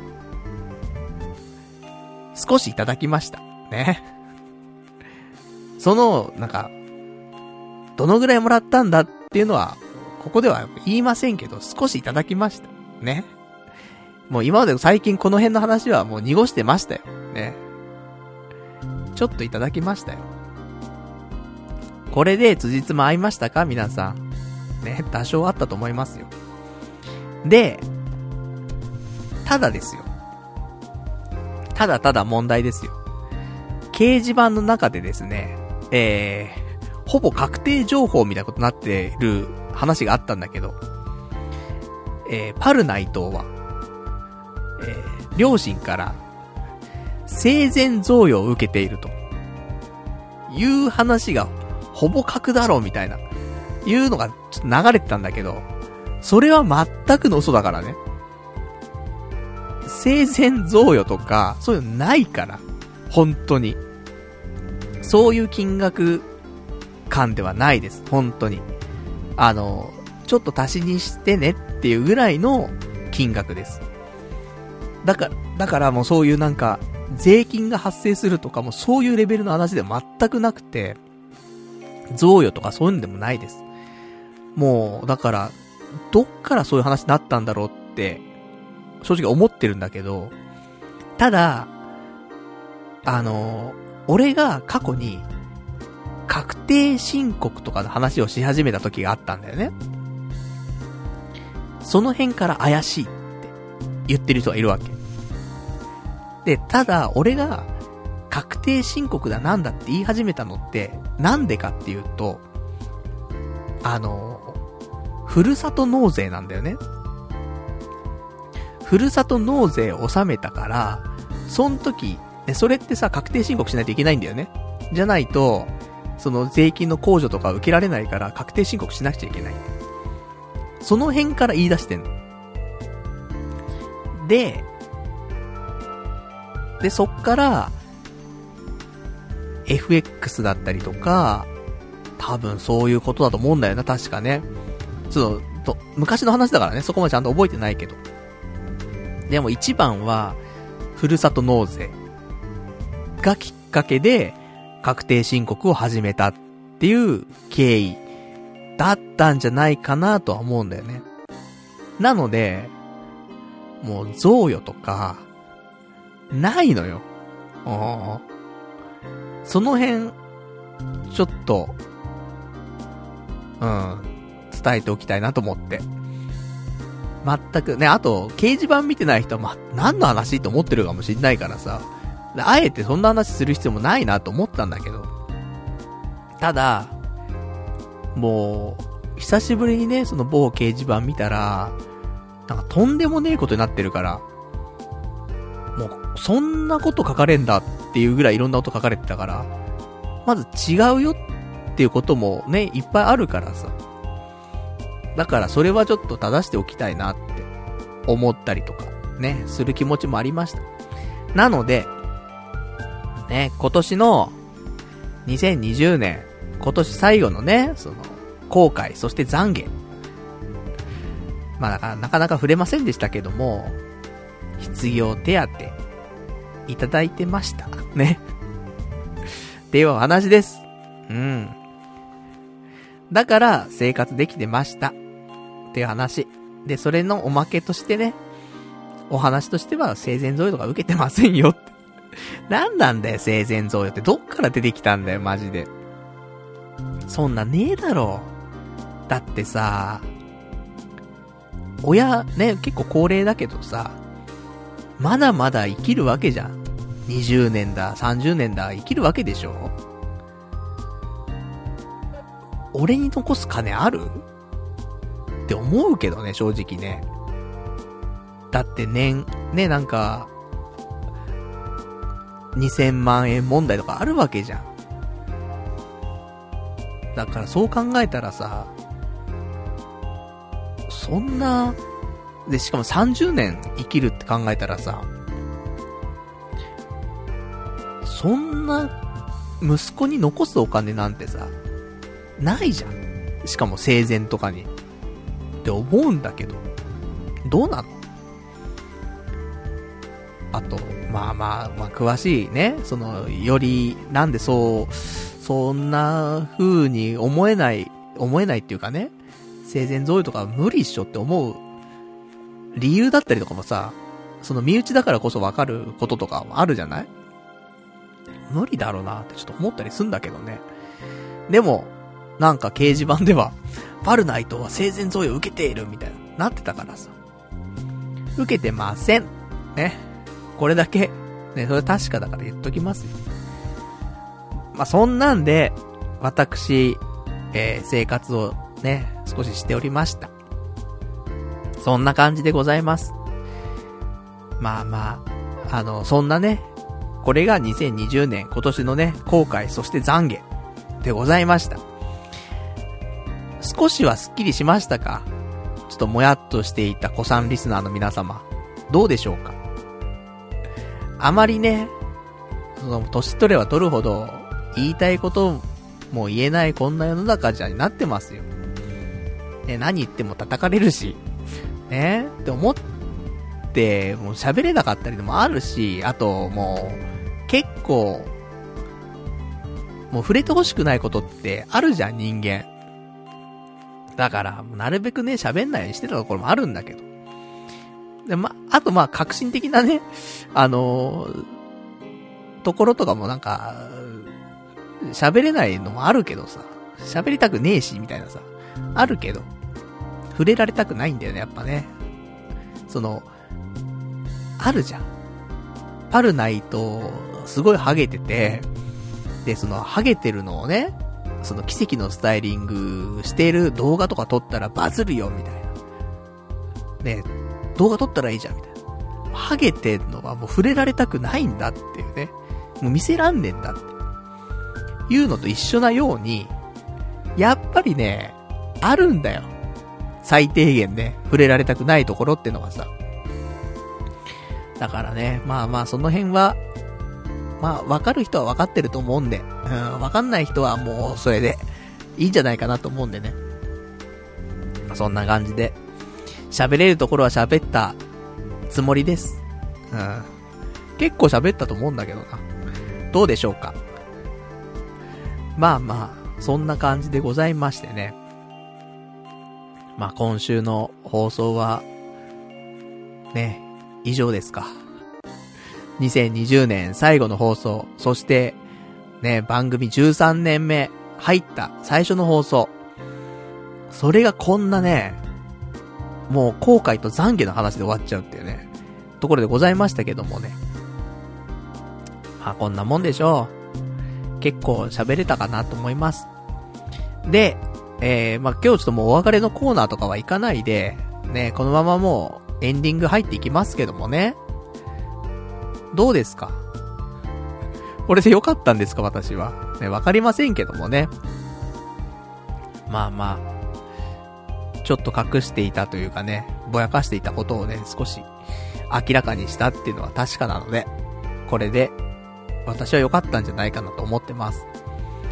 Speaker 1: 少しいただきました。ね。その、なんか、どのぐらいもらったんだっていうのは、ここでは言いませんけど、少しいただきました。ね。もう今まで最近この辺の話はもう濁してましたよ。ね。ちょっといただきましたよ。これで辻褄合いましたか皆さん。ね、多少あったと思いますよ。で、ただですよ。ただただ問題ですよ。掲示板の中でですね、えー、ほぼ確定情報みたいなことになってる話があったんだけど、えー、パル内藤は、えー、両親から生前贈与を受けているという話がほぼ確だろうみたいないうのがちょっと流れてたんだけど、それは全くの嘘だからね。生前贈与とかそういうのないから、本当にそういう金額感ではないです。本当にあのちょっと足しにしてねっていうぐらいの金額です。だからだからもうそういうなんか税金が発生するとかもそういうレベルの話では全くなくて、贈与とかそういうのでもないです。もうだからどっからそういう話になったんだろうって正直思ってるんだけど、ただあの俺が過去に確定申告とかの話をし始めた時があったんだよね。その辺から怪しいって言ってる人がいるわけで、ただ俺が確定申告だなんだって言い始めたのってなんでかっていうと、あのふるさと納税なんだよね。ふるさと納税を納めたから、その時、ね、それってさ、確定申告しないといけないんだよね。じゃないと、その税金の控除とか受けられないから確定申告しなくちゃいけない。その辺から言い出してんの。で、で、そっから、エフエックス だったりとか、多分そういうことだと思うんだよな、確かね。ちょっと、昔の話だからね、そこまでちゃんと覚えてないけど。でも一番は、ふるさと納税がきっかけで、確定申告を始めたっていう経緯だったんじゃないかなとは思うんだよね。なので、もう贈与とか、ないのよ。その辺、ちょっと、うん、伝えておきたいなと思って。全く、ね、あと、掲示板見てない人は、ま、何の話と思ってるかもしんないからさ、あえてそんな話する必要もないなと思ったんだけど、ただ、もう、久しぶりにね、その某掲示板見たら、なんかとんでもねえことになってるから、もう、そんなこと書かれんだっていうぐらいいろんなこと書かれてたから、まず違うよっていうこともね、いっぱいあるからさ。だからそれはちょっと正しておきたいなって思ったりとか、ね、する気持ちもありました。なので、ね、今年のにせんにじゅうねん、今年最後のね、その、後悔、そして懺悔。まあだからなかなか触れませんでしたけども、失業手当いただいてました。ね。っていうお話です。うん。だから生活できてました。っていう話。で、それのおまけとしてね、お話としては生前贈与とか受けてませんよって。なんなんだよ生前贈与って。どっから出てきたんだよマジで。そんなねえだろ。だってさ、親ね、結構高齢だけどさ、まだまだ生きるわけじゃん。にじゅうねんだ、さんじゅうねんだ、生きるわけでしょ。俺に残す金ある？って思うけどね、正直ね。だって年、ね、なんか、にせんまんえん問題とかあるわけじゃん。だからそう考えたらさ、そんな、で、しかもさんじゅうねん生きるって考えたらさ、そんな、息子に残すお金なんてさ、ないじゃん。しかも生前とかに。って思うんだけど、どうなの？あと、まあまあ、まあ詳しいね、その、より、なんでそう、そんな風に思えない、思えないっていうかね、生前贈与とか無理っしょって思う理由だったりとかもさ、その身内だからこそわかることとかあるじゃない？無理だろうなってちょっと思ったりすんだけどね。でも、なんか掲示板では、パルナイトは生前贈与受けているみたいな、なってたからさ。受けてません。ね。これだけ、ね、それ確かだから言っときますよ。まあ、そんなんで、私、えー、生活をね、少ししておりました。そんな感じでございます。まあまあ、あの、そんなね、これがにせんにじゅうねん、今年のね、後悔、そして懺悔でございました。少しはスッキリしましたか？ちょっともやっとしていた子さんリスナーの皆様、どうでしょうか？あまりね、その、年取れば取るほど、言いたいことも言えないこんな世の中じゃなってますよ。ね、何言っても叩かれるし、ね、って思って、もう喋れなかったりでもあるし、あともう、結構、もう触れてほしくないことってあるじゃん、人間。だから、なるべくね、喋んないようにしてたところもあるんだけど。で、ま、あとまあ、革新的なね、あのー、ところとかもなんか、喋れないのもあるけどさ、喋りたくねえし、みたいなさ、あるけど、触れられたくないんだよね、やっぱね。その、あるじゃん。パルナイト、すごいハゲてて、で、その、ハゲてるのをね、その奇跡のスタイリングしている動画とか撮ったらバズるよ、みたいな。ね、動画撮ったらいいじゃん、みたいな。ハゲてんのはもう触れられたくないんだっていうね。もう見せらんねんだって。いうのと一緒なように、やっぱりね、あるんだよ。最低限ね、触れられたくないところってのはさ。だからね、まあまあその辺は、まあわかる人はわかってると思うんで、うん、わかんない人はもうそれでいいんじゃないかなと思うんでね。まあ、そんな感じで、喋れるところは喋ったつもりです。うん。結構喋ったと思うんだけどな。どうでしょうか。まあまあ、そんな感じでございましてね。まあ今週の放送は、ね、以上ですか。にせんにじゅうねん最後の放送、そして、ね、番組じゅうさんねんめ入った最初の放送。それがこんなね、もう後悔と懺悔の話で終わっちゃうっていうね、ところでございましたけどもね。まあこんなもんでしょう。結構喋れたかなと思います。で、えー、まあ今日ちょっともうお別れのコーナーとかは行かないで、ね、このままもうエンディング入っていきますけどもね。どうですか？これで良かったんですか私は。ね、わかりませんけどもね。まあまあ、ちょっと隠していたというかね、ぼやかしていたことをね、少し明らかにしたっていうのは確かなので、これで私は良かったんじゃないかなと思ってます。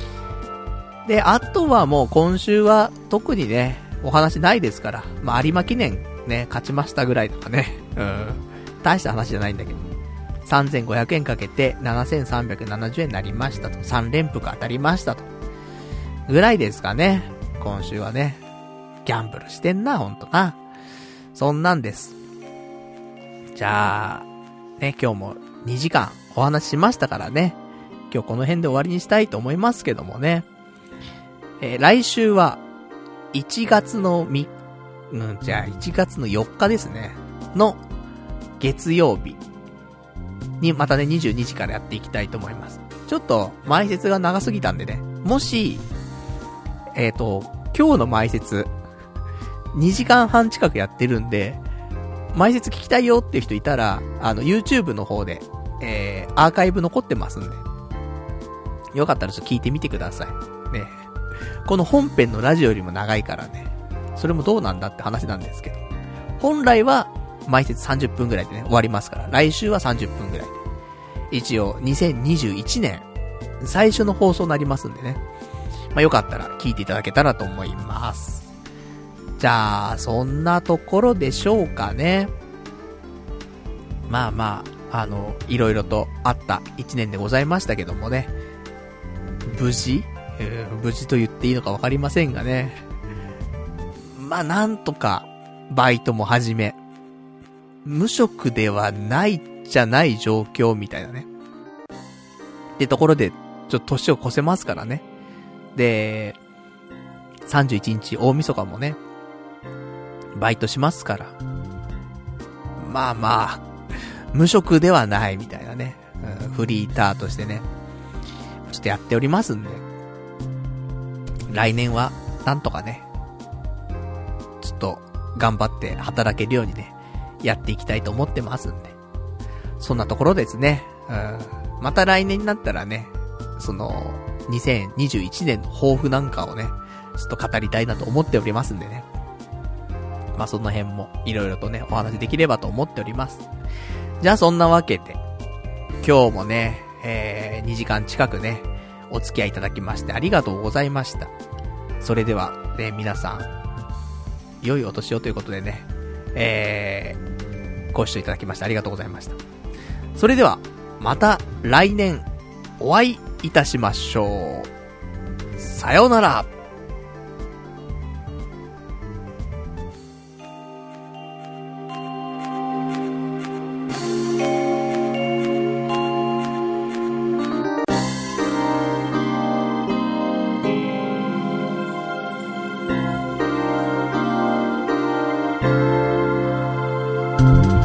Speaker 1: で、あとはもう今週は特にね、お話ないですから、まあ、有馬記念ね、勝ちましたぐらいとかね、うん、大した話じゃないんだけど、さんぜんごひゃくえんかけてななせんさんびゃくななじゅうえんになりましたと、さん連複当たりましたと、ぐらいですかね、今週はね。ギャンブルしてんな、ほんとな。そんなんです。じゃあ、ね、今日もにじかんお話ししましたからね、今日この辺で終わりにしたいと思いますけどもね。えー、来週はいちがつのみ、うん、じゃあいちがつのよっかですね、の月曜日にまたねにじゅうにじからやっていきたいと思います。ちょっと前説が長すぎたんでね、もし、えっと、今日の前説、にじかんはん近くやってるんで、前説聞きたいよっていう人いたら、あの、YouTube の方で、えー、アーカイブ残ってますんで、よかったらちょっと聞いてみてください。ね。この本編のラジオよりも長いからね、それもどうなんだって話なんですけど、本来は、毎節さんじゅっぷんぐらいでね、終わりますから、来週はさんじゅっぷんぐらいで。一応、にせんにじゅういちねん、最初の放送になりますんでね。まあ、よかったら聞いていただけたらと思います。じゃあ、そんなところでしょうかね。まあまあ、あの、いろいろとあった一年でございましたけどもね。無事、えー、無事と言っていいのかわかりませんがね。まあ、なんとか、バイトも始め、無職ではないじゃない状況みたいなね。ってところで、ちょっと年を越せますからね。で、さんじゅういちにち大晦日もね、バイトしますから。まあまあ、無職ではないみたいなね。うん、フリーターとしてね。ちょっとやっておりますんで。来年は、なんとかね、ちょっと、頑張って働けるようにね、やっていきたいと思ってますんで。そんなところですね。うん、また来年になったらね、その、にせんにじゅういちねんの抱負なんかをね、ちょっと語りたいなと思っておりますんでね。まあその辺もいろいろとね、お話できればと思っております。じゃあそんなわけで、今日もね、えー、にじかん近くね、お付き合いいただきましてありがとうございました。それでは、ね、皆さん、良いお年をということでね、えー、ご視聴いただきましてありがとうございました。それでは、また来年お会いいたしましょう。さようなら。
Speaker 2: you